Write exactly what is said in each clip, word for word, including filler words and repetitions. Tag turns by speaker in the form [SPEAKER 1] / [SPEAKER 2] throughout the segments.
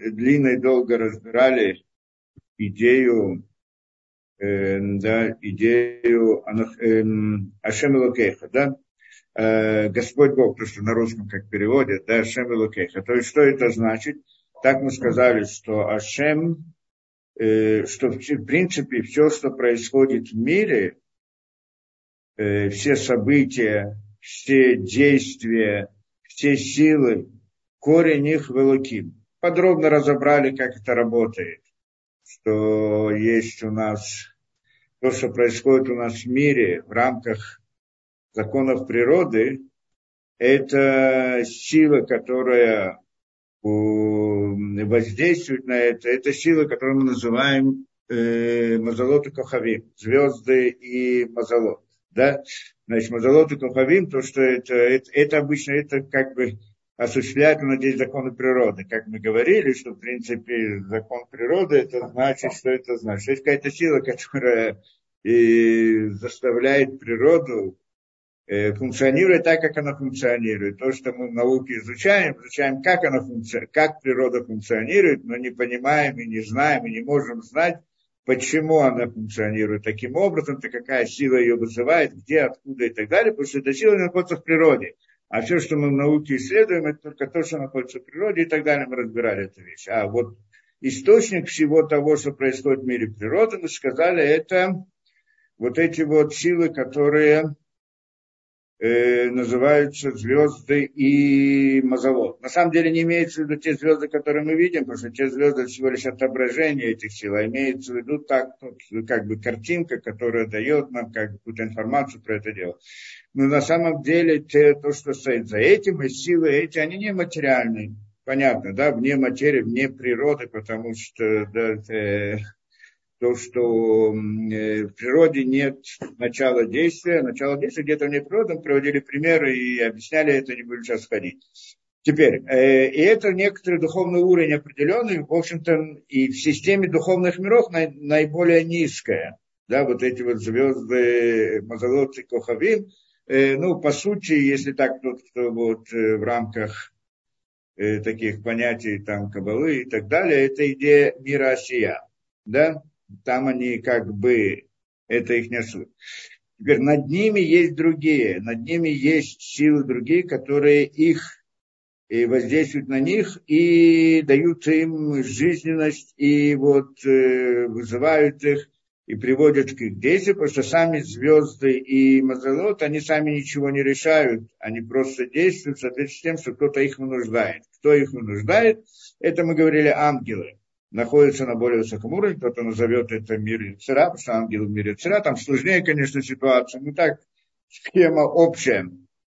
[SPEAKER 1] длинно и долго разбирали идею, э, да, идею э, Ашем Элокейха, да, э, Господь Бог, то, что на русском как переводят, да, Ашем Элокейха. То есть, что это значит? Так мы сказали, что Ашем, э, что в принципе все, что происходит в мире, э, все события, все действия, все силы, корень их в Элоким. Подробно разобрали, как это работает, что есть у нас то, что происходит у нас в мире в рамках законов природы, это сила, которая воздействует на это, это сила, которую мы называем э, Мазалот и Кохавим, звезды и Мазалот. Да? Значит, Мазалот и Кохавим, то, что это, это, это обычно это как бы осуществляет у нас здесь законы природы. Как мы говорили, что в принципе закон природы, это значит, что это значит. Это какая-то сила, которая и заставляет природу функционирует так, как она функционирует. То, что мы в науке изучаем, изучаем, как она функционирует, как природа функционирует, но не понимаем и не знаем, и не можем знать, почему она функционирует таким образом, то какая сила ее вызывает, где, откуда и так далее, потому что эта сила находится в природе. А все, что мы в науке исследуем, это только то, что находится в природе и так далее, мы разбирали эту вещь. А вот источник всего того, что происходит в мире природы, мы сказали, это вот эти вот силы, которые называются звезды и мазалот. На самом деле не имеется в виду те звезды, которые мы видим, потому что те звезды всего лишь отображение этих сил, а имеется в виду так, как бы картинка, которая дает нам как бы какую-то информацию про это дело. Но на самом деле те, то, что стоит за этим, и силы эти, они не материальные. Понятно, да, вне материи, вне природы, потому что да, э, то, что в природе нет начала действия, начало действия где-то вне природы, мы приводили примеры и объясняли это, не будем сейчас ходить. Теперь, э, и это некоторый духовный уровень определенный, в общем-то, и в системе духовных миров на, наиболее низкая, да, вот эти вот звезды, Мазалот и Кохавим, э, ну, по сути, если так, то, то вот э, в рамках э, таких понятий, там, Каббалы и так далее, это идея мира Осия, да, там они как бы, это их не суть. Теперь над ними есть другие, над ними есть силы другие, которые их и воздействуют на них и дают им жизненность, и вот э, вызывают их и приводят к их действию, потому что сами звезды и мазалот, они сами ничего не решают, они просто действуют в соответствии с тем, что кто-то их вынуждает. Кто их вынуждает, это мы говорили ангелы. Находится на более высоком уровне, кто-то назовет это мир Ецера, потому что ангел в мире Ецера, там сложнее, конечно, ситуация, но так, схема общая.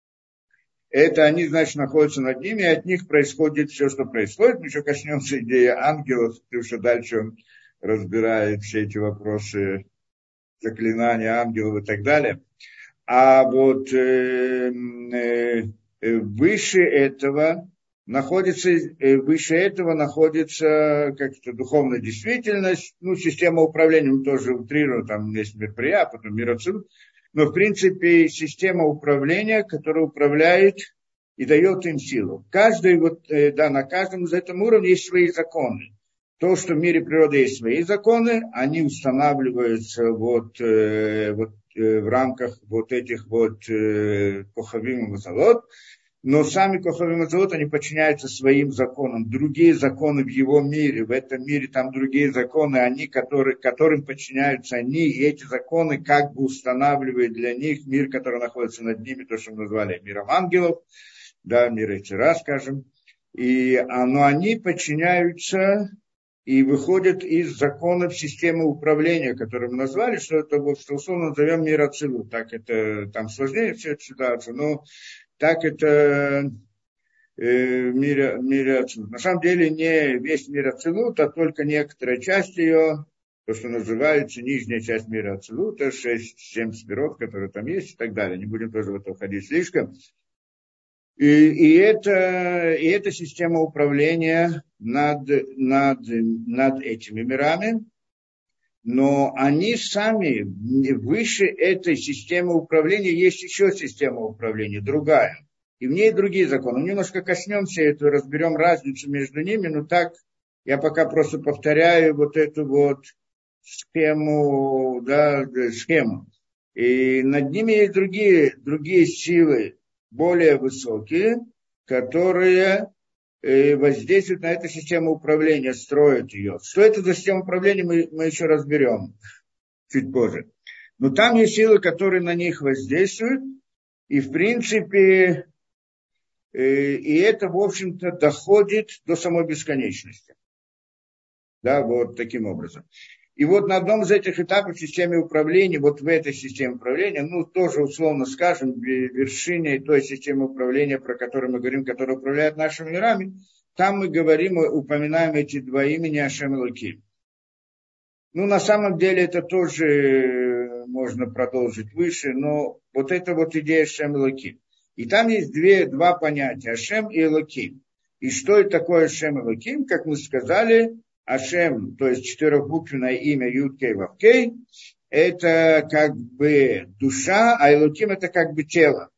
[SPEAKER 1] Это они, значит, находятся над ними, и от них происходит все, что происходит. Мы еще коснемся идеи ангелов, потому что дальше он разбирает все эти вопросы заклинания ангелов и так далее. А вот э, э, выше этого... находится, выше этого находится как-то духовная действительность, ну, система управления, мы тоже утрируем, там есть мир Прия, потом мир Ацилут, но, в принципе, система управления, которая управляет и дает им силу. Каждый, вот, да, на каждом из этого уровня есть свои законы. То, что в мире природы есть свои законы, они устанавливаются вот, вот в рамках вот этих вот Кохавим и Мазалот, но сами Кохавим и Мазалот, они подчиняются своим законам. Другие законы в его мире, в этом мире там другие законы, они, которые, которым подчиняются они, и эти законы как бы устанавливают для них мир, который находится над ними, то, что мы назвали миром ангелов, да, мир Ецера, скажем. И, но они подчиняются и выходят из законов системы управления, которые мы назвали, что это, вот, что условно назовем мир Ацилут. Так это, там сложнее все это ситуация, но так это э, в мире, мире Ацилут. На самом деле не весь мир Ацилут, а только некоторая часть ее, то, что называется нижняя часть мира Ацилута, шесть-семь сферот, которые там есть и так далее. Не будем тоже в это входить слишком. И, и, это, и это система управления над, над, над этими мирами. Но они сами, выше этой системы управления, есть еще система управления, другая. И в ней другие законы. Мы немножко коснемся этого, разберем разницу между ними, но так Я пока просто повторяю вот эту вот схему, да, схему. И над ними есть другие, другие силы, более высокие, которые э, воздействуют на эту систему управления, строят ее. Что это за система управления, мы, мы еще разберем чуть позже. Но там есть силы, которые на них воздействуют, и в принципе, э, и это, в общем-то, доходит до самой бесконечности. Да, вот таким образом. И вот на одном из этих этапов системы управления, вот в этой системе управления, ну, тоже условно скажем, в вершине той системы управления, про которую мы говорим, которая управляет нашими мирами, там мы говорим, упоминаем эти два имени Ашем и Элоким. Ну, на самом деле это тоже можно продолжить выше, но вот это вот идея Ашем и Элоким. И там есть две, два понятия, Ашем и Элоким. И что это такое Ашем и Элоким, как мы сказали, Ашем, то есть четырехбуквенное имя Юд-Кей Вав-Кей, это как бы душа, а Элоким это как бы тело.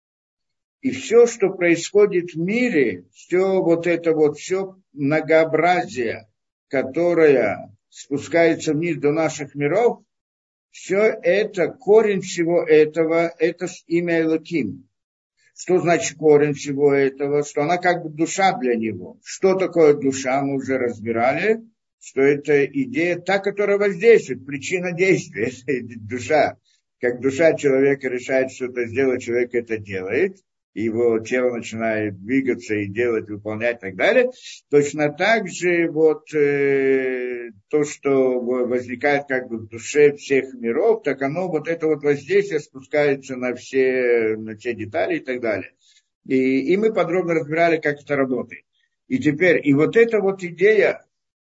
[SPEAKER 1] И все, что происходит в мире, все вот это вот, все многообразие, которое спускается вниз до наших миров, все это, корень всего этого, это имя Элоким. Что значит корень всего этого? Что она как бы душа для него. Что такое душа, мы уже разбирали, что это идея, та, которая воздействует, причина действия, это душа. Как душа человека решает что-то сделать, человек это делает, и его тело начинает двигаться и делать, выполнять и так далее. Точно так же вот э, то, что возникает как бы в душе всех миров, так оно, вот это вот воздействие спускается на все, на все детали и так далее. И, и мы подробно разбирали, как это работает. И теперь, и вот эта вот идея,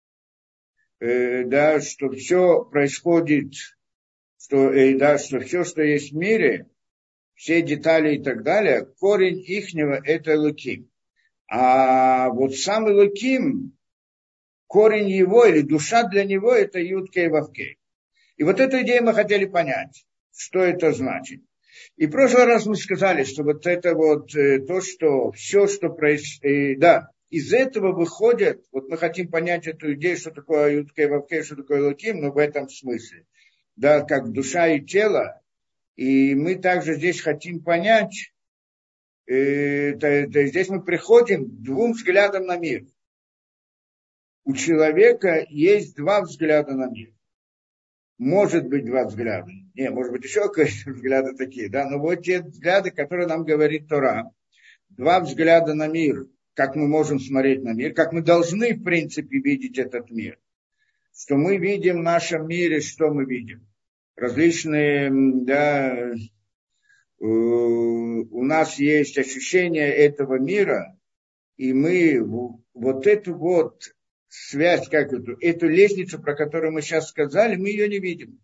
[SPEAKER 1] э, да, что все происходит, что, э, да, что все, что есть в мире, все детали и так далее, корень ихнего это Элоким. А вот сам Элоким, корень его или душа для него это Юд-Кей Вав-Кей. И вот эту идею мы хотели понять, что это значит. И в прошлый раз мы сказали, что вот это вот э, то, что все, что происходит, э, да, из этого выходит, вот мы хотим понять эту идею, что такое Юд-Кей Вав-Кей, что такое Элоким, но в этом смысле. Да, как душа и тело. И мы также здесь хотим понять, э, то, то здесь мы приходим к двум взглядам на мир. У человека есть два взгляда на мир. Может быть два взгляда. Не, может быть еще какие-то взгляды такие, да, но вот те взгляды, которые нам говорит Тора. Два взгляда на мир, как мы можем смотреть на мир, как мы должны, в принципе, видеть этот мир. Что мы видим в нашем мире, что мы видим. Различные, да, у нас есть ощущение этого мира, и мы вот эту вот связь, как эту, эту лестницу, про которую мы сейчас сказали, мы ее не видим.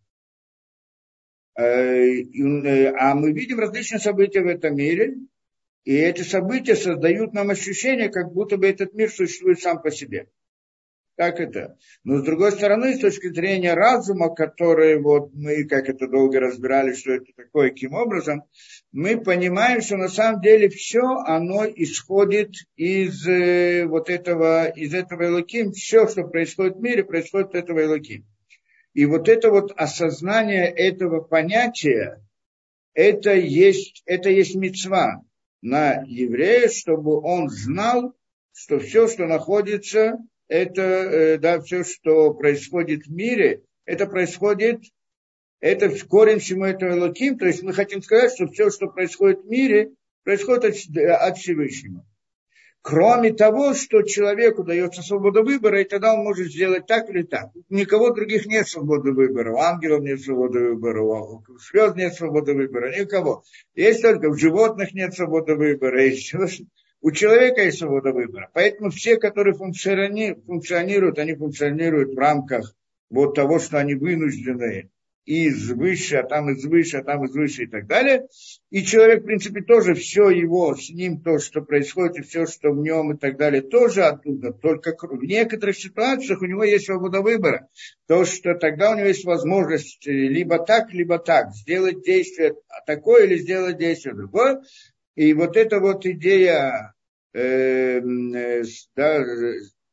[SPEAKER 1] А мы видим различные события в этом мире, и эти события создают нам ощущение, как будто бы этот мир существует сам по себе. Так это. Но с другой стороны, с точки зрения разума, который вот мы, как это долго разбирали, что это такое, каким образом, мы понимаем, что на самом деле все, оно исходит из э, вот этого, из этого Элоким. Все, что происходит в мире, происходит от этого Элоким. И вот это вот осознание этого понятия, это есть, это есть мицва на еврея, чтобы он знал, что все, что находится, это, да, все, что происходит в мире, это происходит, это корень всему этого Элоким, то есть мы хотим сказать, что все, что происходит в мире, происходит от, от Всевышнего. Кроме того, что человеку дается свобода выбора, и тогда он может сделать так или так. У никого других нет свободы выбора, у ангелов нет свободы выбора, у звезд нет свободы выбора, никого. Есть только у животных нет свободы выбора, есть, у человека есть свобода выбора. Поэтому все, которые функционируют, они функционируют в рамках вот того, что они вынуждены из выше, а там из выше, а там из выше и так далее. И человек, в принципе, тоже все его, с ним то, что происходит, и все, что в нем и так далее, тоже оттуда. Только в некоторых ситуациях у него есть свобода выбора. То, что тогда у него есть возможность либо так, либо так, сделать действие такое или сделать действие другое. И вот эта вот идея, э, э, да,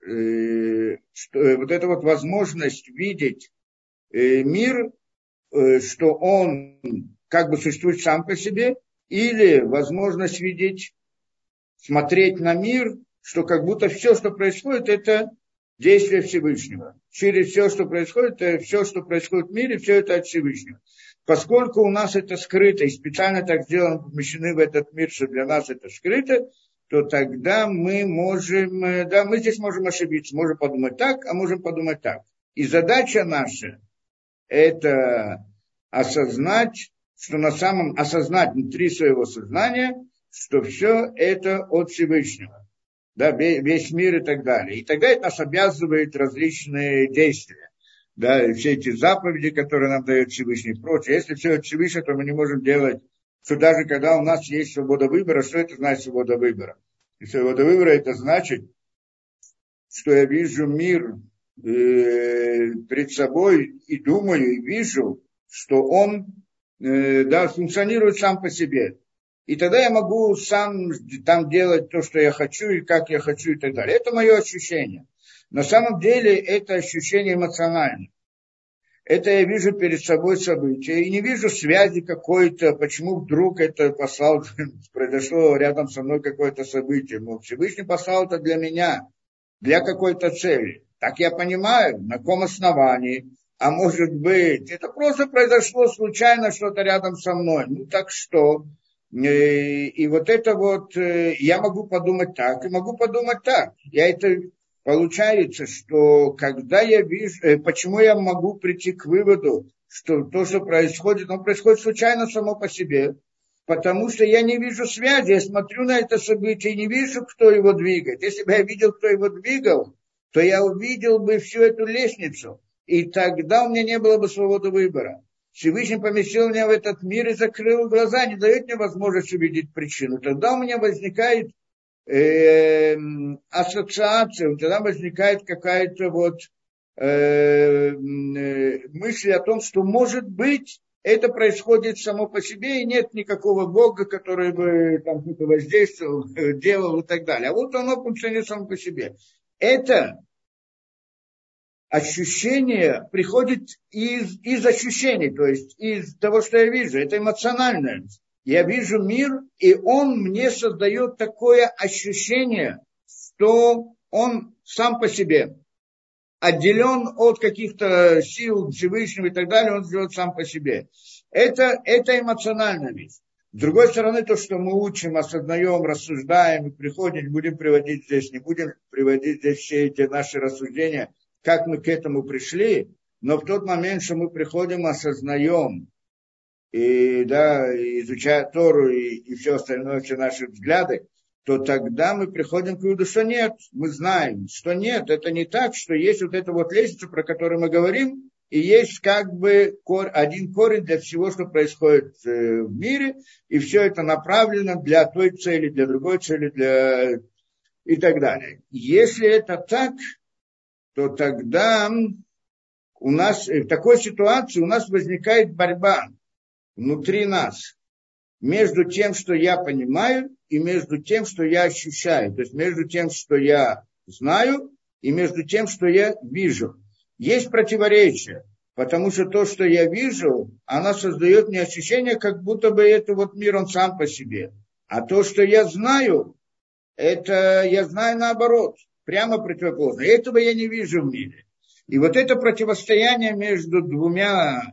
[SPEAKER 1] э, что, э, вот эта вот возможность видеть э, мир, э, что он как бы существует сам по себе, или возможность видеть, смотреть на мир, что как будто все, что происходит, это действие Всевышнего. Через все, что происходит, это все, что происходит в мире, все это от Всевышнего. Поскольку у нас это скрыто, и специально так сделано, помещены в этот мир, что для нас это скрыто, то тогда мы можем, да, мы здесь можем ошибиться, можем подумать так, а можем подумать так. И задача наша – это осознать, что на самом, осознать внутри своего сознания, что все это от Всевышнего. Да, весь мир и так далее. И тогда это нас обязывает различные действия. Да, все эти заповеди, которые нам дает Всевышний и прочее. Если все от Всевышнего, то мы не можем делать, что даже когда у нас есть свобода выбора, что это значит свобода выбора? И свобода выбора это значит, что я вижу мир э, перед собой и думаю, и вижу, что он э, да, функционирует сам по себе. И тогда я могу сам там делать то, что я хочу, и как я хочу, и так далее. Это мое ощущение. На самом деле это ощущение эмоциональное. Это я вижу перед собой события, и не вижу связи какой-то, почему вдруг это послал, произошло рядом со мной какое-то событие. Мол, Всевышний послал это для меня, для какой-то цели. Так я понимаю, на каком основании. А может быть, это просто произошло случайно что-то рядом со мной. Ну так что... И вот это вот, я могу подумать так, и могу подумать так. Я это, получается, что когда я вижу, почему я могу прийти к выводу, что то, что происходит, оно происходит случайно само по себе. Потому что я не вижу связи, я смотрю на это событие и не вижу, кто его двигает. Если бы я видел, кто его двигал, то я увидел бы всю эту лестницу. И тогда у меня не было бы свободы выбора. Всевышний поместил меня в этот мир и закрыл глаза, не дает мне возможность увидеть причину. Тогда у меня возникает э, ассоциация, тогда возникает какая-то вот э, э, мысль о том, что может быть это происходит само по себе, и нет никакого Бога, который бы там кто-то воздействовал, делал и так далее. А вот оно функционирует само по себе. Это ощущение приходит из, из ощущений, то есть из того, что я вижу. Это эмоциональное. Я вижу мир, и он мне создает такое ощущение, что он сам по себе отделен от каких-то сил Всевышнего и так далее, он живет сам по себе. Это, это эмоциональная вещь. С другой стороны, то, что мы учим, осознаем, рассуждаем и приходим, будем приводить здесь, не будем приводить здесь все эти наши рассуждения, как мы к этому пришли, но в тот момент, что мы приходим, осознаем, и, да, изучая Тору и, и все остальное, все наши взгляды, то тогда мы приходим к выводу, что нет, мы знаем, что нет, это не так, что есть вот эта вот лестница, про которую мы говорим, и есть как бы кор, один корень для всего, что происходит э, в мире, и все это направлено для той цели, для другой цели, для... и так далее. Если это так, то тогда у нас в такой ситуации у нас возникает борьба внутри нас между тем, что я понимаю, и между тем, что я ощущаю. То есть между тем, что я знаю, и между тем, что я вижу. Есть противоречие, потому что то, что я вижу, оно создает мне ощущение, как будто бы это вот мир, он сам по себе. А то, что я знаю, это я знаю наоборот, прямо противоположно. И этого я не вижу в мире. И вот это противостояние между двумя,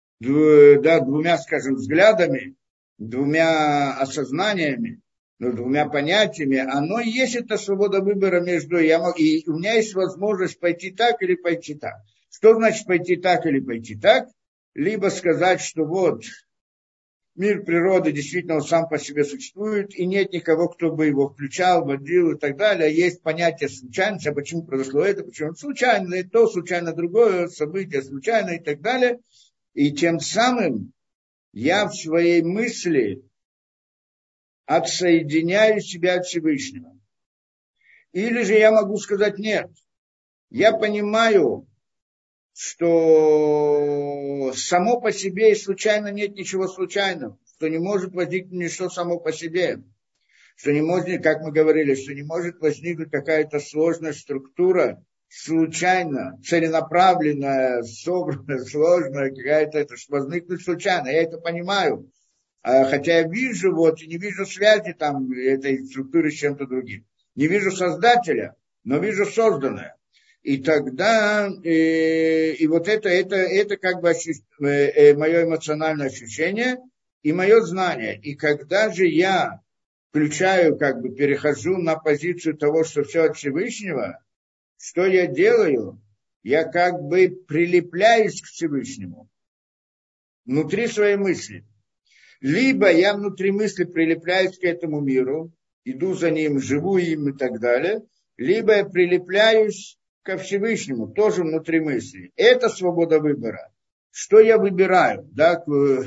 [SPEAKER 1] да, двумя, скажем, взглядами, двумя осознаниями, ну, двумя понятиями, оно и есть эта свобода выбора между... Я мог, и у меня есть возможность пойти так или пойти так. Что значит пойти так или пойти так? Либо сказать, что вот мир природы действительно он сам по себе существует, и нет никого, кто бы его включал, водил и так далее. Есть понятие случайности, а почему произошло это, почему случайно, и то, случайно другое, событие случайно и так далее. И тем самым я в своей мысли отсоединяю себя от Всевышнего. Или же я могу сказать нет. Я понимаю, что само по себе и случайно нет ничего случайного, что не может возникнуть ничто само по себе. что не может, как мы говорили, что не может возникнуть какая-то сложная структура, случайно, целенаправленная, собранная, сложная, какая-то, это возникнуть случайно. Я это понимаю. Хотя я вижу, вот, и не вижу связи там этой структуры с чем-то другим. Не вижу создателя, но вижу созданное. И тогда, э, и вот это, это, это как бы ощущ, э, э, мое эмоциональное ощущение и мое знание. И когда же я включаю, как бы перехожу на позицию того, что все от Всевышнего, что я делаю? Я как бы прилепляюсь к Всевышнему внутри своей мысли. Либо я внутри мысли прилепляюсь к этому миру, иду за ним, живу им и так далее, либо я прилепляюсь ко Всевышнему, тоже внутри мысли. Это свобода выбора. Что я выбираю? Да,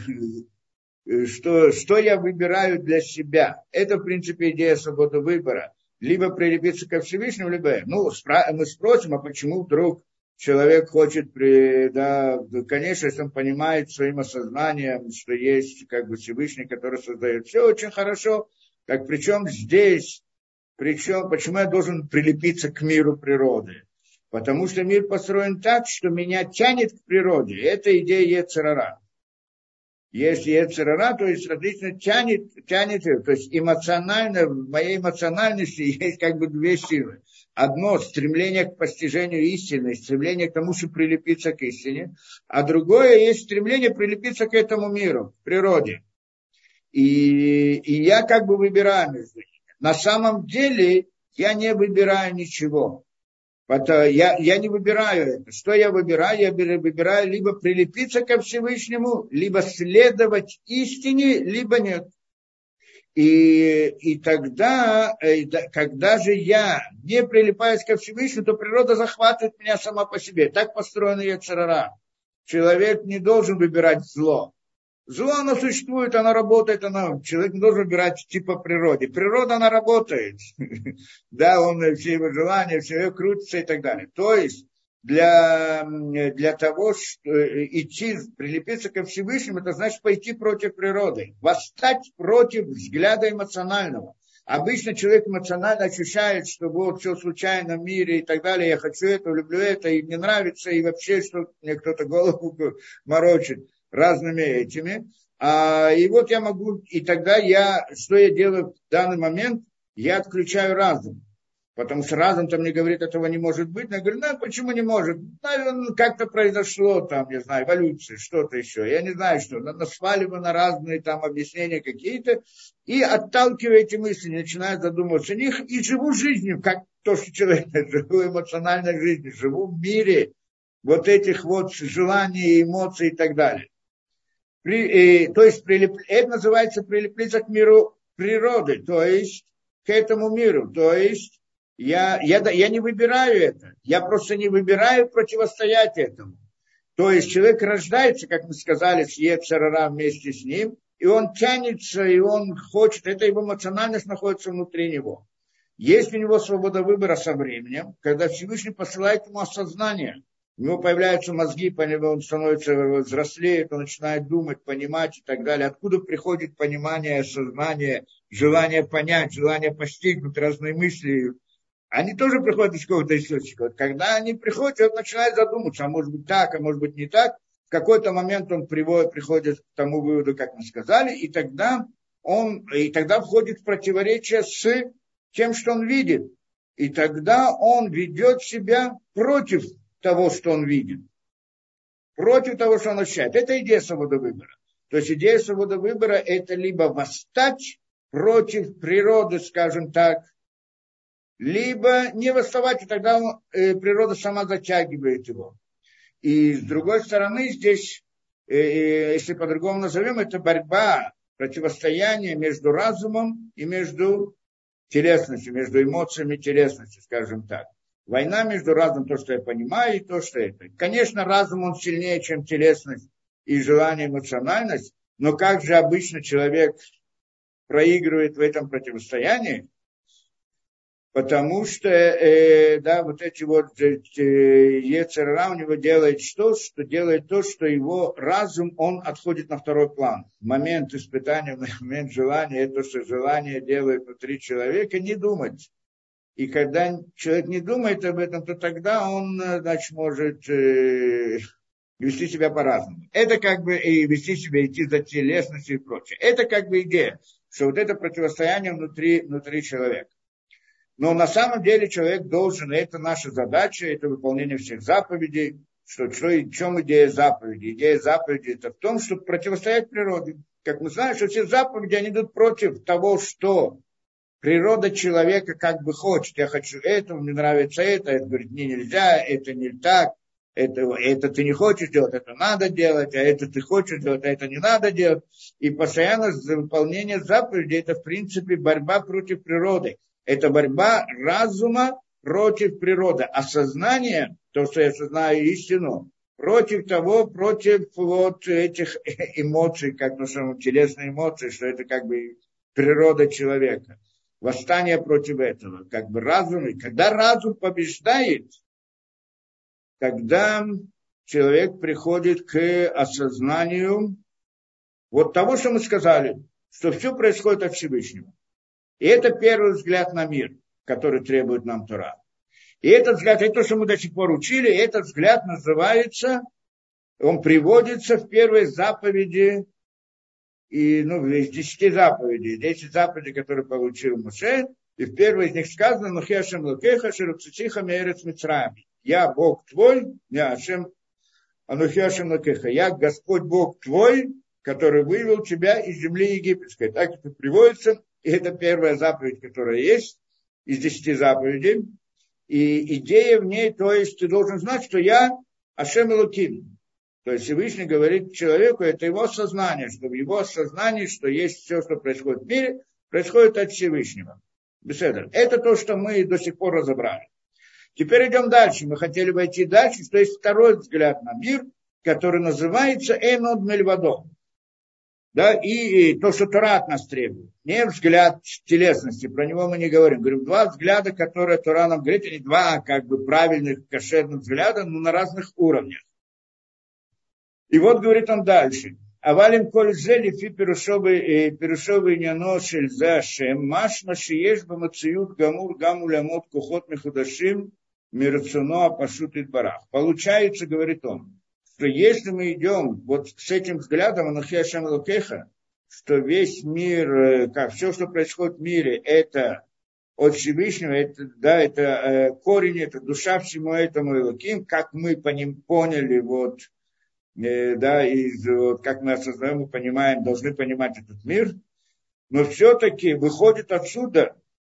[SPEAKER 1] что, что я выбираю для себя? Это, в принципе, идея свободы выбора. Либо прилепиться ко Всевышнему, либо... Ну, мы спросим, а почему вдруг человек хочет, да, конечно, если он понимает своим осознанием, что есть как бы Всевышний, который создает все очень хорошо, так причем здесь, причем, почему я должен прилепиться к миру природы? Потому что мир построен так, что меня тянет к природе. Это идея йецер гара. Если йецер гара, то есть различно тянет, тянет, то есть эмоционально, в моей эмоциональности есть как бы две силы. Одно – стремление к постижению истины, стремление к тому, чтобы прилепиться к истине, а другое – есть стремление прилепиться к этому миру, к природе. И, и я как бы выбираю между ними. На самом деле я не выбираю ничего. Я, я не выбираю это. Что я выбираю? Я выбираю либо прилепиться ко Всевышнему, либо следовать истине, либо нет. И, и тогда, когда же я не прилипаюсь ко Всевышнему, то природа захватывает меня сама по себе. Так построена йецер гара. Человек не должен выбирать зло. Зло, оно существует, оно работает, оно, человек не должен выбирать типа природы. Природа, она работает. Да, он, все его желания, все его крутится и так далее. То есть, для, для того, чтобы идти, прилепиться ко Всевышнему, это значит пойти против природы. Восстать против взгляда эмоционального. Обычно человек эмоционально ощущает, что вот все случайно в мире и так далее. Я хочу это, люблю это, и мне нравится, и вообще, что мне кто-то голову морочит разными этими, а, и вот я могу, и тогда я, что я делаю в данный момент, я отключаю разум, потому что разум-то мне говорит, этого не может быть, я говорю, ну, почему не может, наверное, как-то произошло там, не знаю, эволюция, что-то еще, я не знаю, что, надо сваливать на разные там объяснения какие-то, и отталкивая эти мысли, начинаю задумываться о них, и живу жизнью, как то, что человек, живу эмоциональной жизнью, живу в мире вот этих вот желаний, эмоций и так далее. При, э, то есть прилеп, это называется прилепиться к миру природы, то есть к этому миру. То есть я, я, я не выбираю это, я просто не выбираю противостоять этому. То есть человек рождается, как мы сказали, с йецер гара вместе с ним, и он тянется, и он хочет, это его эмоциональность находится внутри него. Есть у него свобода выбора со временем, когда Всевышний посылает ему осознание. У него появляются мозги, он становится взрослеет, он начинает думать, понимать и так далее. Откуда приходит понимание, осознание, желание понять, желание постигнуть, разные мысли. Они тоже приходят из какого-то источника. Вот когда они приходят, он начинает задуматься, а может быть так, а может быть не так. В какой-то момент он приводит, приходит к тому выводу, как мы сказали, и тогда он и тогда входит в противоречие с тем, что он видит. И тогда он ведет себя против того, что он видит, против того, что он ощущает. Это идея свободы выбора. То есть идея свободы выбора – это либо восстать против природы, скажем так, либо не восставать, и тогда э, природа сама затягивает его. И с другой стороны, здесь, э, если по-другому назовем, это борьба, противостояние между разумом и между телесностью, между эмоциями и телесностью, скажем так. Война между разумом, то, что я понимаю, и то, что это. Конечно, разум, он сильнее, чем телесность и желание, эмоциональность, но как же обычно человек проигрывает в этом противостоянии? Потому что, э, да, вот эти вот э, Йецер ара у него делает что? Что делает то, что его разум, он отходит на второй план. В момент испытания, в момент желания, это что желание делает внутри человека, не думать. И когда человек не думает об этом, то тогда он, значит, может э, вести себя по-разному. Это как бы и вести себя, идти за телесностью и прочее. Это как бы идея, что вот это противостояние внутри, внутри человека. Но на самом деле человек должен, и это наша задача, это выполнение всех заповедей. Что, что, в чем идея заповеди? Идея заповеди это в том, чтобы противостоять природе. Как мы знаем, что все заповеди, они идут против того, что природа человека как бы хочет. Я хочу это, мне нравится это, это говорит, мне нельзя, это не так, это, это ты не хочешь делать, это надо делать, а это ты хочешь делать, а это не надо делать. И постоянно выполнение заповедей это в принципе борьба против природы. Это борьба разума против природы. Осознание, то, что я осознаю истину, против того, против вот этих эмоций, как на самом телесные эмоции, что это как бы природа человека. Восстание против этого, как бы разум. И когда разум побеждает, когда человек приходит к осознанию вот того, что мы сказали, что все происходит от Всевышнего. И это первый взгляд на мир, который требует нам Тора. И этот взгляд, это то, что мы до сих пор учили, этот взгляд называется, он приводится в первой заповеди, и, ну, из десяти заповедей, десять заповедей, которые получил Моше, и в первой из них сказано, «Нухи Ашем Лукеха, Шерупцитиха Меэрец Мицраим». Я Бог твой, я Ашем, Анухи Ашем Лукеха, я Господь Бог твой, который вывел тебя из земли египетской. Так это приводится. И это первая заповедь, которая есть из десяти заповедей. И идея в ней, то есть ты должен знать, что я Ашем Элоким. То есть Всевышний говорит человеку, это его сознание, что в его сознании, что есть все, что происходит в мире, происходит от Всевышнего. Беседа. Это то, что мы до сих пор разобрали. Теперь идем дальше. Мы хотели войти дальше, что есть второй взгляд на мир, который называется Энод Мельвадо. Да, и, и то, что Тора от нас требует. Не взгляд телесности, про него мы не говорим. Говорим, два взгляда, которые Тора нам говорит, они два как бы правильных кошерных взгляда, но на разных уровнях. И вот говорит он дальше. Авалим коль зели фи перушовый няно шельза шем маш машиеш бамациют гамур гамулямот кухот мехудашим мирцуно апашут идбарах. Получается, говорит он, что если мы идем вот с этим взглядом Анухи Ашем Элокеха, что весь мир, как все, что происходит в мире, это от Всевышнего, это, да, это э, корень, это душа всему этому Элоким, как мы по ним поняли, вот, э, да, из, вот, как мы осознаем и понимаем, должны понимать этот мир, но все-таки выходит отсюда,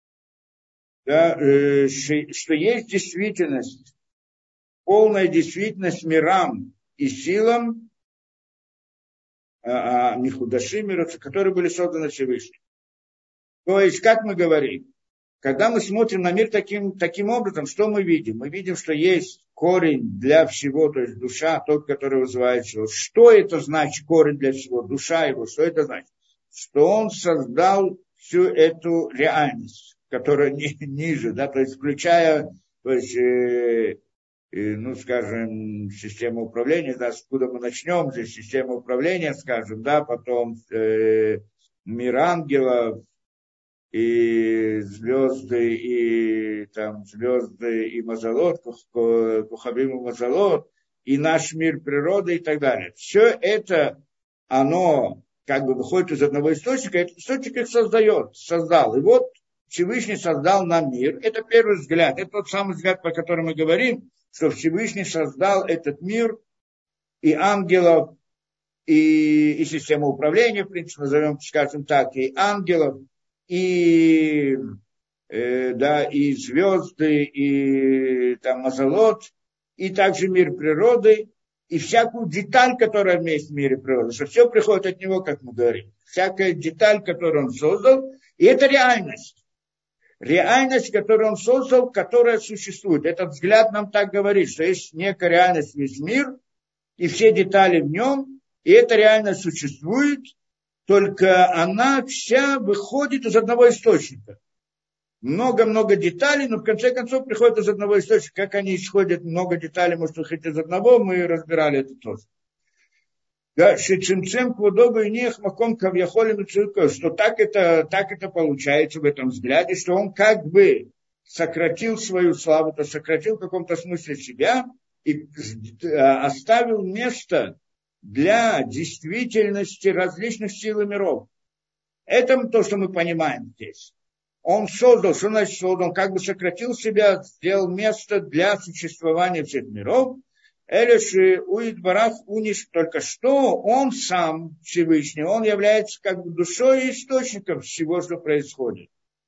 [SPEAKER 1] да, э, что есть действительность, полная действительность мирам, и силам а, а, Михудаши миротся, которые были созданы Всевышним. То есть, как мы говорим, когда мы смотрим на мир таким, таким образом, что мы видим? Мы видим, что есть корень для всего, то есть душа, тот, который вызывает всего. Что это значит, корень для всего, душа его, что это значит? Что он создал всю эту реальность, которая ни, ниже, да, то есть включая, то есть, э, ну, скажем, система управления, да, откуда мы начнем, здесь система управления, скажем, да, потом э, мир ангелов, и звезды, и там звезды, и мазалот, кухабим и мазалот, и наш мир природы и так далее. Все это, оно как бы выходит из одного источника, этот источник их создает, создал. И вот Всевышний создал нам мир. Это первый взгляд, это тот самый взгляд, по которому мы говорим, что Всевышний создал этот мир, и ангелов, и, и систему управления, в принципе, назовем, скажем так, и ангелов, и, э, да, и звезды, и там мазалот, и также мир природы, и всякую деталь, которая есть в мире природы, что все приходит от него, как мы говорим. Всякая деталь, которую он создал, и это реальность. Реальность, которую он создал, которая существует. Этот взгляд нам так говорит, что есть некая реальность, весь мир, и все детали в нем, и эта реальность существует, только она вся выходит из одного источника. много-много деталей, но в конце концов приходит из одного источника. Как они исходят, много деталей, может, хоть из одного, мы разбирали это тоже. Да, шицимцем кводобы нех маком кавьяхолем, что так это, так это получается в этом взгляде, что он как бы сократил свою славу, то сократил в каком-то смысле себя и оставил место для действительности различных сил и миров. Это то, что мы понимаем здесь. Он создал, что значит создал, он как бы сократил себя, сделал место для существования всех миров. Элиши уидбарах униш, только что он сам, Всевышний, он является как бы душой и источником всего, что происходит.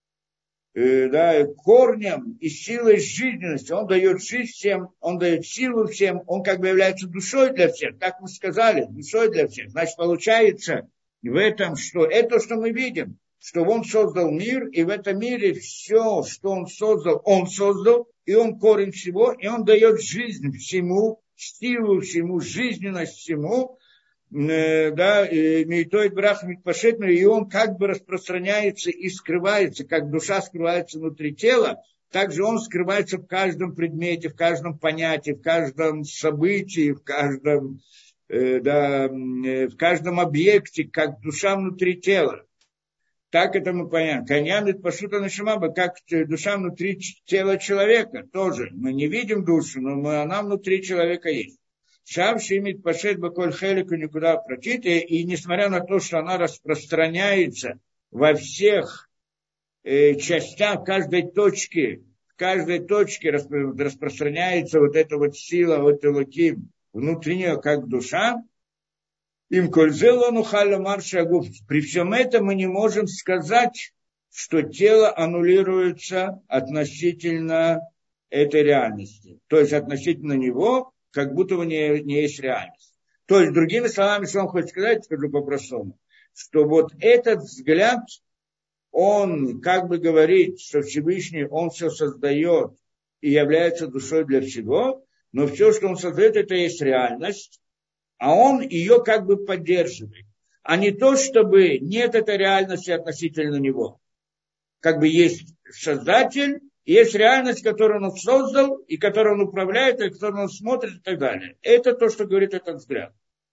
[SPEAKER 1] Э, да, корнем и силой жизненности. Он дает жизнь всем, он дает силу всем, он как бы является душой для всех. Так мы сказали, душой для всех. Значит, получается в этом, что это, что мы видим, что он создал мир, и в этом мире все, что он создал, он создал, и он корень всего, и он дает жизнь всему, силу всему, жизненность всему, э, да, мейтой брах митпашет, и он как бы распространяется и скрывается, как душа скрывается внутри тела, также он скрывается в каждом предмете, в каждом понятии, в каждом событии, в каждом, э, да, э, в каждом объекте, как душа внутри тела. Так это мы понимаем. Каньян это пашута нашимаба, как душа внутри тела человека тоже. Мы не видим душу, но мы, она внутри человека есть. Шав шимит пашет баколь хелику никуда обратить. И, и несмотря на то, что она распространяется во всех э, частях, в каждой точке, в каждой точке распро, распространяется вот эта вот сила, вот элоким, внутри нее как душа, им кользелону халя шагуф. При всем этом мы не можем сказать, что тело аннулируется относительно этой реальности. То есть относительно него, как будто бы не, не есть реальность. То есть, другими словами, что он хочет сказать, скажу по-простому, что вот этот взгляд, он как бы говорит, что Всевышний, он все создает и является душой для всего, но все, что он создает, это есть реальность. А он ее как бы поддерживает. А не то, чтобы нет этой реальности относительно него. Как бы есть создатель, есть реальность, которую он создал, и которую он управляет, и которую он смотрит, и так далее. Это то, что говорит этот взгляд.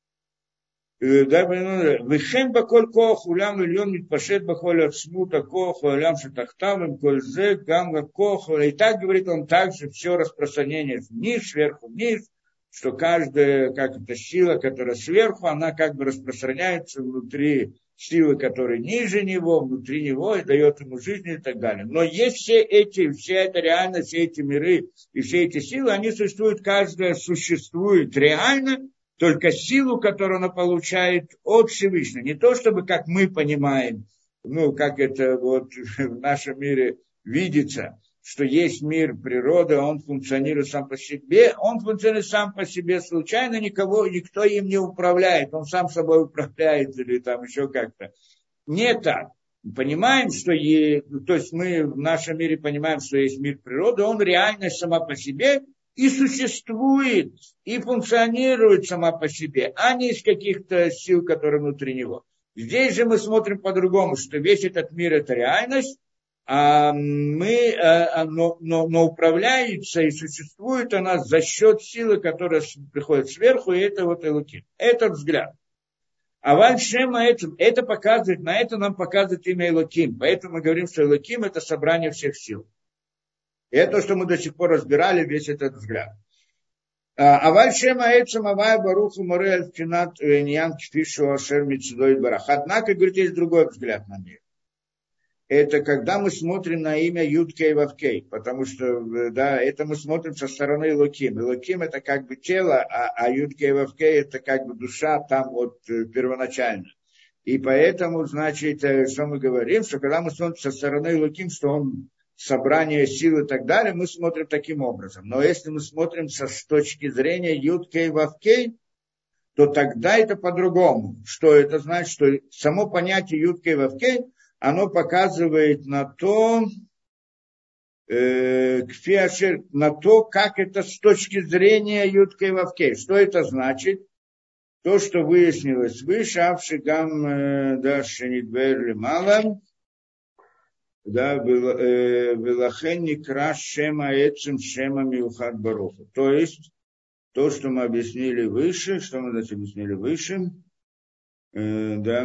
[SPEAKER 1] Вихен баколь коах улям ильон митпашет бахоль ацмута коах улям шатахтам им кользе гамга коах. И так говорит он также все распространение вниз, сверху вниз, что каждая, как эта сила, которая сверху, она как бы распространяется внутри силы, которая ниже него, внутри него, и дает ему жизнь и так далее. Но есть все эти, вся эта реальность, все эти миры и все эти силы, они существуют, каждая существует реально, только силу, которую она получает от Всевышнего. Не то, чтобы, как мы понимаем, ну, как это вот в нашем мире видится, что есть мир природы, он функционирует сам по себе, он функционирует сам по себе случайно, никого, никто им не управляет, он сам собой управляет или там еще как-то. Не так. Мы понимаем, что есть, то есть мы в нашем мире понимаем, что есть мир природы, он реальность сама по себе и существует, и функционирует сама по себе, а не из каких-то сил, которые внутри него. Здесь же мы смотрим по-другому, что весь этот мир – это реальность, а мы, но, но, но управляется и существует она за счет силы, которая приходит сверху, и это вот Элоким. Этот взгляд. А Вальшема это, это показывает, на это нам показывает имя Элоким. Поэтому мы говорим, что Элоким – это собрание всех сил. И это то, что мы до сих пор разбирали, весь этот взгляд. А Вальшема это самавая баруху море альфинат ньян кфишу ашер митсудой барах. Однако, говорит, есть другой взгляд на мир. Это когда мы смотрим на имя Юд-Кей Вав-Кей, потому что, да, это мы смотрим со стороны Элоким. Элоким это как бы тело, а, а Юд-Кей Вав-Кей это как бы душа там вот первоначально. И поэтому, значит, что мы говорим, что когда мы смотрим со стороны Элоким, что он собрание сил и так далее, мы смотрим таким образом. Но если мы смотрим со, с точки зрения Юд-Кей Вав-Кей, то тогда это по-другому. Что это значит? Что само понятие Юд-Кей Вав-Кей оно показывает на то, э, на то, как это с точки зрения Юд-Кей Вав-Кей. Что это значит? То, что выяснилось выше, Авшигам Дашинидбер Лималам, Да, Велахен Никра Шема Эцем Шема Миухад Бароху. То есть, то, что мы объяснили выше, что мы значит, объяснили выше, э, да.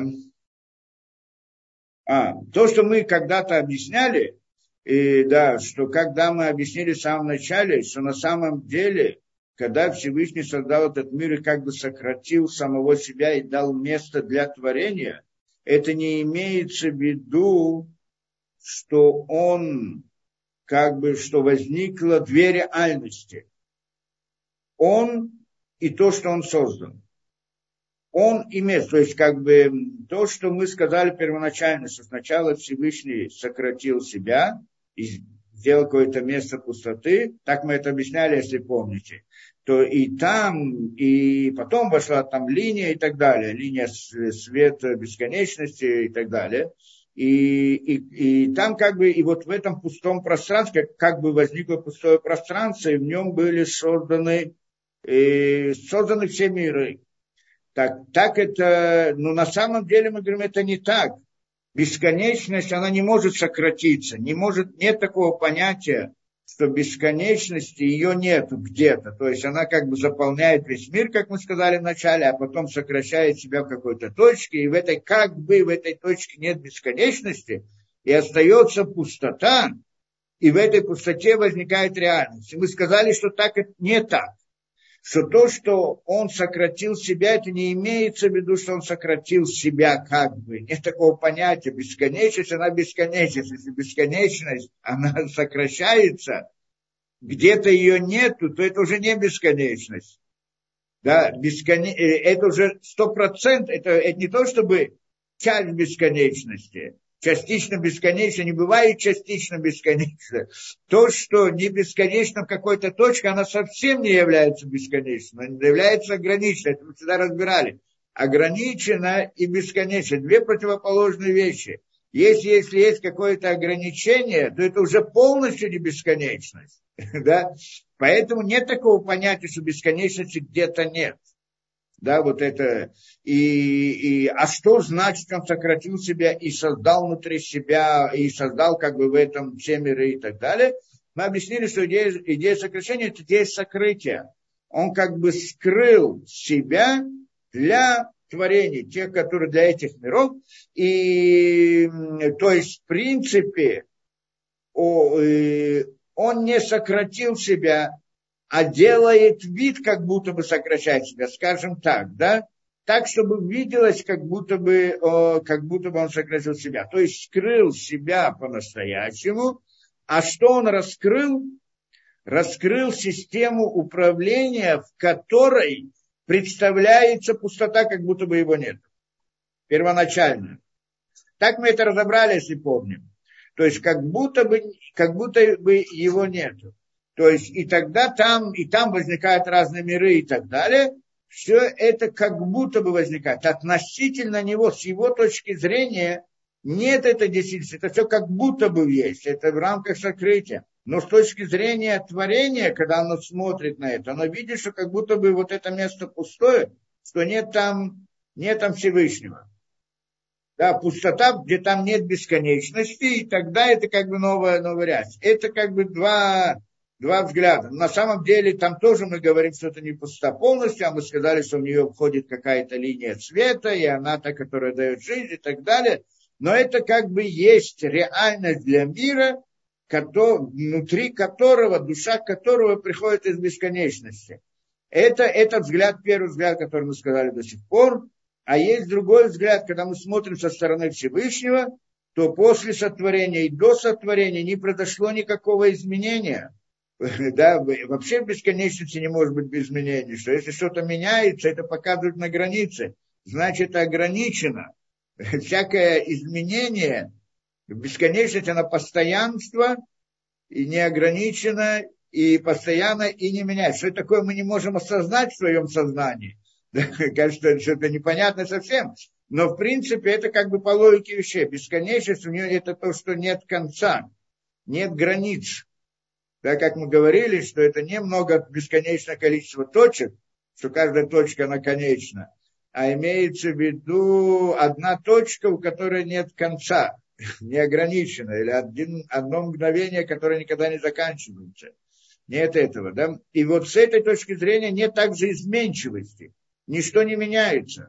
[SPEAKER 1] А, то, что мы когда-то объясняли, и, да, что когда мы объяснили в самом начале, что на самом деле, когда Всевышний создал этот мир и как бы сократил самого себя и дал место для творения, это не имеется в виду, что он, как бы, что возникло две реальности. Он и то, что он создан. Он имеет, то есть, как бы, то, что мы сказали первоначально, что сначала Всевышний сократил себя и сделал какое-то место пустоты, так мы это объясняли, если помните, то и там, и потом вошла там линия и так далее, линия света бесконечности и так далее. И, и, и там как бы, и вот в этом пустом пространстве, как бы возникло пустое пространство, и в нем были созданы, и созданы все миры. Так, так это, ну на самом деле мы говорим, это не так. Бесконечность, она не может сократиться, не может, нет такого понятия, что бесконечности ее нету где-то. То есть она как бы заполняет весь мир, как мы сказали вначале, а потом сокращает себя в какой-то точке, и в этой, как бы в этой точке нет бесконечности, и остается пустота, и в этой пустоте возникает реальность. И мы сказали, что так это не так. Что то, что он сократил себя, это не имеется в виду, что он сократил себя как бы. Нет такого понятия. Бесконечность, она бесконечность. Если бесконечность, она сокращается, где-то ее нету, то это уже не бесконечность. Да, бесконе... это уже сто процентов, это, это не то, чтобы часть бесконечности. Частично бесконечно, не бывает частично бесконечно. То, что не бесконечно в какой-то точке, она совсем не является бесконечной, она является ограниченной. Это мы всегда разбирали. Ограничено и бесконечно. Две противоположные вещи. Если, если есть какое-то ограничение, то это уже полностью не бесконечность. Да? Поэтому нет такого понятия, что бесконечности где-то нет. Да, вот это, и, и, а что значит, он сократил себя и создал внутри себя, и создал как бы в этом все миры и так далее. Мы объяснили, что идея, идея сокращения – это идея сокрытия. Он как бы скрыл себя для творений, тех, которые для этих миров. И, то есть, в принципе, он не сократил себя, а делает вид, как будто бы сокращает себя, скажем так, да, так, чтобы виделось, как будто бы, о, как будто бы он сократил себя. То есть скрыл себя по-настоящему, а что он раскрыл? Раскрыл систему управления, в которой представляется пустота, как будто бы его нет. Первоначально. Так мы это разобрали, если помним. То есть как будто бы, как будто бы его нету. То есть и тогда там, и там возникают разные миры и так далее. Все это как будто бы возникает. Относительно него, с его точки зрения, нет это действительно. Это все как будто бы есть. Это в рамках сокрытия. Но с точки зрения творения, когда оно смотрит на это, оно видит, что как будто бы вот это место пустое, что нет там, нет там Всевышнего. Да, пустота, где там нет бесконечности, и тогда это как бы новая, новая реальность. Это как бы два... Два взгляда. На самом деле там тоже мы говорим, что это не пустота полностью, а мы сказали, что в нее входит какая-то линия света, и она та, которая дает жизнь и так далее. Но это как бы есть реальность для мира, внутри которого, душа которого приходит из бесконечности. Это, это взгляд, первый взгляд, который мы сказали до сих пор. А есть другой взгляд, когда мы смотрим со стороны Всевышнего, то после сотворения и до сотворения не произошло никакого изменения. Да, вообще в бесконечности не может быть изменений, что если что-то меняется, это показывает на границе, значит это ограничено. Всякое изменение, бесконечность, она постоянство и не ограничено, и постоянно, и не меняется. Что такое мы не можем осознать в своем сознании? Кажется, что это непонятно совсем. Но в принципе это как бы по логике вещей. Бесконечность у нее это то, что нет конца, нет границ. Да, как мы говорили, что это не много бесконечное количество точек, что каждая точка, она конечна, а имеется в виду одна точка, у которой нет конца. неограниченное, или один, одно мгновение, которое никогда не заканчивается. Нет этого, да? И вот с этой точки зрения нет также изменчивости. Ничто не меняется.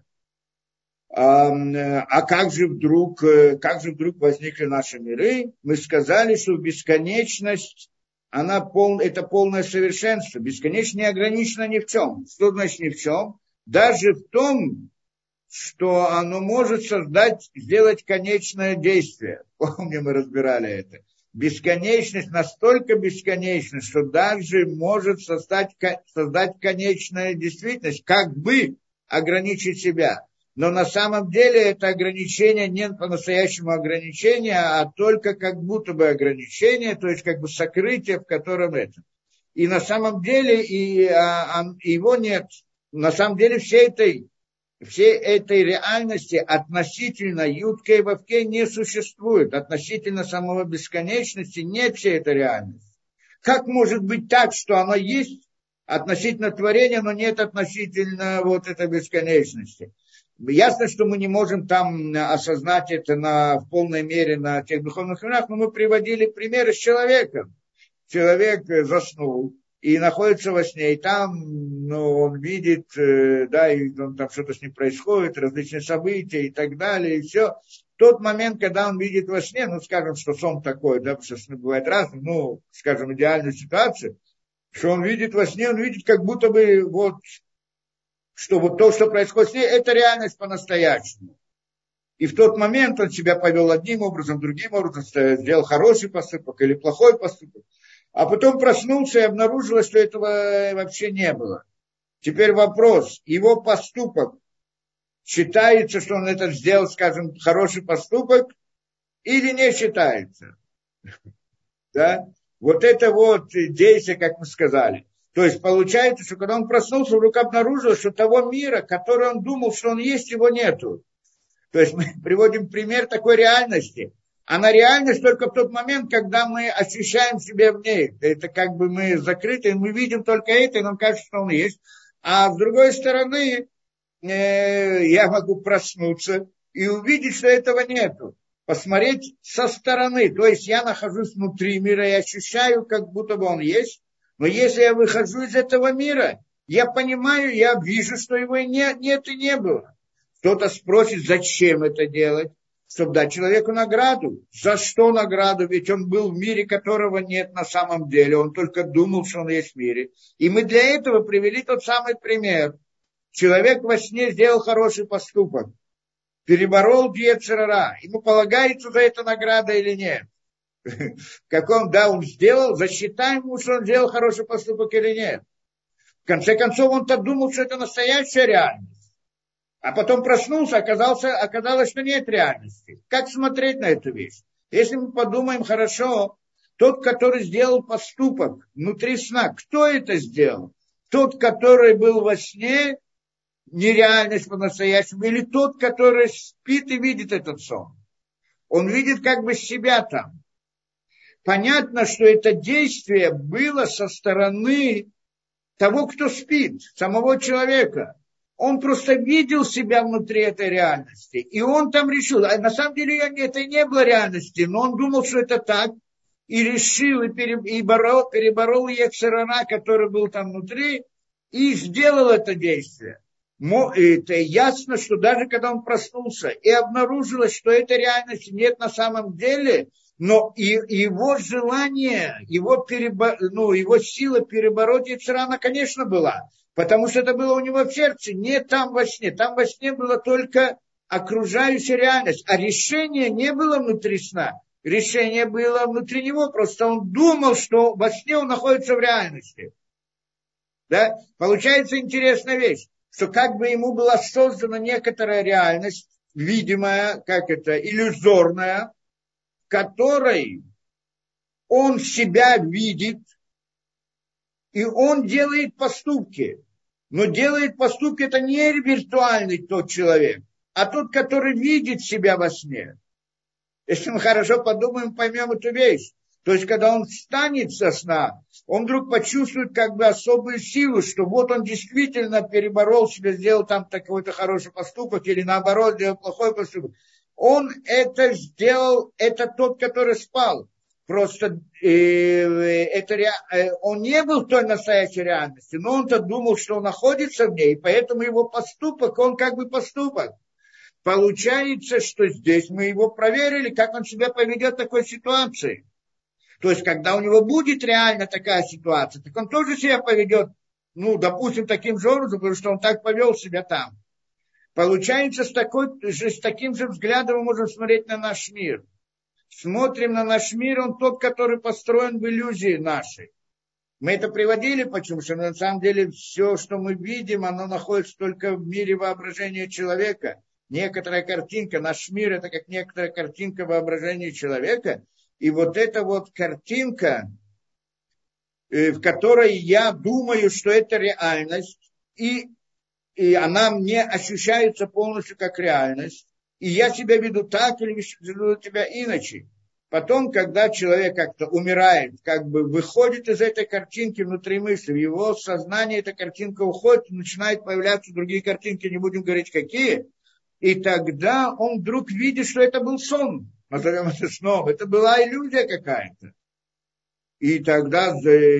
[SPEAKER 1] А, а как же вдруг, как же вдруг возникли наши миры? Мы сказали, что бесконечность, она пол, это полное совершенство. Бесконечно не ограничена ни в чем. Что значит ни в чем? Даже в том, что оно может создать, сделать конечное действие. Помню, мы разбирали это. Бесконечность настолько бесконечна, что даже может создать, создать конечную действительность, как бы ограничить себя. Но на самом деле это ограничение не по-настоящему ограничение, а только как будто бы ограничение, то есть как бы сокрытие, в котором это. И на самом деле и, а, его нет. На самом деле всей этой, всей этой реальности относительно Юд-Кей Вав-Кей не существует. Относительно самого бесконечности нет всей этой реальности. Как может быть так, что оно есть относительно творения, но нет относительно вот этой бесконечности? Ясно, что мы не можем там осознать это на, в полной мере на тех духовных мирах, но мы приводили примеры с человеком. Человек заснул и находится во сне, и там ну, он видит, да, и он, там что-то с ним происходит, различные события и так далее, и все. В тот момент, когда он видит во сне, ну, скажем, что сон такой, да, потому что сны бывают разные, ну, скажем, идеальную ситуацию, что он видит во сне, он видит, как будто бы вот что вот то, что происходит с ней, это реальность по-настоящему. И в тот момент он себя повел одним образом, другим образом, сделал хороший поступок или плохой поступок. А потом проснулся и обнаружилось, что этого вообще не было. Теперь вопрос, его поступок, считается, что он это сделал, скажем, хороший поступок, или не считается? Да? Вот это вот действие, как мы сказали. То есть получается, что когда он проснулся, вдруг обнаружил, что того мира, который он думал, что он есть, его нету. То есть мы приводим пример такой реальности. Она реальность только в тот момент, когда мы ощущаем себя в ней. Это как бы мы закрыты, мы видим только это, и нам кажется, что он есть. А с другой стороны, э, я могу проснуться и увидеть, что этого нету. Посмотреть со стороны. То есть я нахожусь внутри мира и ощущаю, как будто бы он есть. Но если я выхожу из этого мира, я понимаю, я вижу, что его нет, нет и не было. Кто-то спросит, зачем это делать? Чтобы дать человеку награду. За что награду? Ведь он был в мире, которого нет на самом деле. Он только думал, что он есть в мире. И мы для этого привели тот самый пример. Человек во сне сделал хороший поступок. Переборол йецер ара. Ему полагается за это награда или нет? Как он, да, он сделал, засчитаем ему, что он сделал хороший поступок или нет. В конце концов, он-то думал, что это настоящая реальность. А потом проснулся, оказался, оказалось, что нет реальности. Как смотреть на эту вещь? Если мы подумаем хорошо, тот, который сделал поступок внутри сна, кто это сделал? Тот, который был во сне, нереальность по-настоящему, или тот, который спит и видит этот сон? Он видит как бы себя там. Понятно, что это действие было со стороны того, кто спит, самого человека. Он просто видел себя внутри этой реальности. И он там решил. А на самом деле это не было реальности, но он думал, что это так. И решил, и, пере, и борол, переборол йецер ара, который был там внутри, и сделал это действие. Это ясно, что даже когда он проснулся, и обнаружилось, что этой реальности нет на самом деле, но и его желание, его, перебо... ну, его сила перебороть йецер ара, она, конечно, была. Потому что это было у него в сердце, не там во сне. Там во сне была только окружающая реальность. А решение не было внутри сна. Решение было внутри него. Просто он думал, что во сне он находится в реальности. Да? Получается интересная вещь, что как бы ему была создана некоторая реальность, видимая, как это, иллюзорная, в которой он себя видит, и он делает поступки. Но делает поступки это не виртуальный тот человек, а тот, который видит себя во сне. Если мы хорошо подумаем, поймем эту вещь. То есть, когда он встанет со сна, он вдруг почувствует как бы особую силу, что вот он действительно переборол себя, сделал там какой-то хороший поступок, или наоборот, сделал плохой поступок. он это сделал, это тот, который спал. Просто э, это, э, он не был в той настоящей реальности, но он-то думал, что он находится в ней, и поэтому его поступок, он как бы поступок. Получается, что здесь мы его проверили, как он себя поведет в такой ситуации. То есть, когда у него будет реально такая ситуация, так он тоже себя поведет, ну, допустим, таким же образом, потому что он так повел себя там. Получается, с, такой, с таким же взглядом мы можем смотреть на наш мир. Смотрим на наш мир, он тот, который построен в иллюзии нашей. Мы это приводили, почему? Что на самом деле все, что мы видим, оно находится только в мире воображения человека. Некоторая картинка, наш мир это как некоторая картинка воображения человека. И вот эта вот картинка, в которой я думаю, что это реальность, и, и она мне ощущается полностью как реальность, и я себя веду так или веду себя иначе. Потом, когда человек как-то умирает, как бы выходит из этой картинки внутри мысли, в его сознании эта картинка уходит, начинают появляться другие картинки, не будем говорить какие, и тогда он вдруг видит, что это был сон, назовем это сном, это была иллюзия какая-то. И тогда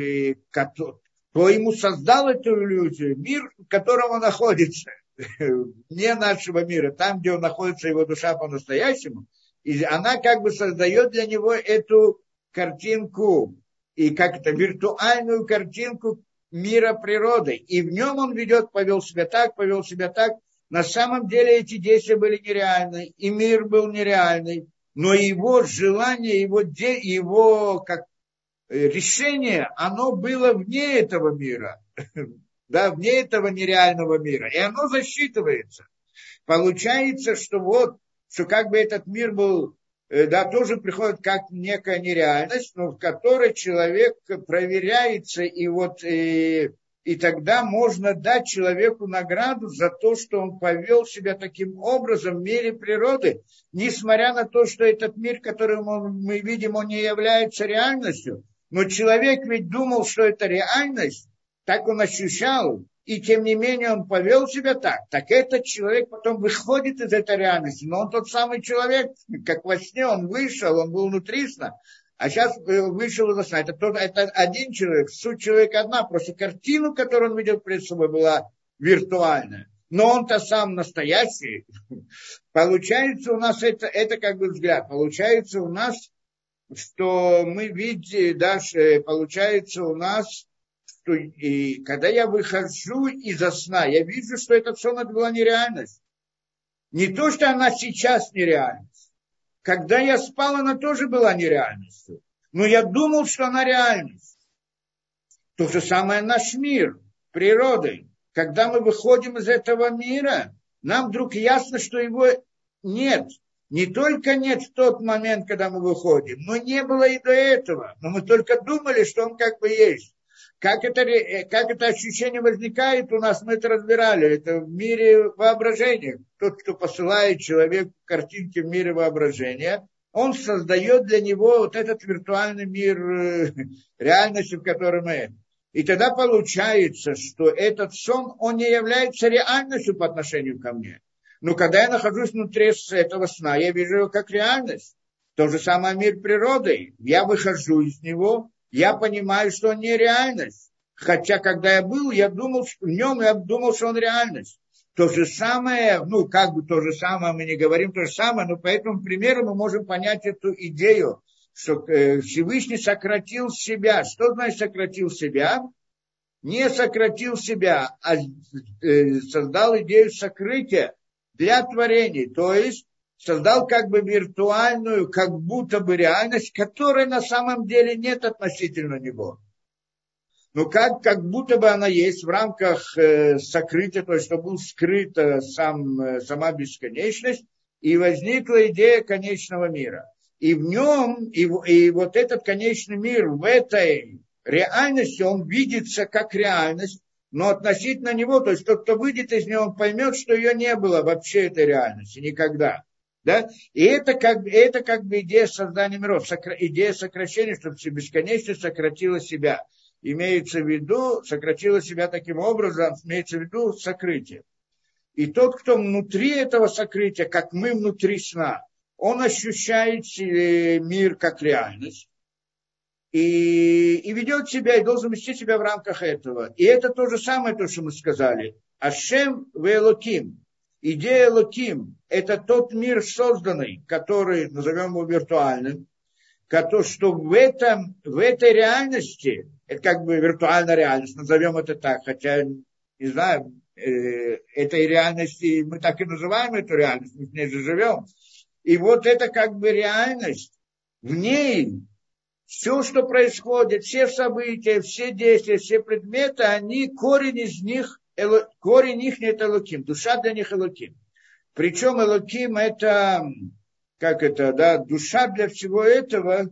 [SPEAKER 1] кто ему создал эту иллюзию? Мир, в котором он находится. Не нашего мира, там, где он находится, его душа по-настоящему, и она как бы создает для него эту картинку, и как это, виртуальную картинку мира природы. И в нем он ведет, повел себя так, повел себя так. На самом деле эти действия были нереальны, и мир был нереальный, но его желание, его, де, его как, решение, оно было вне этого мира. Да, вне этого нереального мира. И оно засчитывается. Получается, что вот, что как бы этот мир был, да, тоже приходит как некая нереальность, но в которой человек проверяется, и вот, и, и тогда можно дать человеку награду за то, что он повел себя таким образом в мире природы, несмотря на то, что этот мир, который мы видим, он не является реальностью, но человек ведь думал, что это реальность, так он ощущал, и тем не менее он повел себя так. Так этот человек потом выходит из этой реальности, но он тот самый человек, как во сне он вышел, он был внутри сна, а сейчас вышел из сна. Это, тот, это один человек, суть человека одна, просто картину, которую он видел перед собой, была виртуальная. Но он-то сам настоящий. Получается у нас это, это как бы взгляд, получается у нас, что мы видим, даже получается у нас, и когда я выхожу из-за сна, я вижу, что этот сон, это была нереальность. Не то, что она сейчас нереальность. Когда я спал, она тоже была нереальностью. Но я думал, что она реальность. То же самое наш мир, природой. Когда мы выходим из этого мира, нам вдруг ясно, что его нет. Не только нет в тот момент, когда мы выходим, но не было и до этого. Но мы только думали, что он как бы есть. Как это, как это ощущение возникает у нас, мы это разбирали. Это в мире воображения. Тот, кто посылает человеку картинки в мире воображения, он создает для него вот этот виртуальный мир реальности, в которой мы. И тогда получается, что этот сон, он не является реальностью по отношению ко мне. Но когда я нахожусь внутри этого сна, я вижу его как реальность. То же самое мир природы. Я выхожу из него, я понимаю, что он не реальность. Хотя, когда я был, я думал, что в нем я думал, что он реальность. То же самое, ну, как бы то же самое, мы не говорим то же самое, но по этому примеру мы можем понять эту идею, что Всевышний сократил себя. Что значит сократил себя? Не сократил себя, а создал идею сокрытия для творений. То есть создал как бы виртуальную, как будто бы реальность, которой на самом деле нет относительно него. Но как, как будто бы она есть в рамках э, сокрытия, то есть что был скрыт э, сам, э, сама бесконечность, и возникла идея конечного мира. И в нем, и, и вот этот конечный мир в этой реальности, он видится как реальность, но относительно него, то есть тот, кто выйдет из него, он поймет, что ее не было вообще этой реальности никогда. Да? И это как, это как бы идея создания миров, сокра, идея сокращения, чтобы бесконечность сократила себя. Имеется в виду, сократила себя таким образом, имеется в виду сокрытие. И тот, кто внутри этого сокрытия, как мы внутри сна, он ощущает мир как реальность и, и ведет себя, и должен вести себя в рамках этого. И это то же самое, то, что мы сказали. Ашем веэлоким. Идея Элоким – это тот мир созданный, который, назовем его виртуальным, который, что в, этом, в этой реальности, это как бы виртуальная реальность, назовем это так, хотя, не знаю, э, этой реальности, мы так и называем эту реальность, мы в ней же живем. И вот это как бы реальность, в ней все, что происходит, все события, все действия, все предметы, они, корень из них, эло, корень их это Элоким, душа для них Элоким. Причем Элоким это, как это, да, душа для всего этого,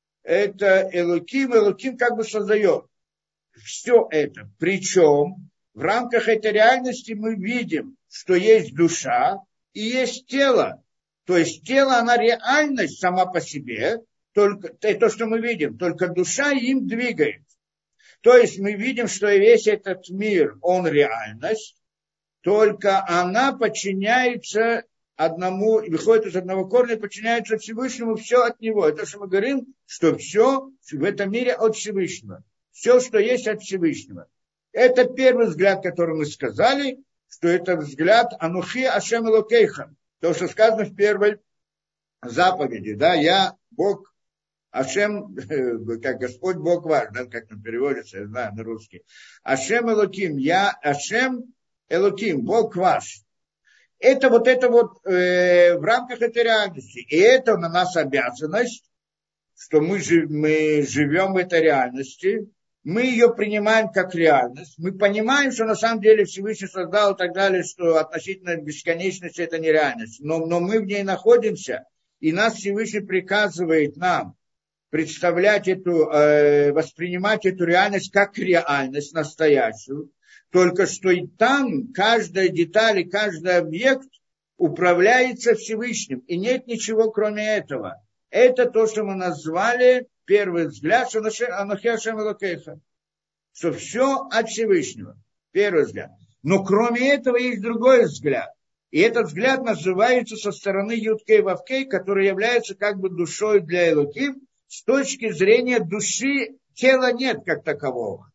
[SPEAKER 1] это Элоким, Элоким как бы создает все это. Причем в рамках этой реальности мы видим, что есть душа и есть тело. То есть тело, она реальность сама по себе, только то, что мы видим, только душа им двигает. То есть мы видим, что весь этот мир, он реальность, только она подчиняется одному, выходит из одного корня, подчиняется Всевышнему, все от него. Это что мы говорим, что все в этом мире от Всевышнего. Все, что есть от Всевышнего. Это первый взгляд, который мы сказали, что это взгляд Анухи Ашем Элокейха. То, что сказано в первой заповеди. Да, я Бог Ашем, как Господь Бог ваш, да, как там переводится, я знаю на русский. Ашем Элоким, я Ашем Элоким, Бог ваш. Это вот это вот э, в рамках этой реальности. И это на нас обязанность, что мы, жив, мы живем в этой реальности, мы ее принимаем как реальность, мы понимаем, что на самом деле Всевышний создал и так далее, что относительно бесконечности это не реальность. Но, но мы в ней находимся, и нас Всевышний приказывает нам представлять эту, э, воспринимать эту реальность как реальность настоящую, только что и там каждая деталь и каждый объект управляется Всевышним, и нет ничего кроме этого. Это то, что мы назвали первый взгляд, что Анухи Ашем Элокейха, что все от Всевышнего, первый взгляд. Но кроме этого есть другой взгляд. И этот взгляд называется со стороны Юд-Кей Вав-Кей, который является как бы душой для Элоким. С точки зрения души тела нет как такового.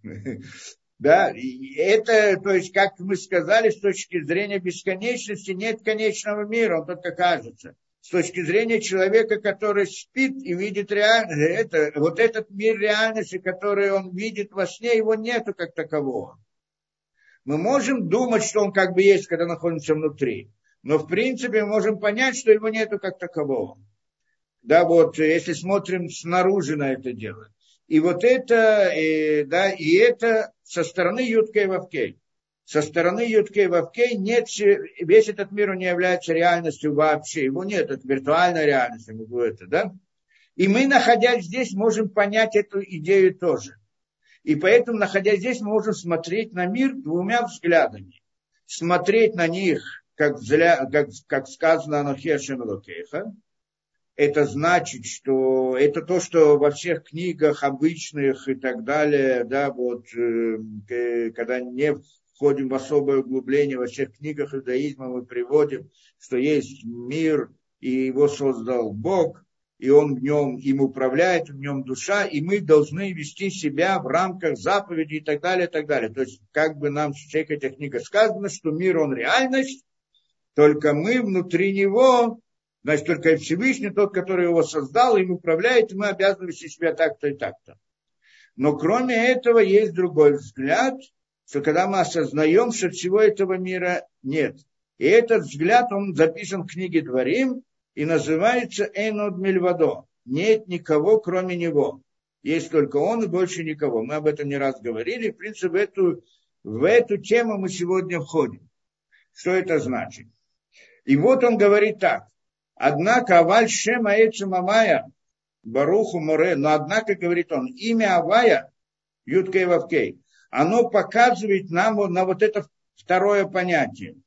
[SPEAKER 1] Да, и это, то есть, как мы сказали, с точки зрения бесконечности нет конечного мира, он только кажется. С точки зрения человека, который спит и видит реальность, это, вот этот мир реальности, который он видит во сне, его нету как такового. Мы можем думать, что он как бы есть, когда находимся внутри, но в принципе мы можем понять, что его нету как такового. Да, вот, если смотрим снаружи на это дело. И вот это, и, да, и это со стороны Юд-Кей Вав-Кей. Со стороны Юд-Кей Вав-Кей нет, весь этот мир он не является реальностью вообще. Его нет, это виртуальная реальность. Это, да? И мы, находясь здесь, можем понять эту идею тоже. И поэтому, находясь здесь, мы можем смотреть на мир двумя взглядами. Смотреть на них, как, как, как сказано Анухи Ашем Элокейха. Это значит, что это то, что во всех книгах обычных и так далее, да, вот, э, когда не входим в особое углубление, во всех книгах иудаизма мы приводим, что есть мир, и его создал Бог, и он в нем, им управляет, в нем душа, и мы должны вести себя в рамках заповедей и так далее, и так далее. То есть, как бы нам в всех этих книгах сказано, что мир, он реальность, только мы внутри него. Значит, только Всевышний, тот, который его создал, им управляет, и мы обязаны вести себя так-то и так-то. Но кроме этого есть другой взгляд, что когда мы осознаем, что всего этого мира нет. И этот взгляд, он записан в книге Дворим и называется «Эйнод Мильвадо». Нет никого, кроме него. Есть только он и больше никого. Мы об этом не раз говорили. В принципе, в эту, в эту тему мы сегодня входим. Что это значит? И вот он говорит так. Однако, Аваль Шем Аэцем Авая, Баруху Море, но однако, говорит он, имя Авая, Юд-Кей Вав-Кей, оно показывает нам на вот это второе понятие,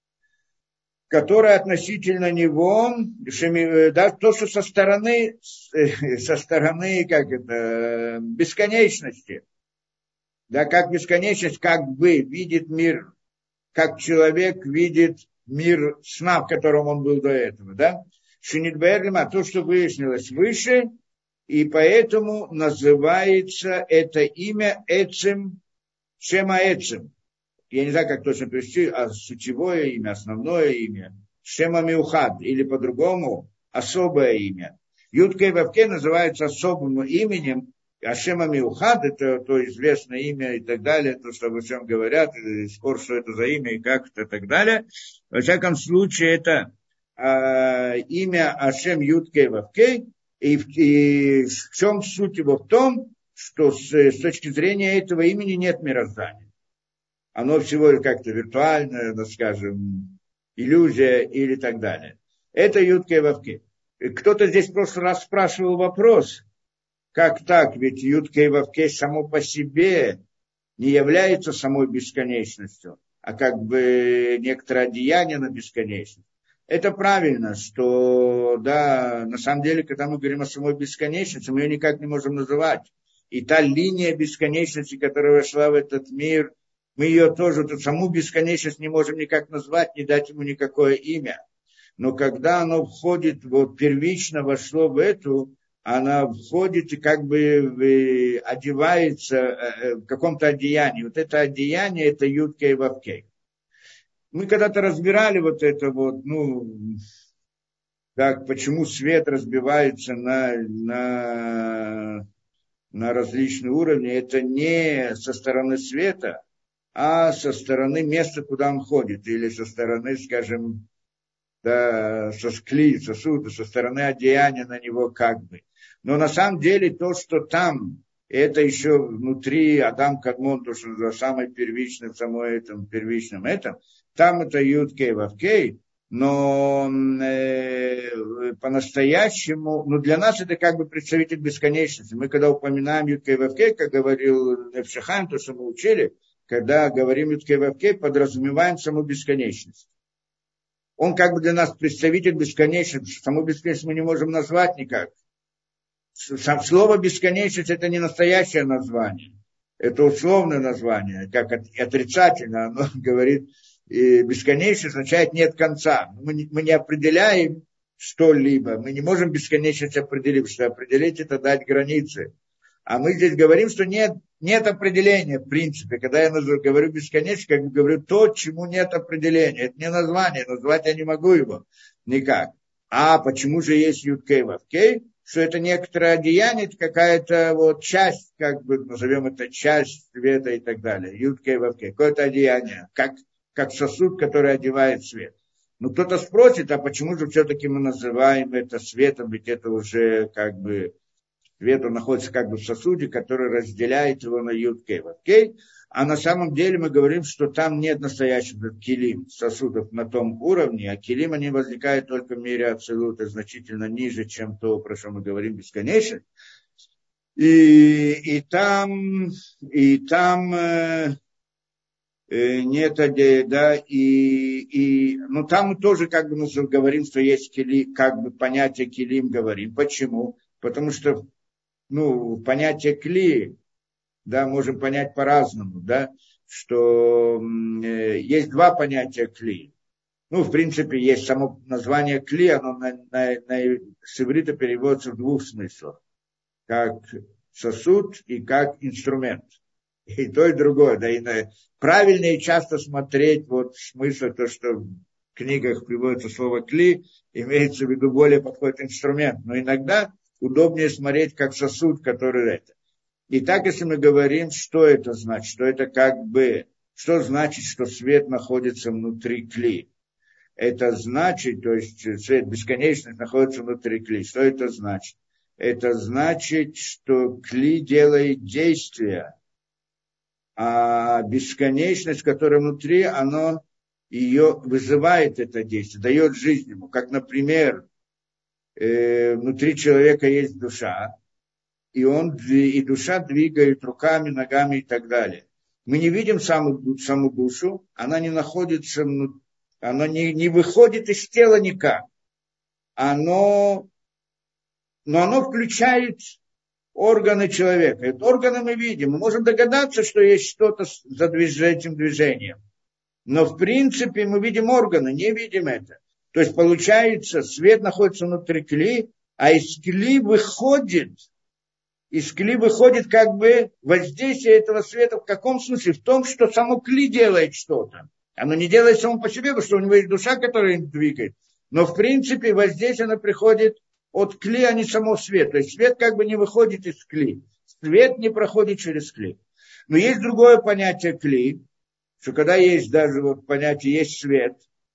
[SPEAKER 1] которое относительно него, да, то, что со стороны, со стороны, как это, бесконечности, да, как бесконечность, как бы видит мир, как человек видит мир сна, в котором он был до этого, да? Шинитбаэр лима, то, что выяснилось выше, и поэтому называется это имя Эцем, Шема Эцем. Я не знаю, как точно перевести, а сутевое имя, основное имя. Шема Миухад, или по-другому, особое имя. Юд Кей Вав Кей называется особым именем, а Шема Миухад, это то известное имя и так далее, то, что обо всем говорят, и спор, что это за имя и как это и так далее. Во всяком случае, это э, имя Ашем Юд Кей Вав Кей, и, и в чем суть его? В том, что с, с точки зрения этого имени нет мироздания. Оно всего лишь как-то виртуальное, ну, скажем, иллюзия или так далее. Это Юд Кей Вав Кей. Кто-то здесь в прошлый раз спрашивал вопрос, как так, ведь Юд Кей Вав Кей само по себе не является самой бесконечностью, а как бы некоторое одеяние на бесконечность. Это правильно, что, да, на самом деле, когда мы говорим о самой бесконечности, мы ее никак не можем называть. И та линия бесконечности, которая вошла в этот мир, мы ее тоже, эту саму бесконечность не можем никак назвать, не дать ему никакое имя. Но когда оно входит, вот первично вошло в эту, она входит и как бы одевается в каком-то одеянии. Вот это одеяние, это Юд Кей Вав Кей. Мы когда-то разбирали вот это вот, ну, как, почему свет разбивается на, на, на различные уровни. Это не со стороны света, а со стороны места, куда он ходит, или со стороны, скажем, да, со скли, сосуда, со стороны одеяния на него как бы. Но на самом деле то, что там, это еще внутри Адам Кадмон, то, что самое первичное, в самом этом первичном этом, там это Юд Кей Вав Кей, но э, по-настоящему, ну для нас это как бы представитель бесконечности. Мы когда упоминаем Юд Кей Вав Кей, как говорил Эвшахайм, то, что мы учили, когда говорим Юд Кей Вав Кей, подразумеваем саму бесконечность. Он как бы для нас представитель бесконечности, саму бесконечность мы не можем назвать никак. Слово бесконечность это не настоящее название, это условное название, как отрицательно, оно говорит, и бесконечность означает нет конца. Мы не, мы не определяем что-либо, мы не можем бесконечность определить, потому что определить это дать границы. А мы здесь говорим, что нет, нет определения в принципе. Когда я говорю бесконечно, как бы говорю то, чему нет определения. Это не название, назвать я не могу его никак. А почему же есть Юд Кей Вав Кей? Что это некоторое одеяние, это какая-то вот часть, как бы назовем это часть света и так далее. Юд Кей Вав Кей. Какое-то одеяние, как, как сосуд, который одевает свет. Ну кто-то спросит, а почему же все-таки мы называем это светом, ведь это уже как бы... Свет, он находится как бы в сосуде, который разделяет его на Юд Кей Вав Кей. А на самом деле мы говорим, что там нет настоящих килим, сосудов на том уровне, а килим они возникают только в мире абсолюта, значительно ниже, чем то, про что мы говорим, бесконечно. И, и там, и там э, э, нет, да, и, и, ну там мы тоже как бы мы говорим, что есть килим, как бы понятие килим говорим. Почему? Потому что ну, понятие кли, да, можем понять по-разному, да, что э, есть два понятия кли. Ну, в принципе, есть само название кли, оно на, на, на, с иврита переводится в двух смыслах. Как сосуд и как инструмент. И то, и другое. Да, и на, правильно и часто смотреть вот смысл, то, что в книгах приводится слово кли, имеется в виду более подходит инструмент. Но иногда удобнее смотреть как сосуд, который это. И так, если мы говорим, что это значит, что это как бы, что значит, что свет находится внутри кли. Это значит, то есть свет бесконечность находится внутри кли. Что это значит? Это значит, что кли делает действия, а бесконечность, которая внутри, она ее вызывает это действие, дает жизнь ему. Как, например, внутри человека есть душа, и, он, и душа двигает руками, ногами и так далее. Мы не видим саму, саму душу, она не находится, она не, не выходит из тела никак. Оно, но оно включает органы человека. И органы мы видим, мы можем догадаться, что есть что-то за движ, этим движением. Но в принципе мы видим органы, не видим это. То есть получается, свет находится внутри кли, а из кли выходит, из кли выходит как бы воздействие этого света в каком смысле? В том, что само кли делает что-то. Оно не делает само по себе, потому что у него есть душа, которая им двигает. Но в принципе воздействие оно приходит от кли, а не само свет. То есть свет как бы не выходит из кли. Свет не проходит через кли. Но есть другое понятие кли, что когда есть даже вот понятие есть свет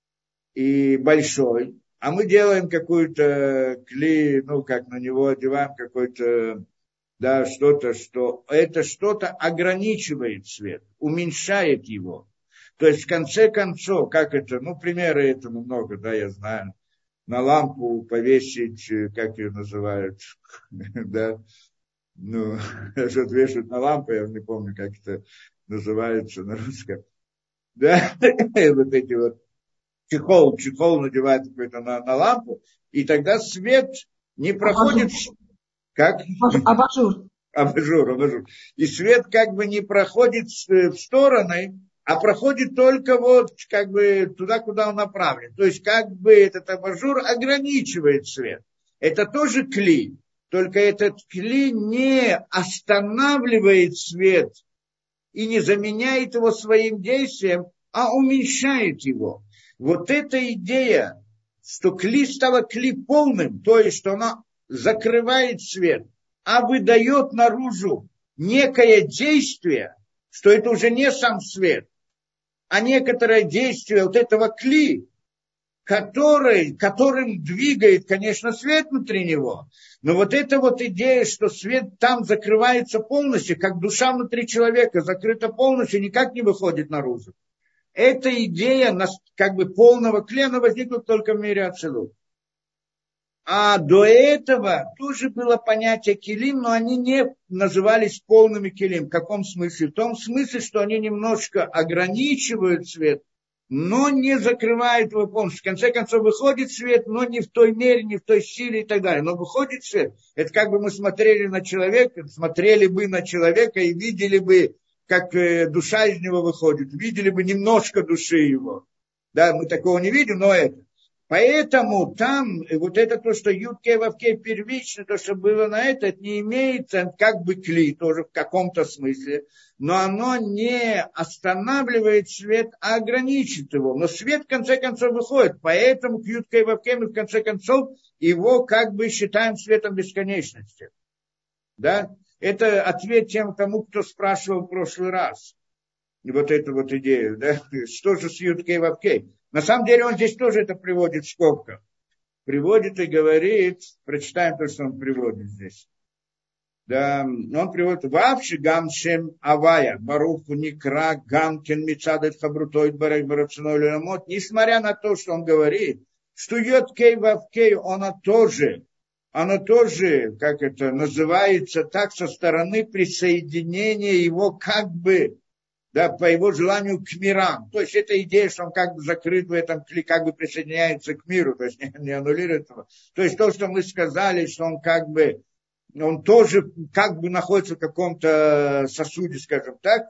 [SPEAKER 1] и большой, а мы делаем какую-то кли, ну как на него одеваем какой-то, да, что-то, что это что-то ограничивает свет, уменьшает его. То есть в конце концов, как это, ну примеры этому много, да, я знаю, на лампу повесить, как ее называют, да, ну, что вешают на лампу, я не помню, как это называется на русском, да, вот эти вот, чехол, чехол надевают какой-то на, на лампу, и тогда свет не проходит, как?
[SPEAKER 2] Абажур.
[SPEAKER 1] Абажур, абажур. И свет как бы не проходит в стороны, а проходит только вот как бы туда, куда он направлен. То есть как бы этот абажур ограничивает свет. Это тоже кли, только этот кли не останавливает свет и не заменяет его своим действием, а уменьшает его. Вот эта идея, что кли стало кли полным, то есть что она закрывает свет, а выдает наружу некое действие, что это уже не сам свет, а некоторое действие вот этого кли, который, которым двигает, конечно, свет внутри него, но вот эта вот идея, что свет там закрывается полностью, как душа внутри человека закрыта полностью, никак не выходит наружу. Эта идея как бы полного кли, она возникла только в мире Ацилут. А до этого тоже было понятие килим, но они не назывались полными килим. В каком смысле? В том смысле, что они немножко ограничивают свет, но не закрывают его полностью. В конце концов, выходит свет, но не в той мере, не в той силе и так далее. Но выходит свет. Это как бы мы смотрели на человека, смотрели бы на человека и видели бы, как душа из него выходит. Видели бы немножко души его. Да, мы такого не видим, но это. Поэтому там, вот это то, что Юд-Кей Вав-Кей первично, то, что было на это, это не имеется как бы кли, тоже в каком-то смысле, но оно не останавливает свет, а ограничит его. Но свет в конце концов выходит, поэтому к Юд-Кей Вав-Кей мы в конце концов его как бы считаем светом бесконечности. Да? Это ответ тем тому, кто спрашивал в прошлый раз. И вот эту вот идею, да? Что же с Юд-Кей Вав-Кей? На самом деле он здесь тоже это приводит в скобках. Приводит и говорит, прочитаем то, что он приводит здесь. Да, он приводит «Вавши гамшем авая, баруху никра гамкен мицадет хабрутоид барек барацуной лерамот». Несмотря на то, что он говорит, что Йод-Кей Вав-Кей, оно тоже, оно тоже, как это называется, так со стороны присоединения его как бы, да, по его желанию к мирам. То есть эта идея, что он как бы закрыт в этом, как бы присоединяется к миру, то есть не, не аннулирует его. То есть то, что мы сказали, что он как бы, он тоже как бы находится в каком-то сосуде, скажем так,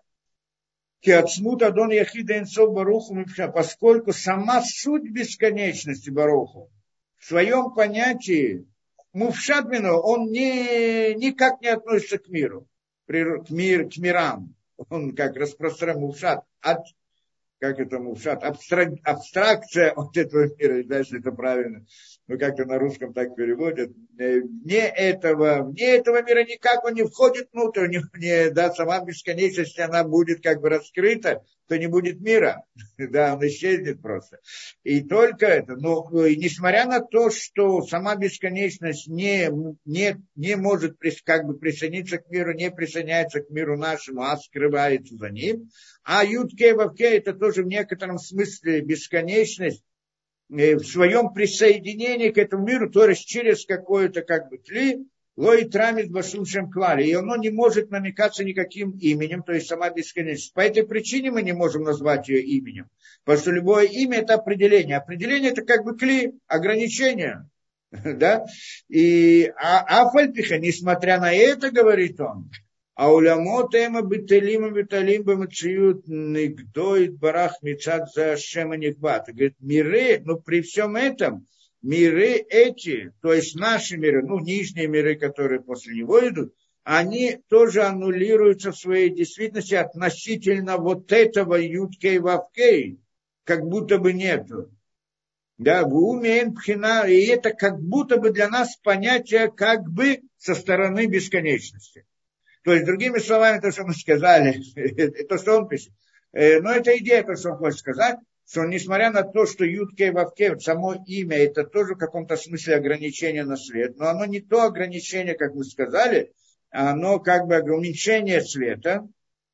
[SPEAKER 1] поскольку сама суть бесконечности Баруху в своем понятии, мувшадмину, он не, никак не относится к миру, к, мир, к мирам. Он как распространен мувшат, от, как это мувшат, абстрак, абстракция от этого мира, не знаю, если это правильно, но как-то на русском так переводят, вне этого, вне этого мира никак он не входит внутрь, не, не, да, сама бесконечность, она будет как бы раскрыта, то не будет мира, да, он исчезнет просто. И только это, но и несмотря на то, что сама бесконечность не, не, не может как бы присоединиться к миру, не присоединяется к миру нашему, а скрывается за ним, а Юд-Кей Вав-Кей это тоже в некотором смысле бесконечность, в своем присоединении к этому миру, то есть через какое-то как бы кли, лой трамит башум шем клали, и оно не может намекаться никаким именем, то есть сама бесконечность. По этой причине мы не можем назвать ее именем, потому что любое имя это определение. Определение это как бы кли, ограничение, да, и а, а фальпиха, несмотря на это, говорит он, А улямот эма бетелим и беталим бамациют нигдой барах мецад за шема нихбат. Говорит, миры, ну при всем этом, миры эти, то есть наши миры, ну нижние миры, которые после него идут, они тоже аннулируются в своей действительности относительно вот этого юткей вавкей, как будто бы нету. Да, в уме пхина, и это как будто бы для нас понятие как бы со стороны бесконечности. То есть, другими словами, то, что мы сказали, то, что он пишет. Но это идея, то, что он хочет сказать, что несмотря на то, что Юд-Кей Вав-Кей, само имя, это тоже в каком-то смысле ограничение на свет, но оно не то ограничение, как мы сказали, оно как бы уменьшение света,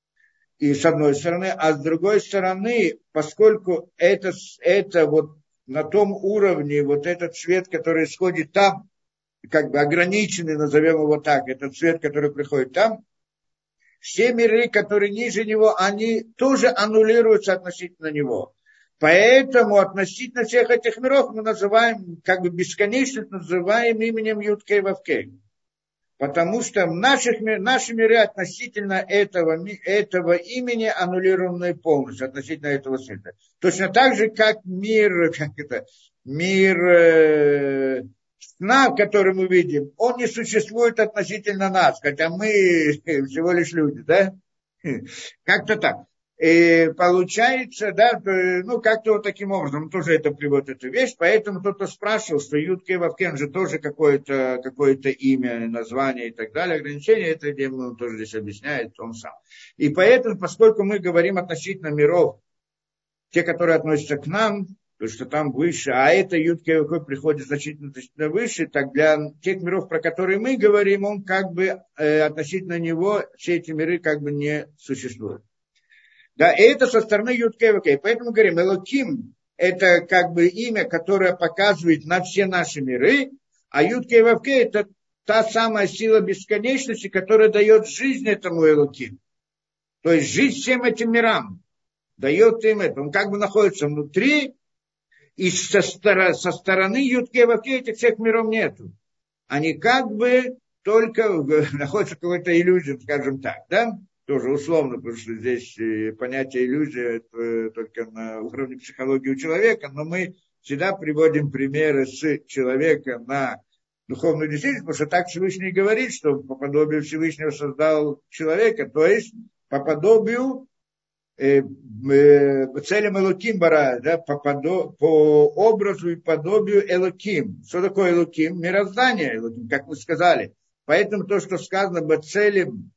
[SPEAKER 1] и с одной стороны, а с другой стороны, поскольку это, это вот на том уровне, вот этот свет, который исходит там, как бы ограниченный, назовем его так, этот свет, который приходит там, все миры, которые ниже него, они тоже аннулируются относительно него. Поэтому относительно всех этих миров мы называем, как бы бесконечность называем именем Юд-Кей Вав-Кей. Потому что наших, наши миры относительно этого, этого имени аннулированы полностью, относительно этого света. Точно так же, как мир, как это, мир э, сна, который мы видим, он не существует относительно нас, хотя мы всего лишь люди, да? Как-то так. И получается, да, ну, как-то вот таким образом, тоже это приводит эту вещь, поэтому кто-то спрашивал, что Юд-Кей Вав-Кей же тоже какое-то, какое-то имя, название и так далее, ограничение, это где он тоже здесь объясняет, он сам. И поэтому, поскольку мы говорим относительно миров, те, которые относятся к нам, то, что там выше, а это Юд-Кей Вав-Кей приходит значительно, значительно выше, так для тех миров, про которые мы говорим, он как бы, э, относительно него, все эти миры как бы не существуют. Да, и это со стороны Юд-Кей Вав-Кей. Поэтому говорим, Элоким – это как бы имя, которое показывает на все наши миры, а Юд-Кей Вав-Кей – это та самая сила бесконечности, которая дает жизнь этому Элоким. То есть жизнь всем этим мирам, дает им это. Он как бы находится внутри, и со, стороны, со стороны Юд-Кей Вав-Кей этих всех миров нету. Они как бы только находятся в какой-то иллюзии, скажем так, да? Тоже условно, потому что здесь понятие иллюзия это только на уровне психологии у человека, но мы всегда приводим примеры с человека на духовную действительность, потому что так Всевышний говорит, что по подобию Всевышнего создал человека, то есть по подобию э, э, целям Элоким бара, да, по, подо, по образу и подобию Элоким. Что такое Элоким? Мироздание Элоким, как мы сказали. Поэтому то, что сказано бацелем,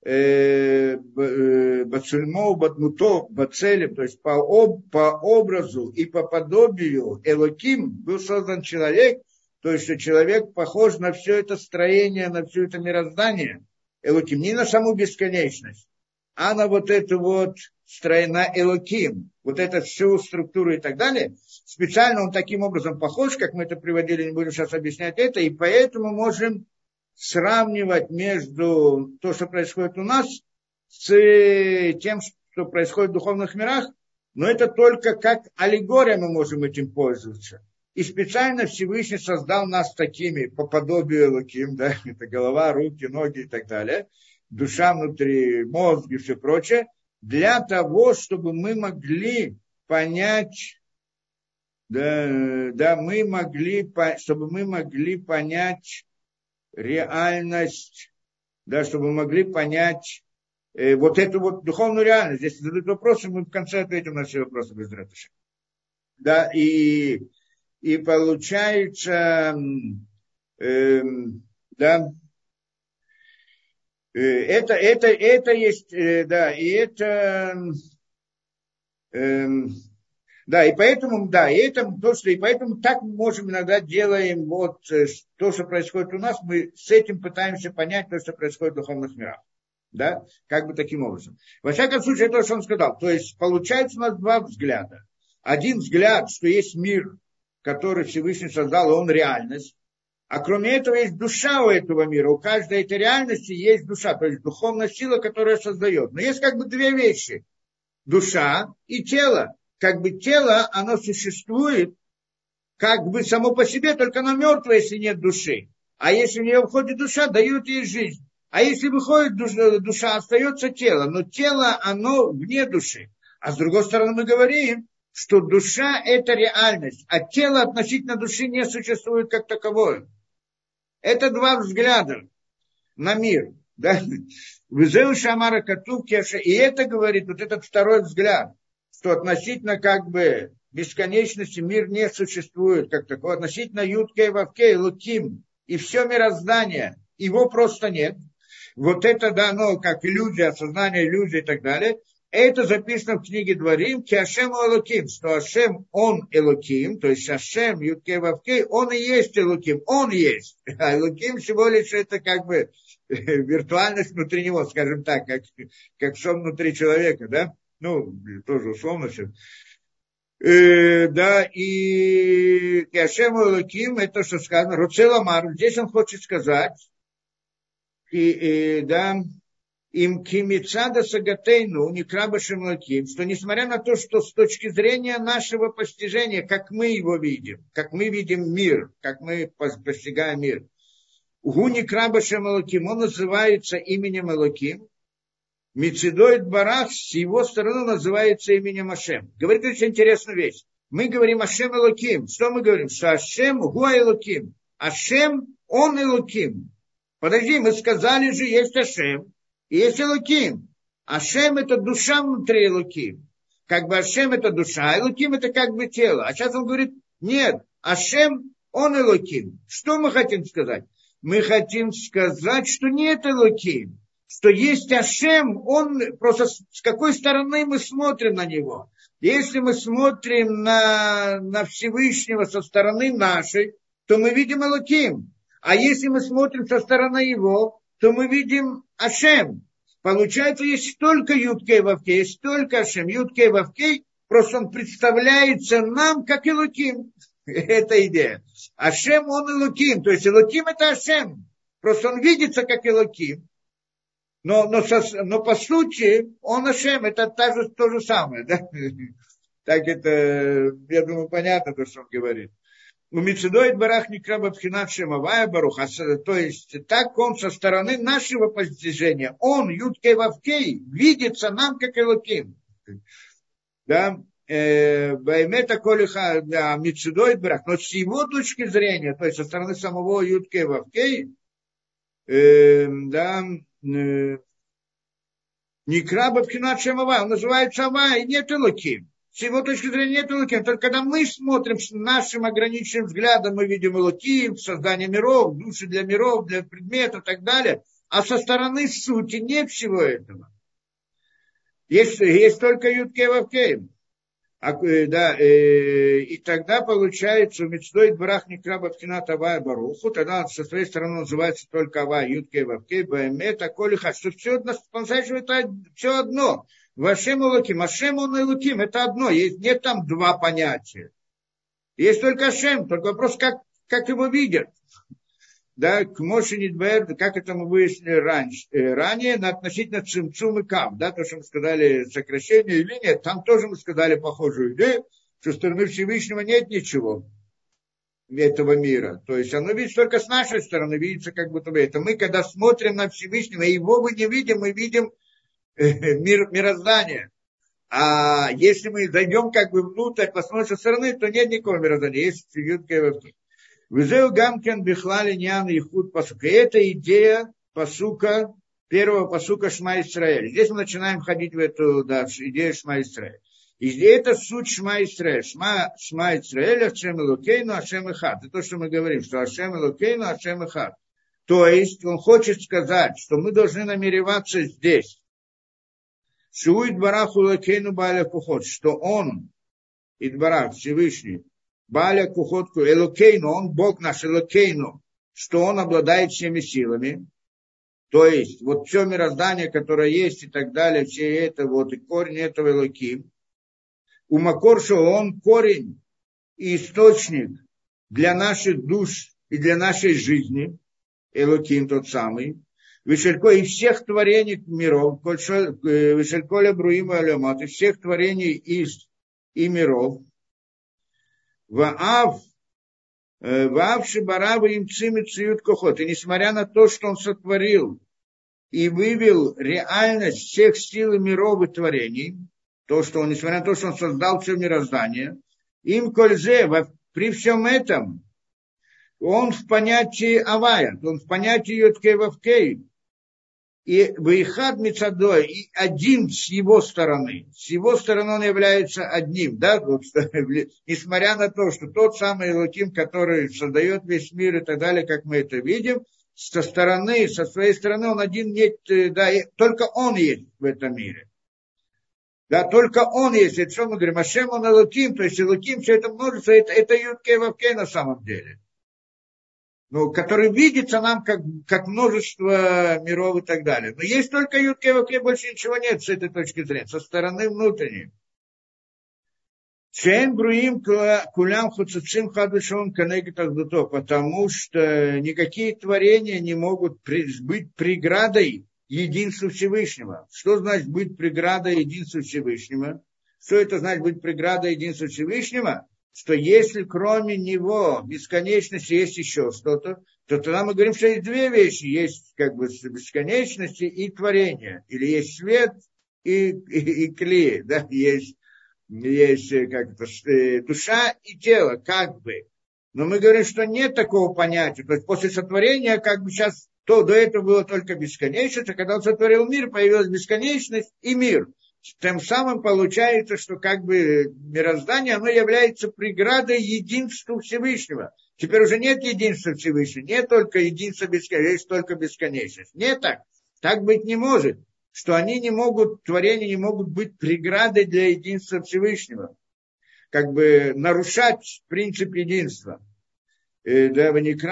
[SPEAKER 1] Бацельмо, Батмуто, Бацелем, то есть по, об, по образу и по подобию Элоким был создан человек, то есть что человек похож на все это строение, на все это мироздание Элоким, не на саму бесконечность, а на вот эту вот на Элоким, вот эту всю структуру и так далее. Специально он таким образом похож, как мы это приводили, не будем сейчас объяснять это, и поэтому можем сравнивать между то, что происходит у нас, с тем, что происходит в духовных мирах, но это только как аллегория мы можем этим пользоваться. И специально Всевышний создал нас такими, по подобию Элоким, да, это голова, руки, ноги и так далее, душа внутри, мозг и все прочее, для того, чтобы мы могли понять, да, да мы могли, чтобы мы могли понять реальность, да, чтобы мы могли понять э, вот эту вот духовную реальность. Если задают вопросы, мы в конце ответим на все вопросы без ратуши. Да, и, и получается, э, да, э, это, это, это есть, э, да, и это, э, да, и поэтому, да, и это то, что, и поэтому так мы можем иногда делаем вот то, что происходит у нас, мы с этим пытаемся понять то, что происходит в духовных мирах, да, как бы таким образом. Во всяком случае, то, что он сказал, то есть получается у нас два взгляда. Один взгляд, что есть мир, который Всевышний создал, и он реальность, а кроме этого есть душа у этого мира, у каждой этой реальности есть душа, то есть духовная сила, которая создает. Но есть как бы две вещи, душа и тело. Как бы тело, оно существует как бы само по себе, только оно мертвое, если нет души. А если в нее входит душа, дает ей жизнь. А если выходит душа, душа, остается тело, но тело, оно вне души. А с другой стороны мы говорим, что душа – это реальность, а тело относительно души не существует как таковое. Это два взгляда на мир. Да? Вызываю Шамара Кату Кеша. И это говорит вот этот второй взгляд, что относительно как бы бесконечности мир не существует как такой. Относительно Юткей, Вавкей, Луким и все мироздание, его просто нет. Вот это, да, ну, как иллюзия, осознание иллюзии и так далее. Это записано в книге Дворим, Киашем Элоким, что Ашем, он Элоким, то есть Ашем, Юткей, Вавкей, он и есть Элоким, он есть. А Элоким всего лишь это как бы виртуальность внутри него, скажем так, как, как сон внутри человека, да? Ну, тоже условно все. Э, да, и Киашем Элоким, это что сказано, Руцеламар, здесь он хочет сказать, и, и да, им кимицада сагатейну, никраба шемлаким, что несмотря на то, что с точки зрения нашего постижения, как мы его видим, как мы видим мир, как мы постигаем мир, гу никраба шемлаким, он называется именем Элоким, Мицидоид Барах с его стороны называется именем Ашем. Говорит очень интересную вещь. Мы говорим Ашем Элоким. Что мы говорим? Что Ашем гуа Элоким. Ашем, он Элоким. Подожди, мы сказали же, есть Ашем. И есть Элоким. Ашем – это душа внутри Элоким. Как бы Ашем – это душа, а Элоким – это как бы тело. А сейчас он говорит, нет, Ашем – он Элоким. Что мы хотим сказать? Мы хотим сказать, что нет Элоким. Что есть Ашем, он просто с какой стороны мы смотрим на него. Если мы смотрим на, на Всевышнего со стороны нашей, то мы видим Элоким. А если мы смотрим со стороны его, то мы видим Ашем. Получается, есть только Юткей Вавкей, есть только Ашем. Юткей Вавкей, просто он представляется нам как Элоким. Это идея. Ашем, он Элоким. То есть Элоким это Ашем. Просто он видится как Элоким. Но, но, со, но по сути он Ашем. Это та же, то же самое. Да? Так это, я думаю, понятно, то, что он говорит. У Мицидоид Барах Никраба Пхинат Шемавая Барух, то есть так он со стороны нашего постижения, он, Юткей Вавкей, видится нам как Элоким. Да, Баймета Колиха, да, Мицидоид Барах, но с его точки зрения, то есть со стороны самого Юткей Вавкей, э, да, э, Никраба Пхинат Шемавая, он называется Авай, нет Элоким. С его точки зрения нет Элоким. Только когда мы смотрим с нашим ограниченным взглядом, мы видим Элоким, создание миров, души для миров, для предметов и так далее. А со стороны сути нет всего этого. Есть, есть только Юткей Вавкей. А, да, э, и тогда получается, у Мицдоид Барах Никраба Пхинат Авай Баруху, тогда он со своей стороны называется только Авай, Юткей Вавкей, Баэмет, Аколиха, что все по-настоящему это все одно. Вашем Элоким, Ашем он Элоким, это одно, есть, нет там два понятия. Есть только Ашем, только вопрос, как, как его видят. Да, к Моше Нидбер, как это мы выяснили раньше, э, ранее, на относительно Цимцум и Кав, да, то, что мы сказали, сокращение или нет, там тоже мы сказали похожую идею, что со стороны Всевышнего нет ничего этого мира. То есть оно видится только с нашей стороны, видится как будто бы это. Мы, когда смотрим на Всевышнего, его мы не видим, мы видим Мир, мироздание. А если мы зайдем как бы внутрь, посмотрим со стороны, то нет никакого мироздания. Есть Юткей Вавкей. Вызел Гамкен Бихлали Нян и Худ Пасука. И это идея пасука, первого пасука Шма Исраэль. Здесь мы начинаем ходить в эту, да, идею Шма Исраэль. И это суть Шма Исраэль. Шма, Шма Исраэль, Ашем Элокейну, Ашем Эхад. Это то, что мы говорим, что Ашем Элокейну, Ашем Эхад. То есть он хочет сказать, что мы должны намереваться здесь. Шуид Бараху Лакейну Баля Кухот, что он, Идбарах, Всевышний, Баля Кухотку, Элокейну, он Бог наш Элокейну, что он обладает всеми силами. То есть, вот все мироздание, которое есть и так далее, все это, вот, и корень этого Элоким. У Макорша он корень и источник для наших душ и для нашей жизни. Элоким тот самый. Вишелько и всех творений миров, Вишельколя Бруима Алямат, и всех творений из и миров, Ваав, Ваав Шибарава им цими циют кохот, и несмотря на то, что он сотворил и вывел реальность всех сил и миров и творений, то, что он, несмотря на то, что он создал все мироздание, им кользе, при всем этом, он в понятии авая, он в понятии юткей вавкей, и выхад мецадой, и один с его стороны, с его стороны он является одним, да, вот, несмотря на то, что тот самый Элоким, который создает весь мир и так далее, как мы это видим, со стороны, со своей стороны он один нет, да, только он есть в этом мире. Да, только он есть. Это что мы говорим? Ашем он Элоким, то есть Элоким, все это множество, это, это Юткей Вавкей на самом деле. Ну, который видится нам как, как множество миров и так далее. Но есть только Юткей Вавкей, больше ничего нет с этой точки зрения, со стороны внутренней. Шейн бруим кулям хуцуцим хадушон канегит ахдуто, потому что никакие творения не могут быть преградой единству Всевышнего. Что значит быть преградой единству Всевышнего? Что это значит быть преградой единству Всевышнего? Что если кроме него бесконечности есть еще что-то, то тогда мы говорим, что есть две вещи. Есть как бы бесконечности и творение. Или есть свет и, и, и клей. Да? Есть Есть как это, душа и тело, как бы. Но мы говорим, что нет такого понятия. То есть после сотворения, как бы сейчас, то до этого было только бесконечность, а когда он сотворил мир, появилась бесконечность и мир. Тем самым получается, что как бы мироздание, оно является преградой единству Всевышнего. Теперь уже нет единства Всевышнего, нет только единства бесконечности, есть только бесконечность. Нет так. Так быть не может. Что они не могут, творения не могут быть преградой для единства Всевышнего. Как бы нарушать принцип единства. Здесь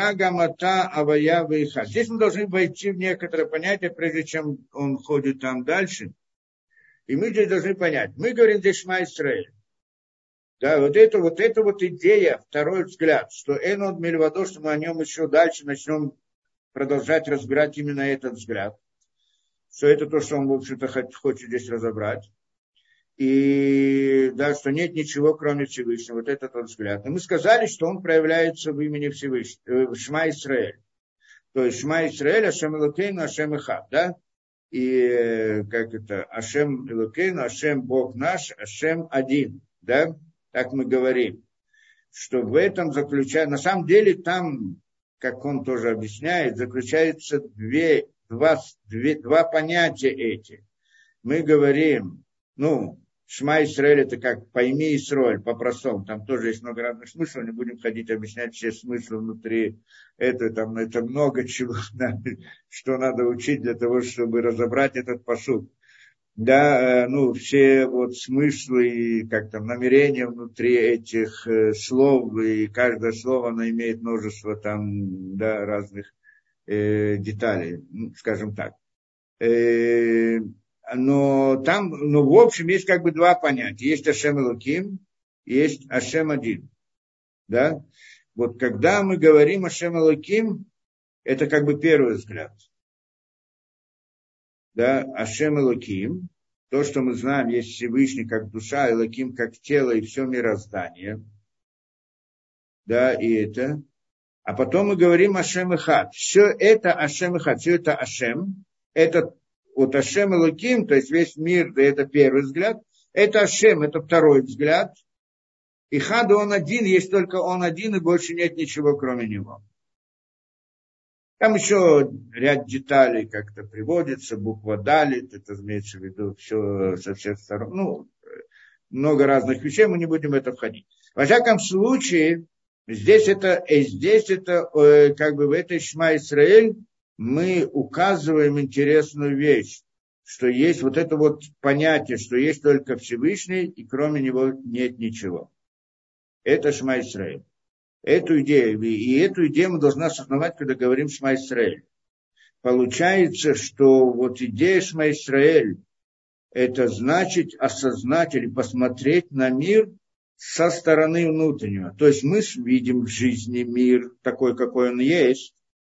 [SPEAKER 1] мы должны войти в некоторое понятие, прежде чем он ходит там дальше. И мы здесь должны понять. Мы говорим здесь Шма Исраэль. Да, вот это вот, это вот идея, второй взгляд, что Энод Мельвадо, что мы о нем еще дальше начнем продолжать разбирать именно этот взгляд. Что это то, что он, в общем-то, хочет здесь разобрать. И да, что нет ничего, кроме Всевышнего. Вот это тот взгляд. И мы сказали, что он проявляется в имени Всевышнего, в Шма Исраэль. То есть Шма Исраэль, Ашем Элокейну, Ашем Эхад, да? И как это? Ашем Элокейну, Ашем Бог наш, Ашем один, да? Так мы говорим. Что в этом заключается, на самом деле там, как он тоже объясняет, заключается две Два, две, два понятия эти. Мы говорим, ну, Шма Исраэль это как пойми Исраэль, по-простому. Там тоже есть много разных смыслов, не будем ходить объяснять все смыслы внутри этого. Там это много чего, что надо учить для того, чтобы разобрать этот пасук. Да, ну, все вот смыслы и как там намерения внутри этих э, слов, и каждое слово, оно имеет множество там, да, разных деталей, скажем так. Но там, ну, в общем, есть как бы два понятия. Есть Ашем Элоким, есть Ашем один. Да? Вот когда мы говорим Ашем Элоким, это как бы первый взгляд. Да? Ашем Элоким, то, что мы знаем, есть Всевышний как душа, Элоким как тело и все мироздание. Да, и это... А потом мы говорим Ашем Эхад. Все это Ашем Эхад, все это Ашем. Это вот Ашем Элоким, то есть весь мир, да, это первый взгляд. Это Ашем, это второй взгляд. Эхад, он один, есть только он один, и больше нет ничего, кроме него. Там еще ряд деталей как-то приводится, буква Далит, это имеется в виду все со всех сторон. Ну, много разных вещей, мы не будем в это входить. Во всяком случае, Здесь это, здесь это, как бы в этой Шма Исраэль мы указываем интересную вещь, что есть вот это вот понятие, что есть только Всевышний, и кроме него нет ничего. Это Шма Исраэль. Эту идею, и эту идею мы должны осознавать, когда говорим Шма Исраэль. Получается, что вот идея Шма Исраэль, это значит осознать или посмотреть на мир со стороны внутреннего. То есть мы видим в жизни мир такой, какой он есть,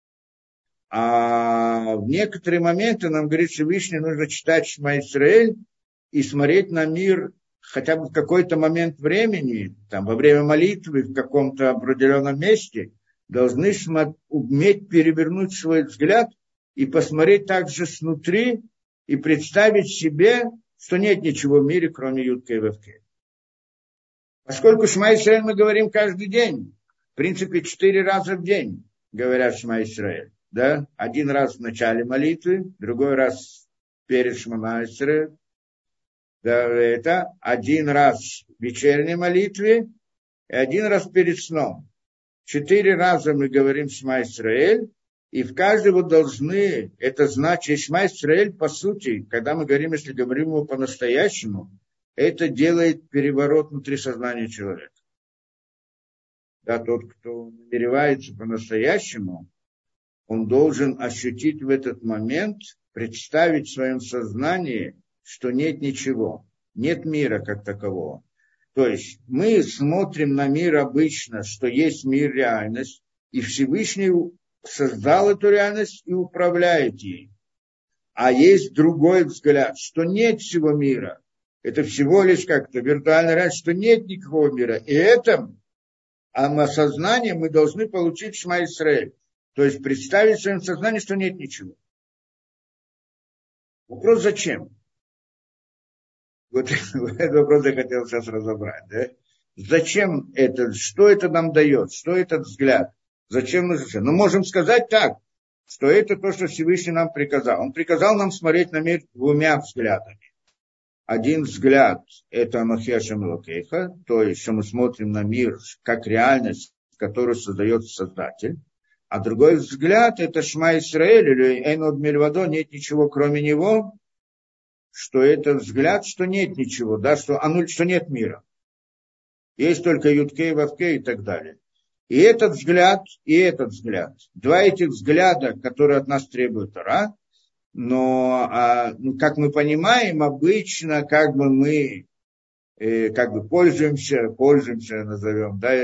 [SPEAKER 1] а в некоторые моменты нам говорит Всевышний, нужно читать Шма Исраэль и смотреть на мир хотя бы в какой-то момент времени, там, во время молитвы, в каком-то определенном месте, должны уметь перевернуть свой взгляд и посмотреть также снутри и представить себе, что нет ничего в мире, кроме Ютка и Вавке. Поскольку Шма Исраэль мы говорим каждый день, в принципе, четыре раза в день говорят Шма Исраэль. Да? Один раз в начале молитвы, другой раз перед Шма Исраэль. Да, это один раз в вечерней молитве и один раз перед сном. Четыре раза мы говорим Шма Исраэль, и в каждого должны, это значит, Шма Исраэль, по сути, когда мы говорим, если говорим его по-настоящему, это делает переворот внутри сознания человека. Да, тот, кто намеревается по-настоящему, он должен ощутить в этот момент, представить в своем сознании, что нет ничего, нет мира как такового. То есть мы смотрим на мир обычно, что есть мир, реальность, и Всевышний создал эту реальность и управляет ей. А есть другой взгляд, что нет всего мира. Это всего лишь как-то виртуальная реальность, что нет никакого мира. И это осознание мы должны получить в Шма Исраэль. То есть представить в своем сознании, что нет ничего. Вопрос зачем? Вот этот вопрос я хотел сейчас разобрать. Да? Зачем это? Что это нам дает? Что этот взгляд? Зачем нужно? Ну, можем сказать так, что это то, что Всевышний нам приказал. Он приказал нам смотреть на мир двумя взглядами. Один взгляд – это Анохи Ашем Элокейха, то есть, что мы смотрим на мир как реальность, которую создает Создатель. А другой взгляд – это Шма Исраэль, или Эйнод Мельвадо, нет ничего кроме него, что это взгляд, что нет ничего, да, что, а ну, что нет мира. Есть только Ютке и Вавке и так далее. И этот взгляд, и этот взгляд. Два этих взгляда, которые от нас требует Тора, но, а, ну, как мы понимаем, обычно как бы мы э, как бы пользуемся, пользуемся, назовем, да,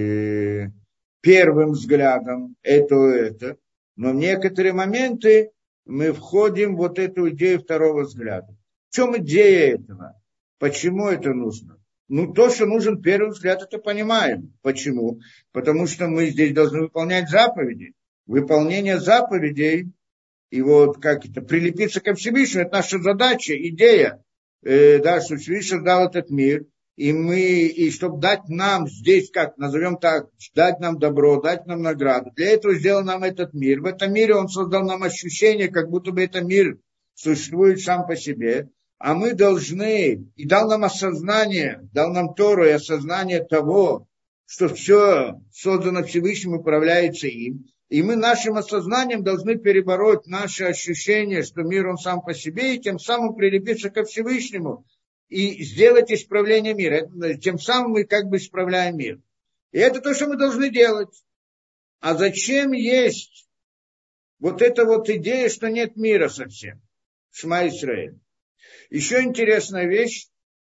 [SPEAKER 1] э, первым взглядом, это, это. Но в некоторые моменты мы входим в вот эту идею второго взгляда. В чем идея этого? Почему это нужно? Ну, то, что нужен первый взгляд, это понимаем. Почему? Потому что мы здесь должны выполнять заповеди. Выполнение заповедей, и вот как это, прилепиться ко Всевышнему, это наша задача, идея, э, да, что Всевышний создал этот мир, и мы, и чтобы дать нам здесь, как назовем так, дать нам добро, дать нам награду. Для этого сделал нам этот мир. В этом мире он создал нам ощущение, как будто бы этот мир существует сам по себе. А мы должны, и дал нам осознание, дал нам Тору и осознание того, что все создано Всевышним, управляется им. И мы нашим осознанием должны перебороть наше ощущение, что мир он сам по себе, и тем самым прилепиться ко Всевышнему и сделать исправление мира. Тем самым мы как бы исправляем мир. И это то, что мы должны делать. А зачем есть вот эта вот идея, что нет мира совсем? Шма Исраэль. Еще интересная вещь,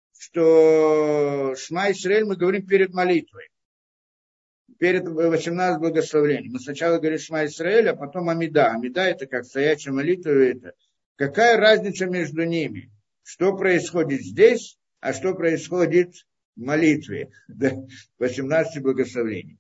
[SPEAKER 1] что Шма Исраэль мы говорим перед молитвой. Перед восемнадцатым благословением. Мы сначала говорим Шма Исраэль, а потом Амида. Амида это как стоячая молитва. Это. Какая разница между ними? Что происходит здесь, а что происходит в молитве? восемнадцать благословений.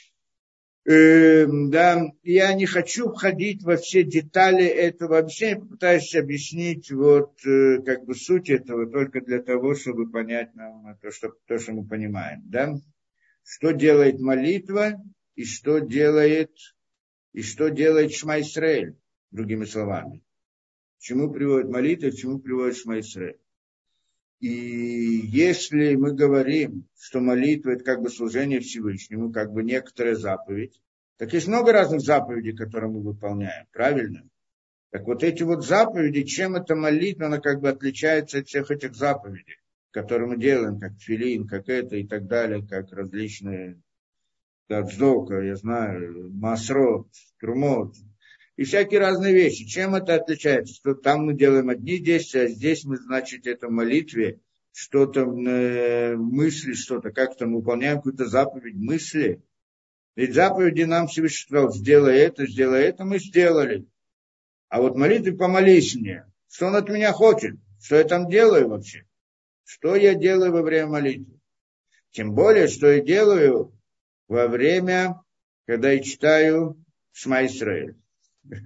[SPEAKER 1] Э, да, я не хочу входить во все детали этого объяснения, попытаюсь объяснить вот, э, как бы суть этого только для того, чтобы понять нам то, что, то, что мы понимаем. Да? Что делает молитва и что делает, и что делает Шма Исраэль, другими словами. К чему приводит молитва, к чему приводит Шма Исраэль. И если мы говорим, что молитва это как бы служение Всевышнему, как бы некоторая заповедь, так есть много разных заповедей, которые мы выполняем, правильно? Так вот эти вот заповеди, чем эта молитва, она как бы отличается от всех этих заповедей, которые мы делаем, как тфилин, как это и так далее, как различные дздока, я знаю, масрот, трумот, и всякие разные вещи. Чем это отличается? Что там мы делаем одни действия, а здесь мы, значит, это в молитве, что-то э, мысли, что-то, как-то мы выполняем какую-то заповедь мысли. Ведь заповеди нам Всевышний сказал, сделай это, сделай это, мы сделали. А вот молитвы помолись мне. Что он от меня хочет? Что я там делаю вообще? Что я делаю во время молитвы? Тем более, что я делаю во время, когда я читаю Шма Исраэль.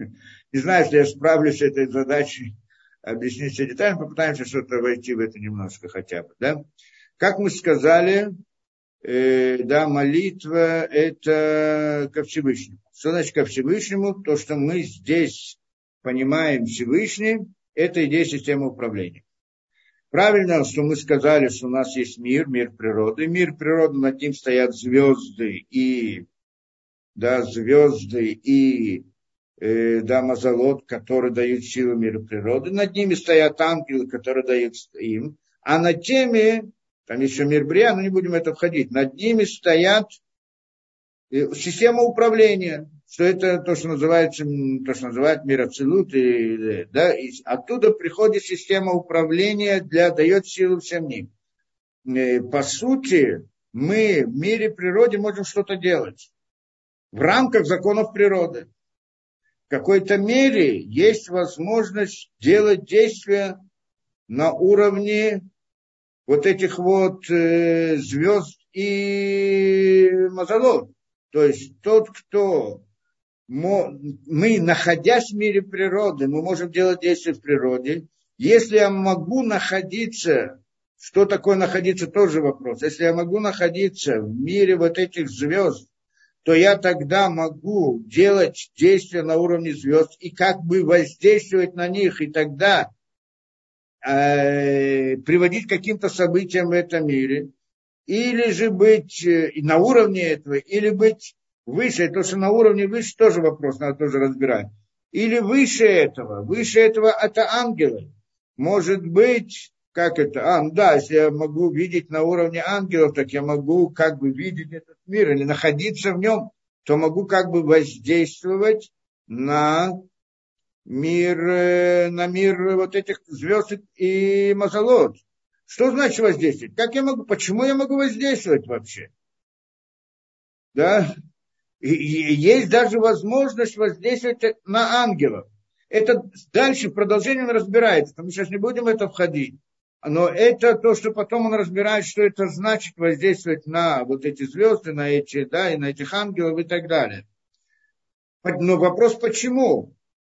[SPEAKER 1] Не знаю, если я справлюсь с этой задачей, объяснить все детально, попытаемся что-то войти в это немножко хотя бы. Да? Как мы сказали, э, да, молитва – это ко Всевышнему. Что значит ко Всевышнему? То, что мы здесь понимаем Всевышний, это и есть система управления. Правильно, что мы сказали, что у нас есть мир, мир природы. Мир природы, над ним стоят звезды и, да, звезды и э, да, мазалот, которые дают силу миру природы. Над ними стоят ангелы, которые дают им. А над теми, там еще мир Брия, но не будем в это входить, над ними стоят э, система управления. Что это то, что называется, то, что называют мир абсолют, и, да, и оттуда приходит система управления, для, дает силу всем ним. По сути, мы в мире природы можем что-то делать в рамках законов природы. В какой-то мере есть возможность делать действия на уровне вот этих вот э, звезд и мазалот. То есть тот, кто мы, находясь в мире природы, мы можем делать действия в природе. Если я могу находиться, что такое находиться, тоже вопрос. Если я могу находиться в мире вот этих звезд, то я тогда могу делать действия на уровне звезд и как бы воздействовать на них, и тогда э, приводить к каким-то событиям в этом мире. Или же быть э, на уровне этого, или быть выше, то, что на уровне выше, тоже вопрос, надо тоже разбирать. Или выше этого, выше этого это ангелы. Может быть, как это, а, ну да, если я могу видеть на уровне ангелов, так я могу как бы видеть этот мир или находиться в нем, то могу как бы воздействовать на мир, на мир вот этих звезд и мазалот. Что значит воздействовать? Как я могу, почему я могу воздействовать вообще? Да? И, и есть даже возможность воздействовать на ангелов. Это дальше в продолжении он разбирается. Мы сейчас не будем в это входить. Но это то, что потом он разбирает, что это значит воздействовать на вот эти звезды, на эти, да, и на этих ангелов и так далее. Но вопрос почему?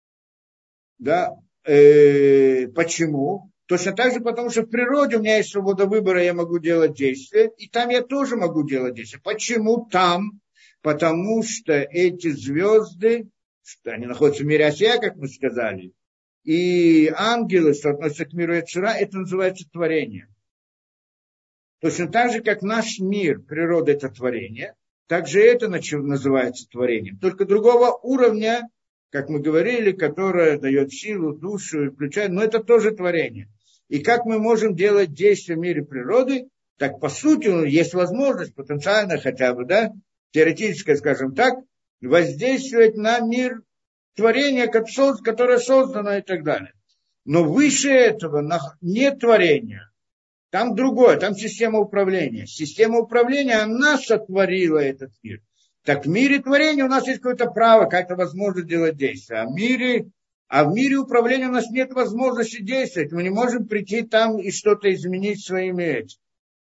[SPEAKER 1] Да, э, почему? Точно так же, потому что в природе у меня есть свобода выбора, я могу делать действия, и там я тоже могу делать действия. Почему там? Потому что эти звезды, что они находятся в мире Осия, как мы сказали, и ангелы, что относятся к миру Ецера, это называется творение. Точно так же, как наш мир, природа – это творение, так же это называется творением. Только другого уровня, как мы говорили, которое дает силу, душу, включает, но это тоже творение. И как мы можем делать действия в мире природы, так по сути есть возможность потенциально хотя бы, да, теоретическое, скажем так, воздействовать на мир творения, которое создано и так далее. Но выше этого нет творения. Там другое, там система управления. Система управления, она сотворила этот мир. Так в мире творения у нас есть какое-то право, какая-то возможность делать действия. А в мире, а в мире управления у нас нет возможности действовать. Мы не можем прийти там и что-то изменить своими этими.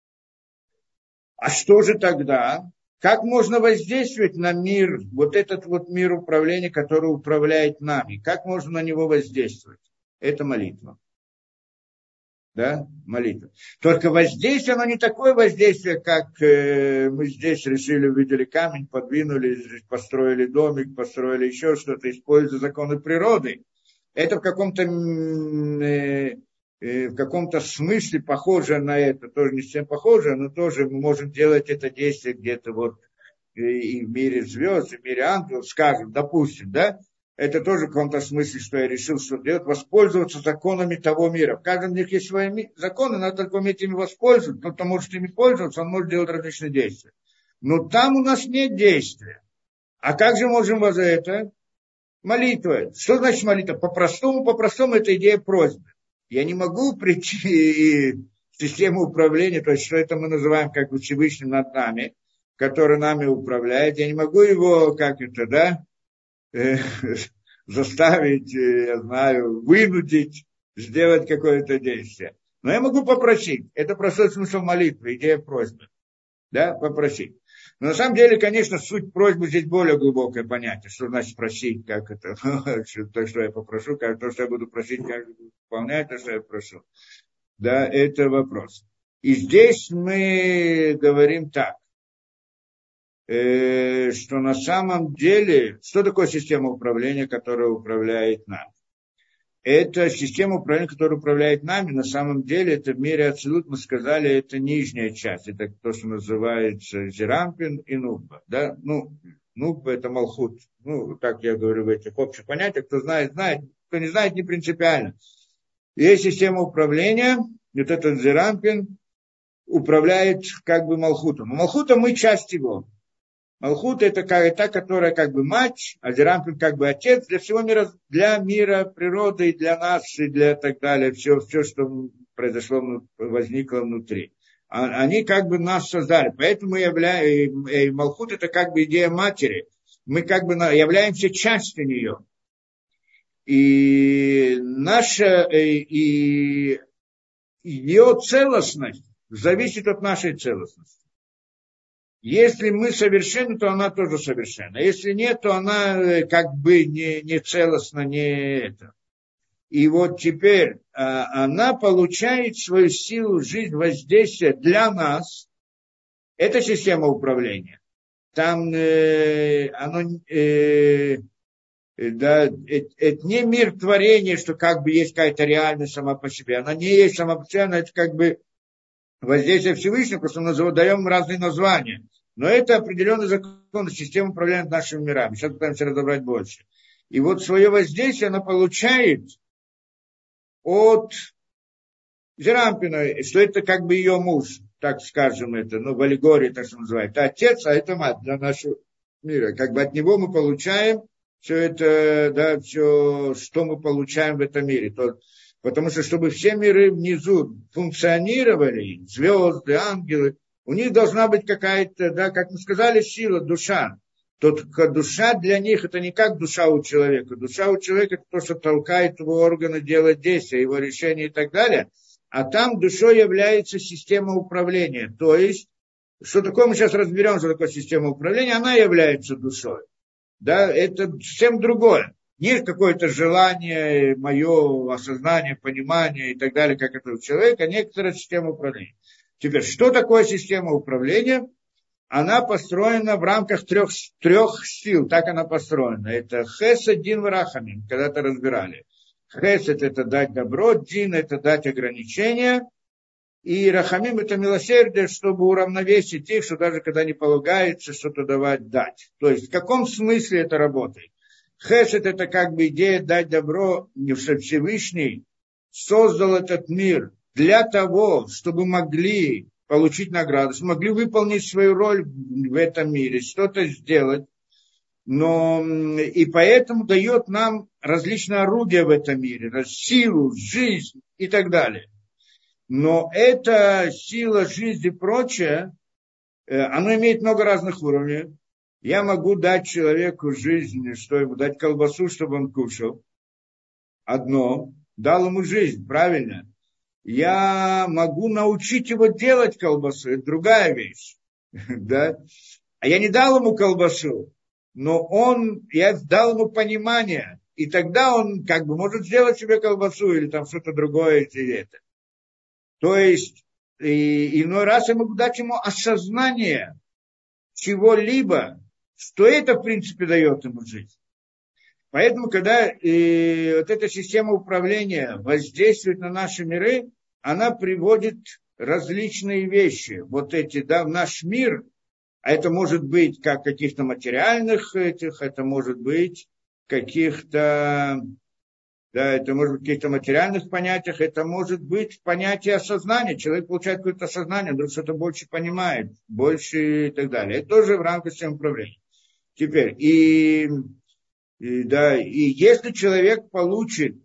[SPEAKER 1] А что же тогда? Как можно воздействовать на мир, вот этот вот мир управления, который управляет нами? Как можно на него воздействовать? Это молитва. Да, молитва. Только воздействие, оно не такое воздействие, как э, мы здесь решили, увидели камень, подвинули, построили домик, построили еще что-то, используя законы природы. Это в каком-то, э, э, в каком-то смысле похоже на это, тоже не совсем похоже, но тоже мы можем делать это действие где-то вот э, и в мире звезд, и в мире ангелов, скажем, допустим, да. Это тоже в каком-то смысле, что я решил, что делать, воспользоваться законами того мира. В каждом из них есть свои законы, надо только уметь ими воспользоваться. Тот, кто может ими пользоваться, он может делать различные действия. Но там у нас нет действия. А как же можем за это? Молитва. Что значит молитва? По-простому, по-простому это идея просьбы. Я не могу прийти в систему управления, то есть что это мы называем как бы Всевышним над нами, который нами управляет. Я не могу его, как это, да, заставить, я знаю, вынудить, сделать какое-то действие. Но я могу попросить. Это простой смысл молитвы, идея просьбы. да, попросить. Но на самом деле, конечно, суть просьбы здесь более глубокое понятие. Что значит просить, как это, то, что я попрошу, как то, что я буду просить, как выполнять то, что я прошу. Да, это вопрос. И здесь мы говорим так, э, что на самом деле, что такое система управления, которая управляет нами? Это система управления, которая управляет нами, на самом деле, это в мире Ацилут, мы сказали, это нижняя часть, это то, что называется Зерампин и Нукба, да, ну, Нукба это Малхут, ну, как я говорю в этих общих понятиях, кто знает, знает, кто не знает, не принципиально. Есть система управления, вот этот Зерампин управляет как бы Малхутом, но Малхутом мы часть его. Малхут это как, та, которая как бы мать, а Зерампин как бы отец для всего мира, для мира природы, и для нас, и для так далее, все, все, что произошло, возникло внутри. Они как бы нас создали, поэтому мы являем, и Малхут это как бы идея матери, мы как бы являемся частью нее. И наша, и ее целостность зависит от нашей целостности. Если мы совершенны, то она тоже совершенна. Если нет, то она как бы не, не целостна, не это. И вот теперь а, она получает свою силу, жизнь, воздействие для нас. Это система управления. Там э, оно, э, да, это, это не мир творения, что как бы есть какая-то реальность сама по себе. Она не есть сама по себе, она это как бы воздействие Всевышнего, просто мы даем разные названия. Но это определенный закон, система управления нашими мирами. Сейчас пытаемся разобрать больше. И вот свое воздействие она получает от Зерампина, что это как бы ее муж, так скажем это, ну, в аллегории, так что называют. Это отец, а это мать для нашего мира. Как бы от него мы получаем все это, да, все, что мы получаем в этом мире. То, потому что, чтобы все миры внизу функционировали, звезды, ангелы, у них должна быть какая-то, да, как мы сказали, сила, душа. Только душа для них это не как душа у человека. Душа у человека это то, что толкает его органы делать действия, его решения и так далее. А там душой является система управления. То есть, что такое, мы сейчас разберем, что такое система управления, она является душой. Да, это совсем другое. Нет какое-то желание, мое осознание, понимание и так далее, как это у человека, некоторая система управления. Теперь, что такое система управления? Она построена в рамках трех, трех сил, так она построена. Это хесед, дин, варахамим, когда-то разбирали. Хесед – это дать добро, дин – это дать ограничения, и рахамим – это милосердие, чтобы уравновесить их, что даже когда не полагается что-то давать, дать. То есть, в каком смысле это работает? Хесед – это как бы идея дать добро, что Всевышний создал этот мир для того, чтобы могли получить награду, чтобы могли выполнить свою роль в этом мире, что-то сделать. Но и поэтому дает нам различные орудия в этом мире, силу, жизнь и так далее. Но эта сила, жизнь и прочее, она имеет много разных уровней. Я могу дать человеку жизнь, что ему дать колбасу, чтобы он кушал. Одно. Дал ему жизнь, правильно? Я могу научить его делать колбасу, это другая вещь. Да? А я не дал ему колбасу, но он, я дал ему понимание, и тогда он как бы может сделать себе колбасу или там что-то другое. И это. То есть, и, иной раз я могу дать ему осознание чего-либо, что это, в принципе, дает ему жизнь. Поэтому, когда э, вот эта система управления воздействует на наши миры, она приводит различные вещи. Вот эти, да, в наш мир, а это может быть как каких-то материальных этих, это может быть каких-то, да, это может быть в каких-то материальных понятиях, это может быть понятие осознания. Человек получает какое-то осознание, вдруг что-то больше понимает, больше и так далее. Это тоже в рамках системы управления. Теперь, и... И, да, и если человек получит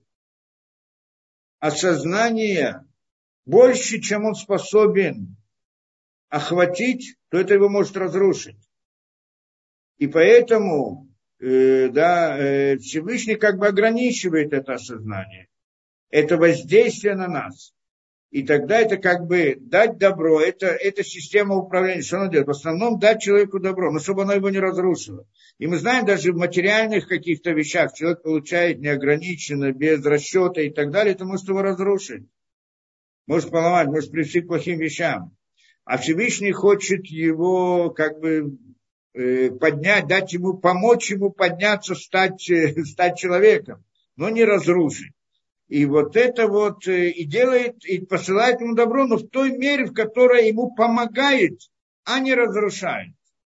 [SPEAKER 1] осознание больше, чем он способен охватить, то это его может разрушить. И поэтому э, да, э, Всевышний как бы ограничивает это осознание, это воздействие на нас. И тогда это как бы дать добро, это, это система управления. Что она делает? В основном дать человеку добро, но чтобы оно его не разрушило. И мы знаем, даже в материальных каких-то вещах человек получает неограниченно, без расчета и так далее, это может его разрушить. Может поломать, может привести к плохим вещам. А Всевышний хочет его как бы э, поднять, дать ему, помочь ему подняться, стать, э, стать человеком, но не разрушить. И вот это вот и делает, и посылает ему добро, но в той мере, в которой ему помогает, а не разрушает.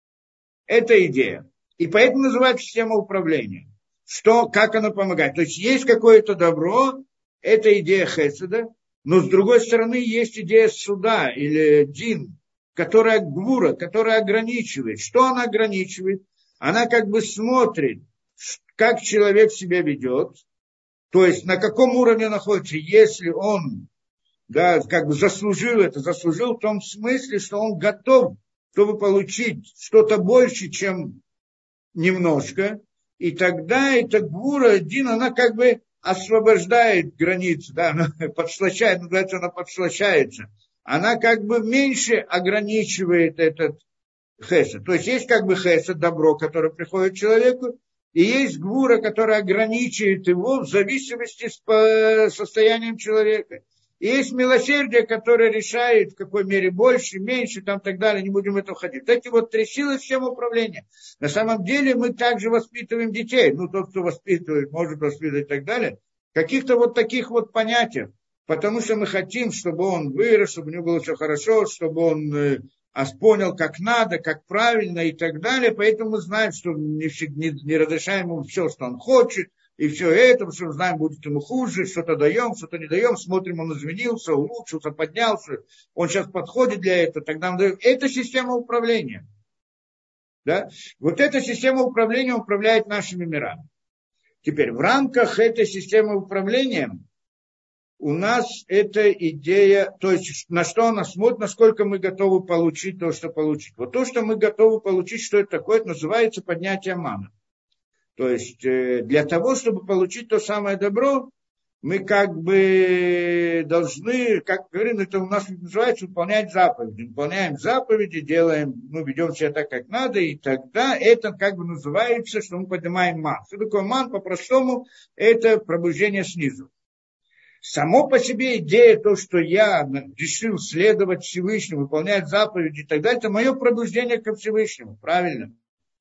[SPEAKER 1] Это идея. И поэтому называется система управления. Что, как оно помогает. То есть есть какое-то добро, это идея хеседа, но с другой стороны есть идея суда или дин, которая гвура, которая ограничивает. Что она ограничивает? Она как бы смотрит, как человек себя ведет. То есть на каком уровне находится, если он, да, как бы заслужил это, заслужил в том смысле, что он готов, чтобы получить что-то больше, чем немножко, и тогда эта гвура, дин, она как бы освобождает границы, да, она подслащает, называется, она подслащается, она как бы меньше ограничивает этот хесед. То есть есть как бы хесед, добро, которое приходит к человеку, и есть гвура, которая ограничивает его в зависимости с состоянием человека. И есть милосердие, которое решает, в какой мере больше, меньше, там, так далее, не будем в это входить. Эти вот три силы системы управления. На самом деле мы также воспитываем детей. Ну, тот, кто воспитывает, может воспитывать и так далее. Каких-то вот таких вот понятиях. Потому что мы хотим, чтобы он вырос, чтобы у него было все хорошо, чтобы он а понял, как надо, как правильно и так далее. Поэтому мы знаем, что не, не, не разрешаем ему все, что он хочет, и все это, потому что мы знаем, будет ему хуже, что-то даем, что-то не даем, смотрим, он изменился, улучшился, поднялся, он сейчас подходит для этого, тогда мы даем. Это система управления. Да? Вот эта система управления управляет нашими мирами. Теперь, в рамках этой системы управления у нас эта идея, то есть на что она смотрит, насколько мы готовы получить то, что получить. Вот то, что мы готовы получить, что это такое, это называется поднятие мана. То есть для того, чтобы получить то самое добро, мы как бы должны, как говорим, это у нас называется выполнять заповеди. Выполняем заповеди, делаем, ну, ведем себя так, как надо, и тогда это как бы называется, что мы поднимаем ман. Что такое ман? По-простому, это пробуждение снизу. Само по себе идея, то, что я решил следовать Всевышнему, выполнять заповеди и так далее, это мое пробуждение ко Всевышнему, правильно?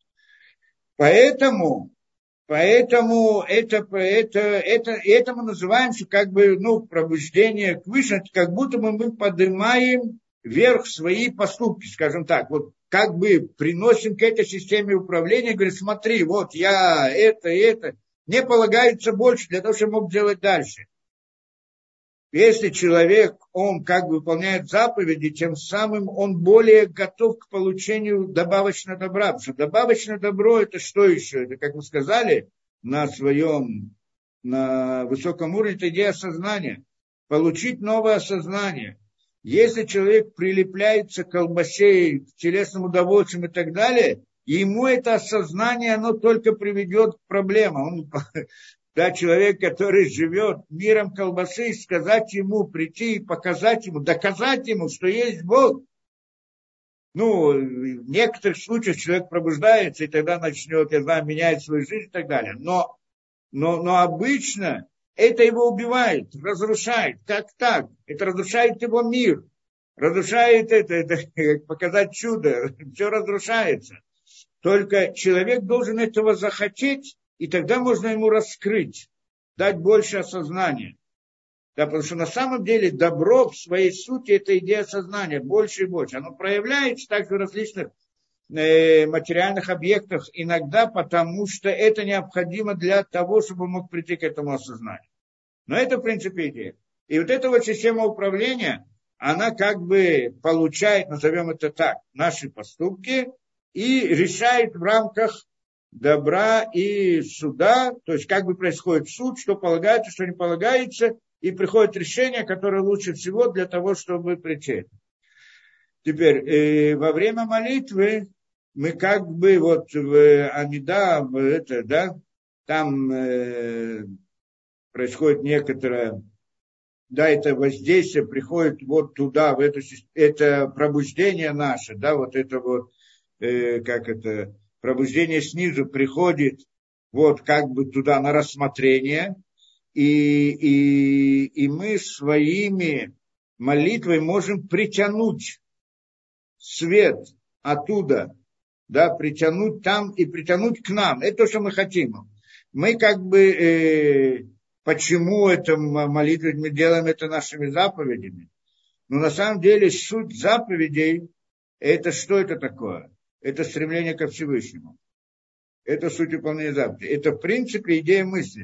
[SPEAKER 1] Поэтому, поэтому это, это, это, это мы называем, что как бы, ну, пробуждение к Вышнему, как будто бы мы поднимаем вверх свои поступки, скажем так, вот как бы приносим к этой системе управления, говорим, смотри, вот я это, это, мне полагается больше для того, чтобы мог делать дальше. Если человек, он как бы выполняет заповеди, тем самым он более готов к получению добавочного добра. Потому что добавочное добро это что еще? Это, как вы сказали, на своем, на высоком уровне, это идея осознания. Получить новое осознание. Если человек прилепляется к колбасе, к телесным удовольствиям и так далее, ему это осознание, оно только приведет к проблемам. Он, да, человек, который живет миром колбасы, сказать ему, прийти и показать ему, доказать ему, что есть Бог. Ну, в некоторых случаях человек пробуждается, и тогда начнет, я знаю, менять свою жизнь и так далее. Но, но, но обычно это его убивает, разрушает. Как так? Это разрушает его мир. Разрушает это, это показать чудо. Все разрушается. Только человек должен этого захотеть, и тогда можно ему раскрыть, дать больше осознания. Да, потому что на самом деле добро в своей сути это идея сознания, больше и больше. Оно проявляется также в различных э, материальных объектах, иногда потому что это необходимо для того, чтобы он мог прийти к этому осознанию. Но это в принципе идея. И вот эта вот система управления, она как бы получает, назовем это так, наши поступки и решает в рамках добра и суда, то есть как бы происходит суд, что полагается, что не полагается, и приходит решение, которое лучше всего для того, чтобы прийти. Теперь, э, во время молитвы мы как бы вот в Амида, в это, да, там э, происходит некоторое да, это воздействие приходит вот туда, в эту, это пробуждение наше, да, вот это вот, э, как это, пробуждение снизу приходит вот как бы туда на рассмотрение, и, и, и мы своими молитвой можем притянуть свет оттуда, да, притянуть там и притянуть к нам. Это то, что мы хотим. Мы как бы, э, почему это молитва, мы делаем это нашими заповедями. Но на самом деле суть заповедей, это что это такое? Это стремление ко Всевышнему. Это суть выполнения заповедей. Это в принципе идея мысли.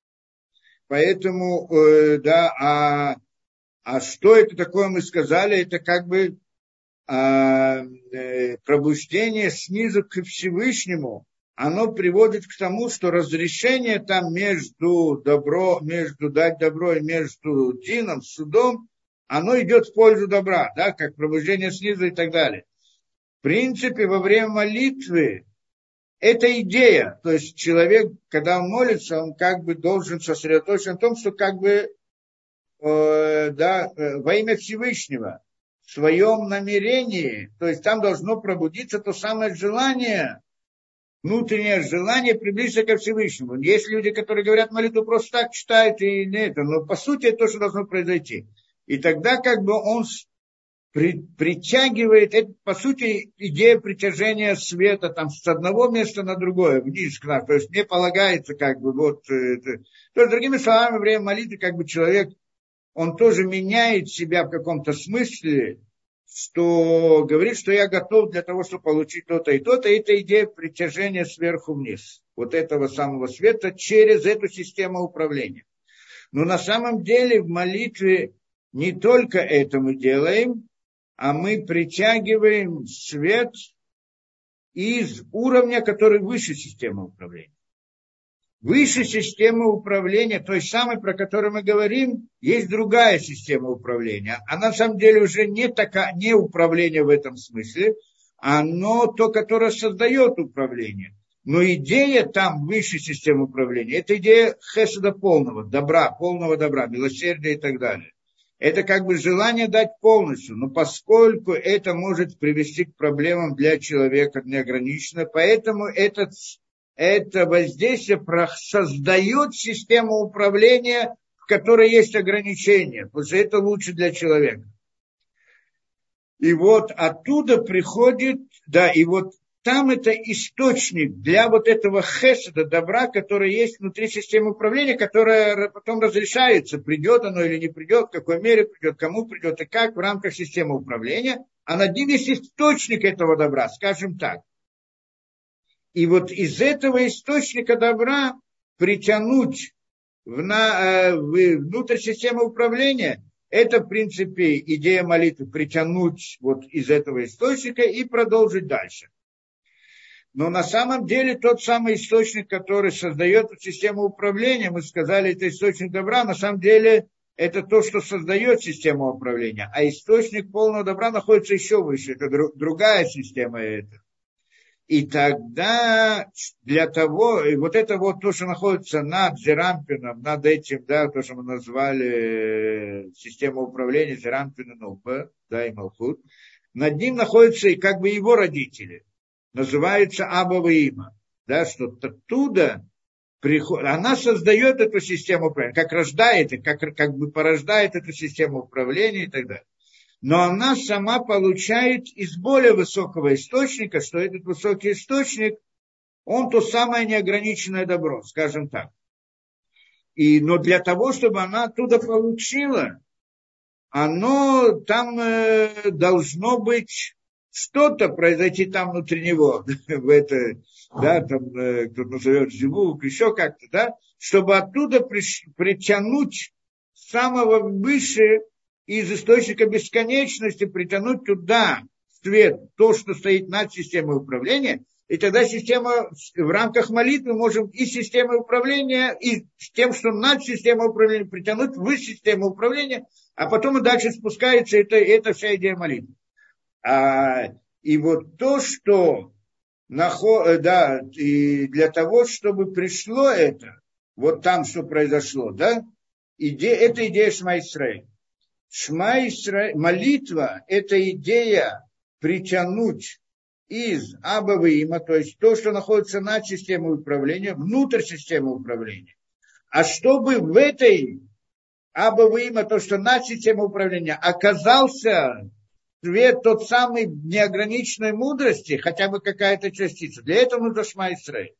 [SPEAKER 1] Поэтому, э, да, а, а что это такое, мы сказали, это как бы а, э, пробуждение снизу к Всевышнему, оно приводит к тому, что разрешение там между добро, между дать добро и между дином, судом, оно идет в пользу добра, да, как пробуждение снизу и так далее. В принципе, во время молитвы это идея, то есть человек, когда он молится, он как бы должен сосредоточиться на том, что как бы э, да, э, во имя Всевышнего, в своем намерении, то есть там должно пробудиться то самое желание, внутреннее желание приблизиться ко Всевышнему. Есть люди, которые говорят молитву просто так, читают и не это, но по сути это то, что должно произойти. И тогда как бы он при, притягивает, это по сути идея притяжения света там с одного места на другое, вниз к нам. То есть мне полагается как бы вот, это. То есть другими словами, во время молитвы как бы человек, он тоже меняет себя в каком-то смысле, что говорит, что я готов для того, чтобы получить то-то и то-то. И это идея притяжения сверху вниз. Вот этого самого света через эту систему управления. Но на самом деле в молитве не только это мы делаем, а мы притягиваем свет из уровня, который выше системы управления. Выше системы управления, той самой, про которую мы говорим, есть другая система управления. Она на самом деле уже не, такая, не управление в этом смысле, оно то, которое создает управление. Но идея там выше системы управления, это идея хеседа полного, добра, полного добра, милосердия и так далее. Это как бы желание дать полностью, но поскольку это может привести к проблемам для человека неограниченно, поэтому этот это воздействие создает систему управления, в которой есть ограничения, потому что это лучше для человека. И вот оттуда приходит, да, и вот там это источник для вот этого хеседа, добра, который есть внутри системы управления, которая потом разрешается, придет оно или не придет, в какой мере придет, кому придет и как в рамках системы управления. А над ним есть источник этого добра, скажем так. И вот из этого источника добра притянуть в на, в, внутрь системы управления, это, в принципе, идея молитвы, притянуть вот из этого источника и продолжить дальше. Но на самом деле тот самый источник, который создает систему управления, мы сказали, это источник добра, на самом деле это то, что создает систему управления. А источник полного добра находится еще выше, это другая система это. И тогда для того, и вот это вот то, что находится над Зерампином, над этим, да, то, что мы назвали система управления Зерампина, Нупа, да, и Малхут, над ним находятся и как бы его родители, называется Абава Има, да, что оттуда приходит, она создает эту систему управления, как рождает, как, как бы порождает эту систему управления и так далее. Но она сама получает из более высокого источника, что этот высокий источник, он то самое неограниченное добро, скажем так. И, но для того, чтобы она оттуда получила, оно там э, должно быть что-то произойти там внутри него, в это, да, там э, кто-то назовет зивук, еще как-то, да, чтобы оттуда приш, притянуть самого выше из источника бесконечности, притянуть туда свет, то, что стоит над системой управления, и тогда система, в рамках молитвы можем и системой управления, и с тем, что над системой управления притянуть выше систему управления, а потом и дальше спускается, это, это вся идея молитвы. А, и вот то, что наход, да, и для того, чтобы пришло это, вот там, что произошло, да, Идея, это идея Шма Исраэль. Шма Исраэль, молитва – это идея притянуть из Аба Има, то есть то, что находится над системой управления, внутрь системы управления. А чтобы в этой Аба Има, то, что над системой управления, оказался свет тот самый неограниченной мудрости, хотя бы какая-то частица. Для этого нужно Шма Исраэль.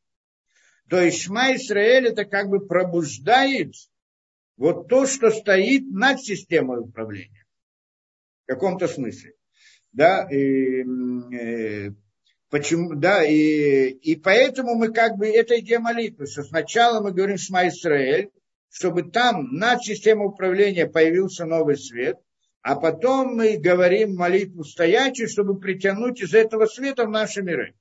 [SPEAKER 1] То есть Шма Исраэль это как бы пробуждает вот то, что стоит над системой управления. В каком-то смысле. Да, и, и, почему, да, и, и поэтому мы как бы, это идея молитвы, что сначала мы говорим Шма Исраэль, чтобы там над системой управления появился новый свет, а потом мы говорим молитву стоячую, чтобы притянуть из этого света в наши миры.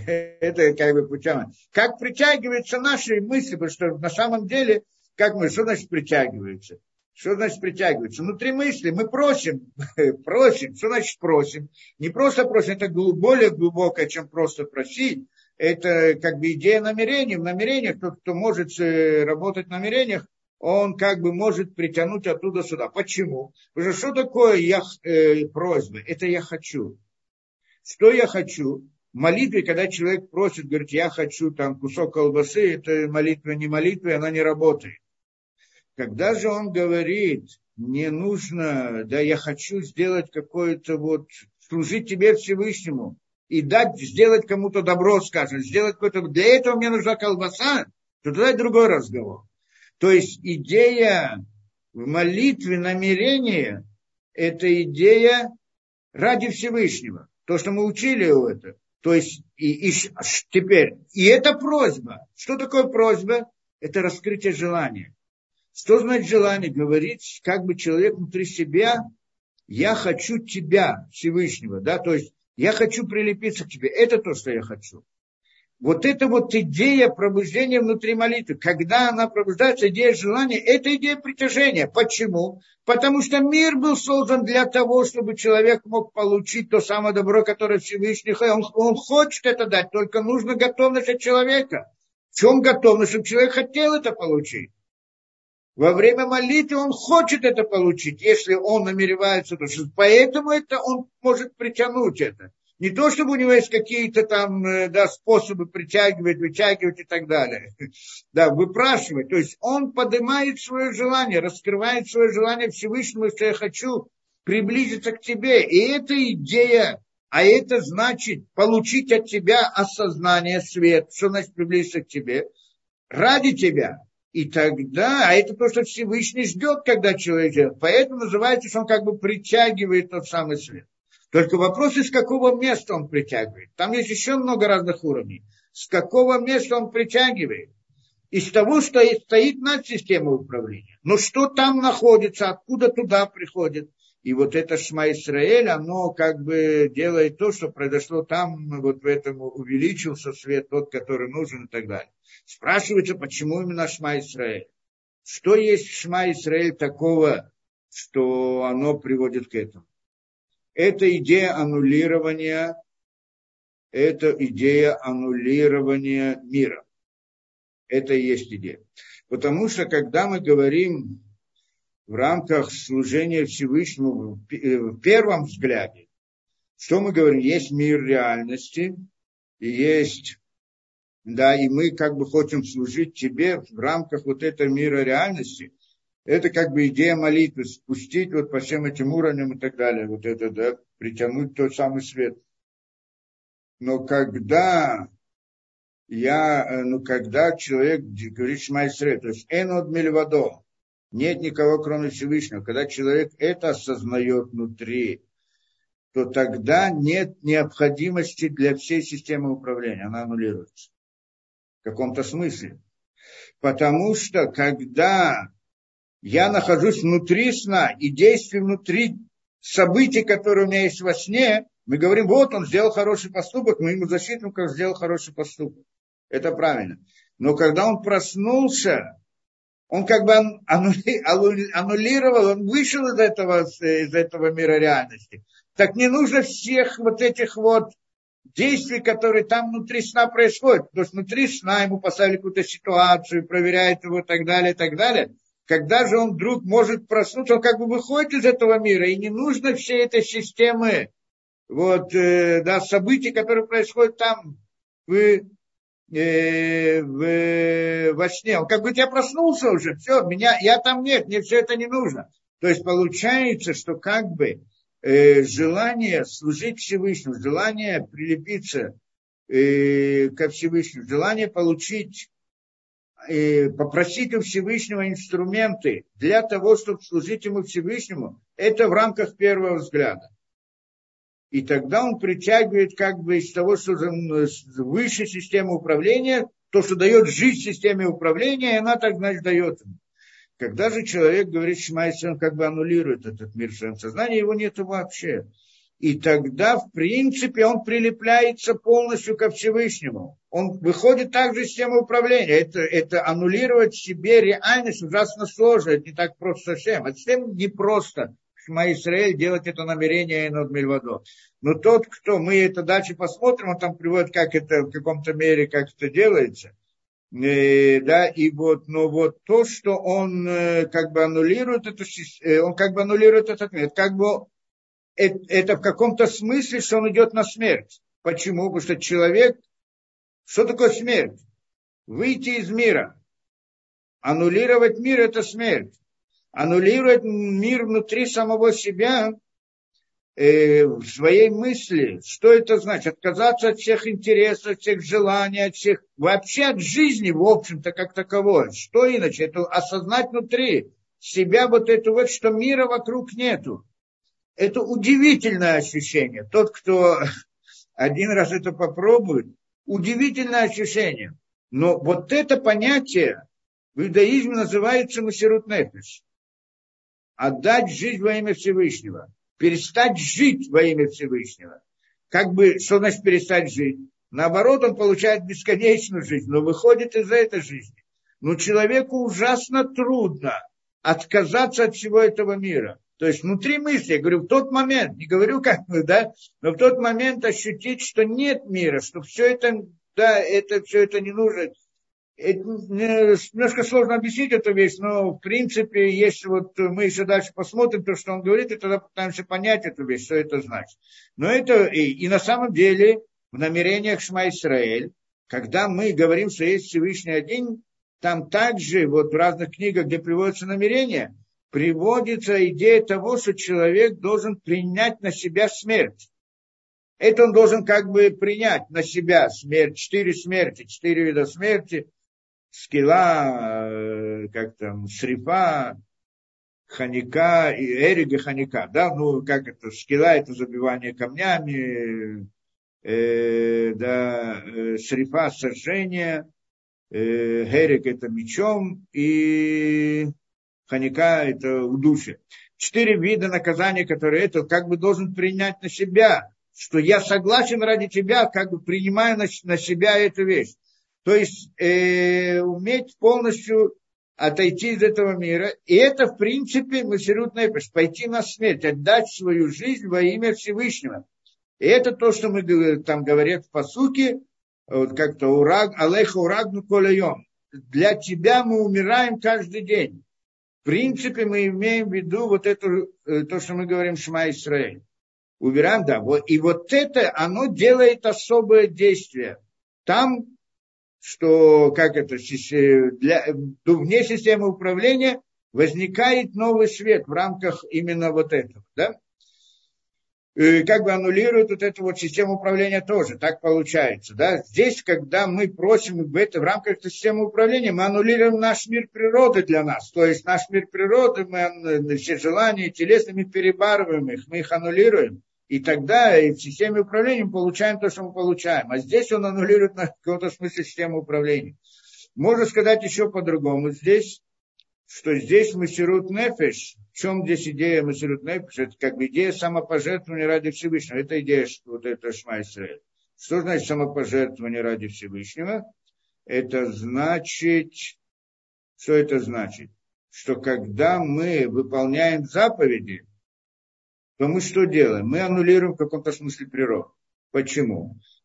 [SPEAKER 1] Это как бы путем. Как притягиваются наши мысли, потому что на самом деле, как мы, что значит притягиваются? Что значит притягиваются? Внутри мысли мы просим, просим. Что значит просим? Не просто просим, это более глубокое, чем просто просить. Это как бы идея намерений. В намерениях тот, кто может работать в намерениях, он как бы может притянуть оттуда сюда. Почему? Потому что что такое я, э, просьба? Это я хочу. Что я хочу? В молитве, когда человек просит, говорит, я хочу там кусок колбасы, это молитва не молитва, и она не работает. Когда же он говорит, мне нужно, да, я хочу сделать какое-то вот, служить тебе Всевышнему и дать, сделать кому-то добро, скажем, сделать какое-то, для этого мне нужна колбаса, то тогда другой разговор. То есть идея в молитве, намерение, это идея ради Всевышнего. То, что мы учили у этого. То есть и, и теперь, и это просьба. Что такое просьба? Это раскрытие желания. Что значит желание? Говорить, как бы человек внутри себя, я хочу тебя, Всевышнего, да, то есть я хочу прилепиться к тебе. Это то, что я хочу. Вот эта вот идея пробуждения внутри молитвы, когда она пробуждается, идея желания, это идея притяжения. Почему? Потому что мир был создан для того, чтобы человек мог получить то самое добро, которое Всевышний, он, он хочет это дать, только нужна готовность от человека. В чем готовность? Чтобы человек хотел это получить. Во время молитвы он хочет это получить, если он намеревается. Поэтому это он может притянуть это. Не то, чтобы у него есть какие-то там, да, способы притягивать, вытягивать и так далее. Да, выпрашивать. То есть он поднимает свое желание, раскрывает свое желание Всевышнему, что я хочу приблизиться к тебе. И эта идея, а это значит получить от тебя осознание, свет, что значит приблизиться к тебе, ради тебя. И тогда, а это то, что Всевышний ждет, когда человек делает. Поэтому называется, что он как бы притягивает тот самый свет. Только вопрос, из какого места он притягивает. Там есть еще много разных уровней. С какого места он притягивает? Из того, что стоит над системой управления. Но что там находится, откуда туда приходит. И вот это Шма Исраэль, оно как бы делает то, что произошло там, вот в этом увеличился свет, тот, который нужен и так далее. Спрашивается, почему именно Шма Исраэль? Что есть в Шма Исраэль такого, что оно приводит к этому? Это идея аннулирования, это идея аннулирования мира. Это и есть идея. Потому что, когда мы говорим в рамках служения Всевышнему в первом взгляде, что мы говорим? Есть мир реальности, и есть, да, и мы как бы хотим служить тебе в рамках вот этого мира реальности. Это как бы идея молитвы, спустить вот по всем этим уровням и так далее, вот это, да, притянуть тот самый свет. Но когда я, ну, когда человек говорит Шма Исраэль, то есть энод мильвадо, нет никого, кроме Всевышнего, когда человек это осознает внутри, то тогда нет необходимости для всей системы управления, она аннулируется. В каком-то смысле. Потому что когда я нахожусь внутри сна и действую внутри событий, которые у меня есть во сне, мы говорим, вот он сделал хороший поступок, мы ему засчитываем, как сделал хороший поступок. Это правильно. Но когда он проснулся, он как бы аннулировал, он вышел из этого, из этого мира реальности. Так не нужно всех вот этих вот действий, которые там внутри сна происходят. Потому что внутри сна ему поставили какую-то ситуацию, проверяют его и так далее, и так далее. когда же он вдруг может проснуться, он как бы выходит из этого мира, и не нужно всей этой системы, вот, э, да, событий, которые происходят там, в, э, в, во сне. Он как бы я проснулся уже, все, меня, я там нет, мне все это не нужно. То есть получается, что как бы э, желание служить Всевышнему, желание прилепиться э, ко Всевышнему, желание получить, э, попросить у Всевышнего инструменты для того, чтобы служить ему Всевышнему, это в рамках первого взгляда. И тогда он притягивает как бы из того, что выше системы управления, то, что дает жизнь системе управления, и она так, значит, дает ему. Когда же человек говорит Шма Исраэль, он как бы аннулирует этот мир в своем сознании, его нет вообще. И тогда, в принципе, он прилепляется полностью ко Всевышнему. Он выходит также из системы управления. Это, это аннулировать себе реальность ужасно сложно. Это не так просто совсем. Это совсем не просто. Шма Исраэль делать это намерение над Мильвадо. Но тот, кто, мы это дальше посмотрим, он там приводит, как это в каком-то мере, как это делается. Э, да, и вот, но вот то, что он э, как бы аннулирует, это, э, он как бы аннулирует этот мир, как бы это, это в каком-то смысле, что он идет на смерть. Почему? Потому что человек, что такое смерть? Выйти из мира. Аннулировать мир – это смерть. Аннулировать мир внутри самого себя, э, в своей мысли. Что это значит? Отказаться от всех интересов, от всех желаний, от всех, вообще от жизни, в общем-то, как таковой. Что иначе? Это осознать внутри себя вот это вот, что мира вокруг нету. Это удивительное ощущение. Тот, кто один раз это попробует, удивительное ощущение. Но вот это понятие в иудаизме называется месирут нефеш. Отдать жизнь во имя Всевышнего. Перестать жить во имя Всевышнего. Как бы, что значит перестать жить? Наоборот, он получает бесконечную жизнь, но выходит из этой жизни. Но человеку ужасно трудно отказаться от всего этого мира. То есть внутри мысли, я говорю, в тот момент, не говорю как бы, да, но в тот момент ощутить, что нет мира, что все это, да, это, все это не нужно. Это немножко сложно объяснить эту вещь, но в принципе, если вот мы еще дальше посмотрим то, что он говорит, и тогда пытаемся понять эту вещь, что это значит. Но это и, и на самом деле в намерениях Шма Исраэль, когда мы говорим, что есть Всевышний один, там также вот в разных книгах, где приводятся намерения, приводится идея того, что человек должен принять на себя смерть. Это он должен как бы принять на себя смерть, четыре смерти, четыре вида смерти. Скила, как там, шрифа, ханика, и эрига ханика, да, ну, как это, скила это забивание камнями, э, да, э, шрифа сожжение, э, эриг это мечом, и ханика это удушье. Четыре вида наказания, которые это как бы должен принять на себя, что я согласен ради тебя, как бы принимаю на, на себя эту вещь. То есть э, уметь полностью отойти из этого мира. И это, в принципе, месирут нефеш, пойти на смерть, отдать свою жизнь во имя Всевышнего. И это то, что мы там говорят в пасуке, вот как-то ураг, алейха урагну колайом. Для тебя мы умираем каждый день. В принципе, мы имеем в виду вот это, то, что мы говорим Шма Исраэль. Умираем, да. И вот это, оно делает особое действие. Там что, как это, для, вне системы управления возникает новый свет в рамках именно вот этого, да? И как бы аннулирует вот эту вот систему управления тоже, так получается, да? Здесь, когда мы просим в, это, в рамках этой системы управления, мы аннулируем наш мир природы для нас, то есть наш мир природы, мы все желания телесные, мы перебарываем их, мы их аннулируем. И тогда и в системе управления мы получаем то, что мы получаем. А здесь он аннулирует на каком-то смысле систему управления. Можно сказать еще по-другому. Здесь, что здесь месирут нефеш. В чем здесь идея месирут нефеш? Это как бы идея самопожертвования ради Всевышнего. Это идея вот это Шма Исраэль. Что значит самопожертвование ради Всевышнего? Это значит... Что это значит? Что когда мы выполняем заповеди, то мы что делаем? Мы аннулируем в каком-то смысле природу. Почему?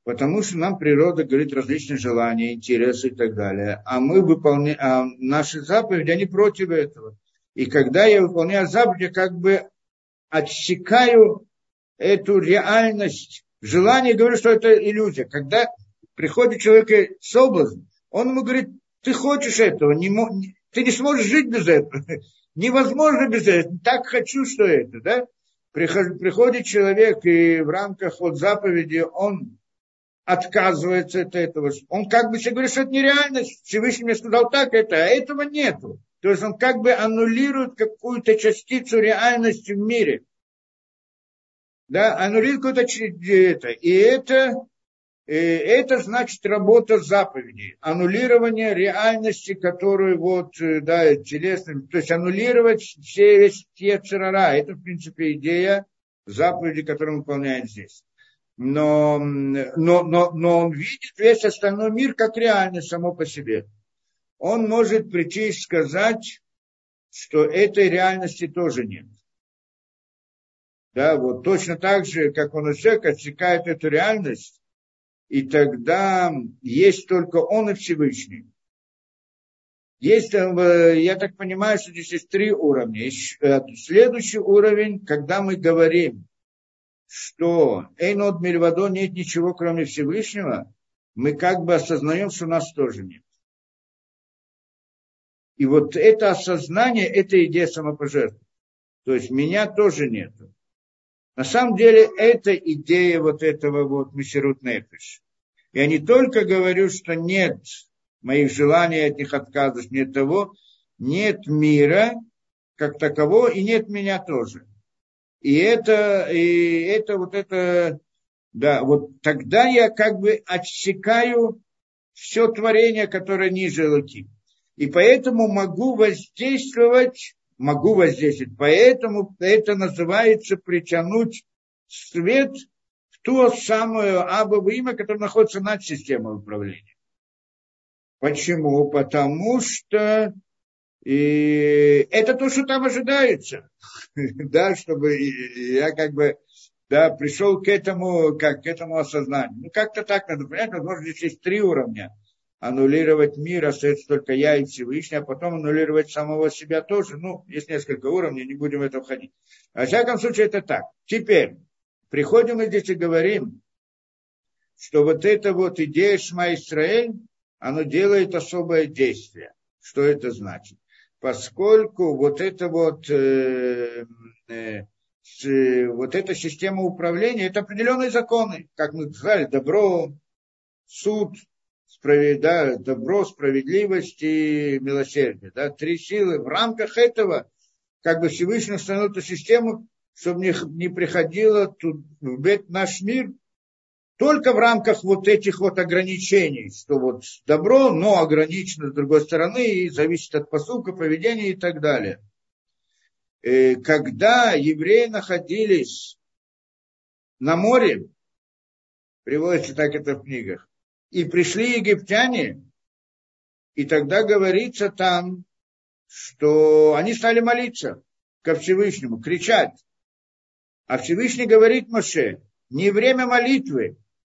[SPEAKER 1] Потому что нам природа говорит различные желания, интересы и так далее. А мы выполняем, а наши заповеди, они против этого. И когда я выполняю заповеди, я как бы отсекаю эту реальность. Желание, говорю, что это иллюзия. Когда приходит человек соблазн, он ему говорит, ты хочешь этого, не, ты не сможешь жить без этого. Невозможно без этого. Так хочу, что это, да? Приходит человек, и в рамках вот заповеди он отказывается от этого. Он как бы себе говорит, что это нереальность. Всевышний мне сказал так, это, а этого нету. То есть он как бы аннулирует какую-то частицу реальности в мире. Да, аннулирует какую-то это. И это, и это значит работа заповедей. Аннулирование реальности, которую вот, да, телесным. То есть аннулировать все весь ецер-ара. Это, в принципе, идея заповеди, которую мы выполняем здесь. Но, но, но, но он видит весь остальной мир как реальность само по себе. Он может прийти и сказать, что этой реальности тоже нет. Да, вот точно так же, как он и человек отсекает эту реальность, и тогда есть только он и Всевышний. Есть, я так понимаю, что здесь есть три уровня. Следующий уровень, когда мы говорим, что эйнот мильвадо, нет ничего, кроме Всевышнего, мы как бы осознаем, что нас тоже нет. И вот это осознание, это идея самопожертвования. То есть меня тоже нет. На самом деле, это идея вот этого вот месирут нефеш. Я не только говорю, что нет моих желаний, от них отказов, нет того, нет мира как такового, и нет меня тоже. И это, и это вот это, да, вот тогда я как бы отсекаю все творение, которое ниже Луки. И поэтому могу воздействовать, могу воздействовать. Поэтому это называется притянуть свет в то самое абово имя, которое находится над системой управления. Почему? Потому что и это то, что там ожидается. Да, чтобы я как бы да, пришел к этому, как, к этому осознанию. Ну, как-то так надо понять, возможно, здесь есть три уровня. Аннулировать мир, остается только я и Всевышний, а потом аннулировать самого себя тоже. Ну, есть несколько уровней, не будем в это входить. Во всяком случае, это так. Теперь, приходим мы здесь и говорим, что вот эта вот идея Шма Исраэль, она делает особое действие. Что это значит? Поскольку вот это вот, э, э, с, вот эта система управления, это определенные законы, как мы сказали, добро, суд, справед, да, добро, справедливость и милосердие. Да, три силы. В рамках этого как бы Всевышний установил эту систему, чтобы не, не приходило тут, в бед наш мир, только в рамках вот этих вот ограничений, что вот добро, но ограничено с другой стороны, и зависит от поступка, поведения и так далее. И когда евреи находились на море, приводится так это в книгах, и пришли египтяне, и тогда говорится там, что они стали молиться ко Всевышнему, кричать. А Всевышний говорит Моше, не время молитвы,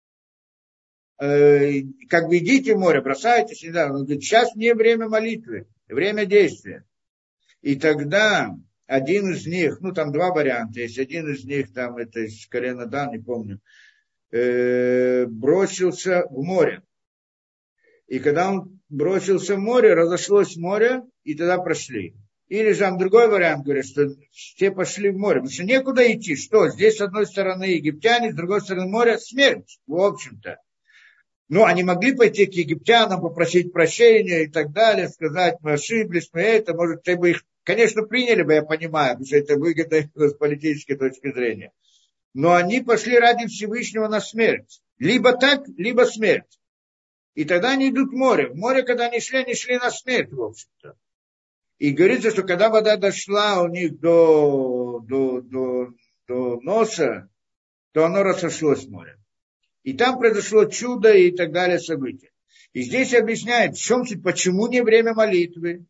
[SPEAKER 1] как бы идите в море, бросайтесь, не знаю. Он говорит, сейчас не время молитвы, время действия. И тогда один из них, ну там два варианта есть, один из них, там это из колена Дан, не помню, э, бросился в море. И когда он бросился в море, разошлось море, и тогда прошли. Или же там другой вариант, говорит, что все пошли в море, потому что некуда идти. Что, здесь с одной стороны египтяне, с другой стороны море, смерть, в общем-то. Ну, они могли пойти к египтянам, попросить прощения и так далее, сказать, мы ошиблись, мы это, может, ты бы их, конечно, приняли бы, я понимаю, потому что это выгодно с политической точки зрения. Но они пошли ради Всевышнего на смерть. Либо так, либо смерть. И тогда они идут в море. В море, когда они шли, они шли на смерть, в общем-то. И говорится, что когда вода дошла у них до, до, до, до носа, то оно разошлось в море. И там произошло чудо и так далее события. И здесь объясняет, в чем суть, почему не время молитвы.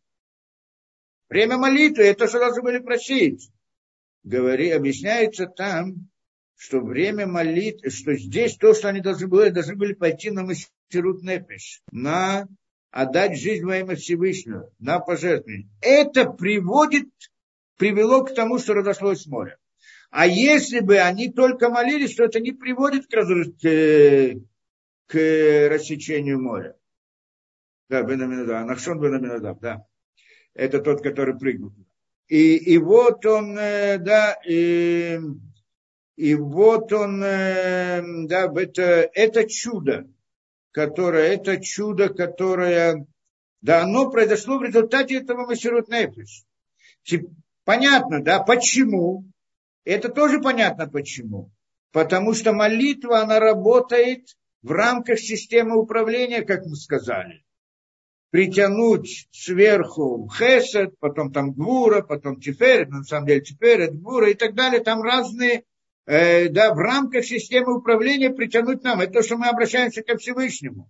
[SPEAKER 1] Время молитвы, это что должны были просить. Говори, объясняется там, что время молитвы, что здесь то, что они должны были, должны были пойти на Мессирут Нефеш, на отдать жизнь во имя Всевышнего, на пожертвование. Это приводит, привело к тому, что разошлось море. А если бы они только молились, то это не приводит к, разру... к... к рассечению моря. Да, Бен Аминадаб, Нахшон Бен Аминадаб, да. Это тот, который прыгнул. И, и вот он, да, и, и вот он, да, это, это чудо, которое, это чудо, которое, да, оно произошло в результате этого Мессирут Нефеш. Понятно, да, почему? Это тоже понятно почему. Потому что молитва, она работает в рамках системы управления, как мы сказали. Притянуть сверху хесед, потом там гвура, потом тиферет, на самом деле тиферет, гвура и так далее. Там разные, э, да, в рамках системы управления притянуть нам. Это то, что мы обращаемся ко Всевышнему.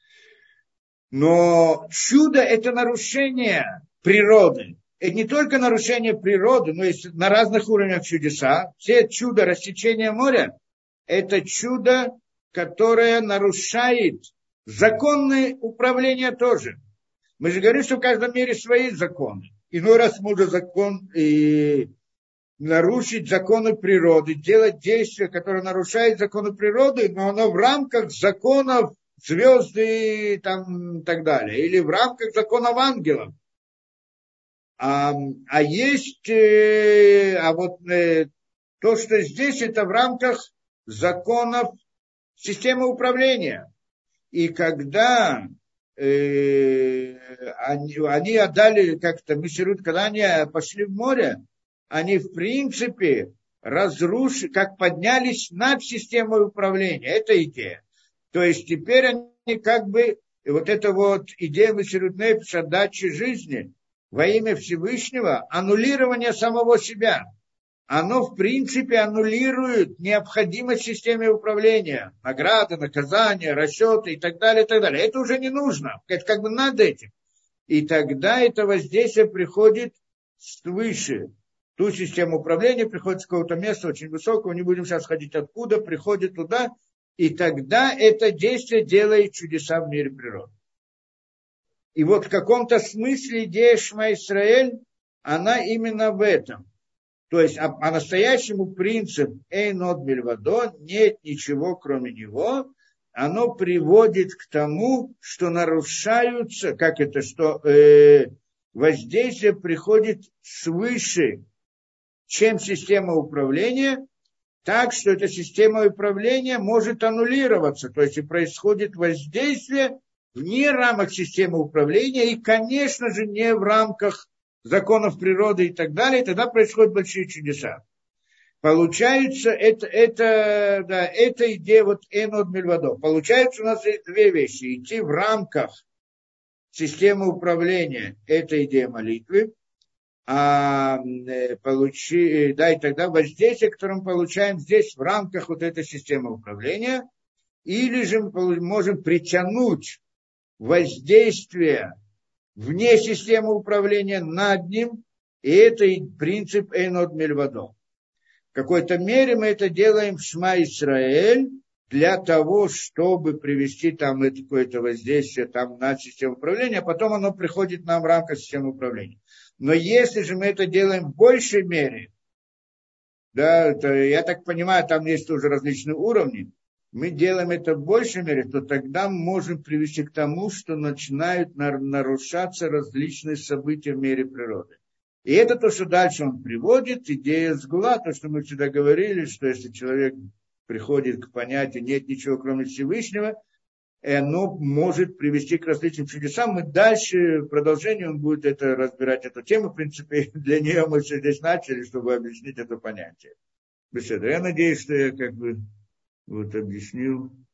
[SPEAKER 1] Но чудо – это нарушение природы. Это не только нарушение природы, но есть на разных уровнях чудеса. Все чудо рассечения моря – это чудо, которое нарушает законное управление тоже. Мы же говорим, что в каждом мире свои законы. Иной раз можно закон и нарушить законы природы, делать действия, которые нарушают законы природы, но оно в рамках законов звезды и там, так далее, или в рамках законов ангелов. А, а есть, а вот то, что здесь, это в рамках законов системы управления. И когда э, они, они отдали как-то Мессирут, когда они пошли в море, они в принципе разрушили, как поднялись над системой управления. Это идея. То есть теперь они как бы, вот эта вот идея Мессирут Нефеш, отдачи жизни во имя Всевышнего, аннулирование самого себя. Оно, в принципе, аннулирует необходимость системы управления. Награды, наказания, расчеты и так далее, и так далее. Это уже не нужно. Это как бы над этим. И тогда это воздействие приходит свыше. Ту систему управления приходит с какого-то места очень высокого, не будем сейчас ходить откуда, приходит туда. И тогда это действие делает чудеса в мире природы. И вот в каком-то смысле идея Шма Исраэль, она именно в этом. То есть, а, а настоящему принцип «Эйн од мильвадо» нет ничего кроме него, оно приводит к тому, что нарушаются, как это, что э, воздействие приходит свыше, чем система управления, так что эта система управления может аннулироваться, то есть и происходит воздействие вне рамок системы управления и, конечно же, не в рамках законов природы и так далее, и тогда происходят большие чудеса. Получается, это, это, да, это идея вот «Эйн од мильвадо». Получается, у нас есть две вещи. Идти в рамках системы управления – это идея молитвы, а получи, да, и тогда воздействие, которое мы получаем здесь в рамках вот этой системы управления, или же мы можем притянуть воздействие вне системы управления над ним, и это принцип «Эйн од мильвадо». В какой-то мере мы это делаем в Шма Исраэль для того, чтобы привести там это какое-то воздействие там на систему управления, а потом оно приходит нам в рамках системы управления. Но если же мы это делаем в большей мере, да, то, я так понимаю, там есть тоже различные уровни, мы делаем это в большей мере, то тогда мы можем привести к тому, что начинают нарушаться различные события в мире природы. И это то, что дальше он приводит, идея сгула, то, что мы всегда говорили, что если человек приходит к понятию «нет ничего, кроме Всевышнего», оно может привести к различным чудесам. Мы дальше, в продолжении, он будет это разбирать, эту тему. В принципе, для нее мы все здесь начали, чтобы объяснить это понятие. Беседа. Я надеюсь, что я как бы вот объяснил.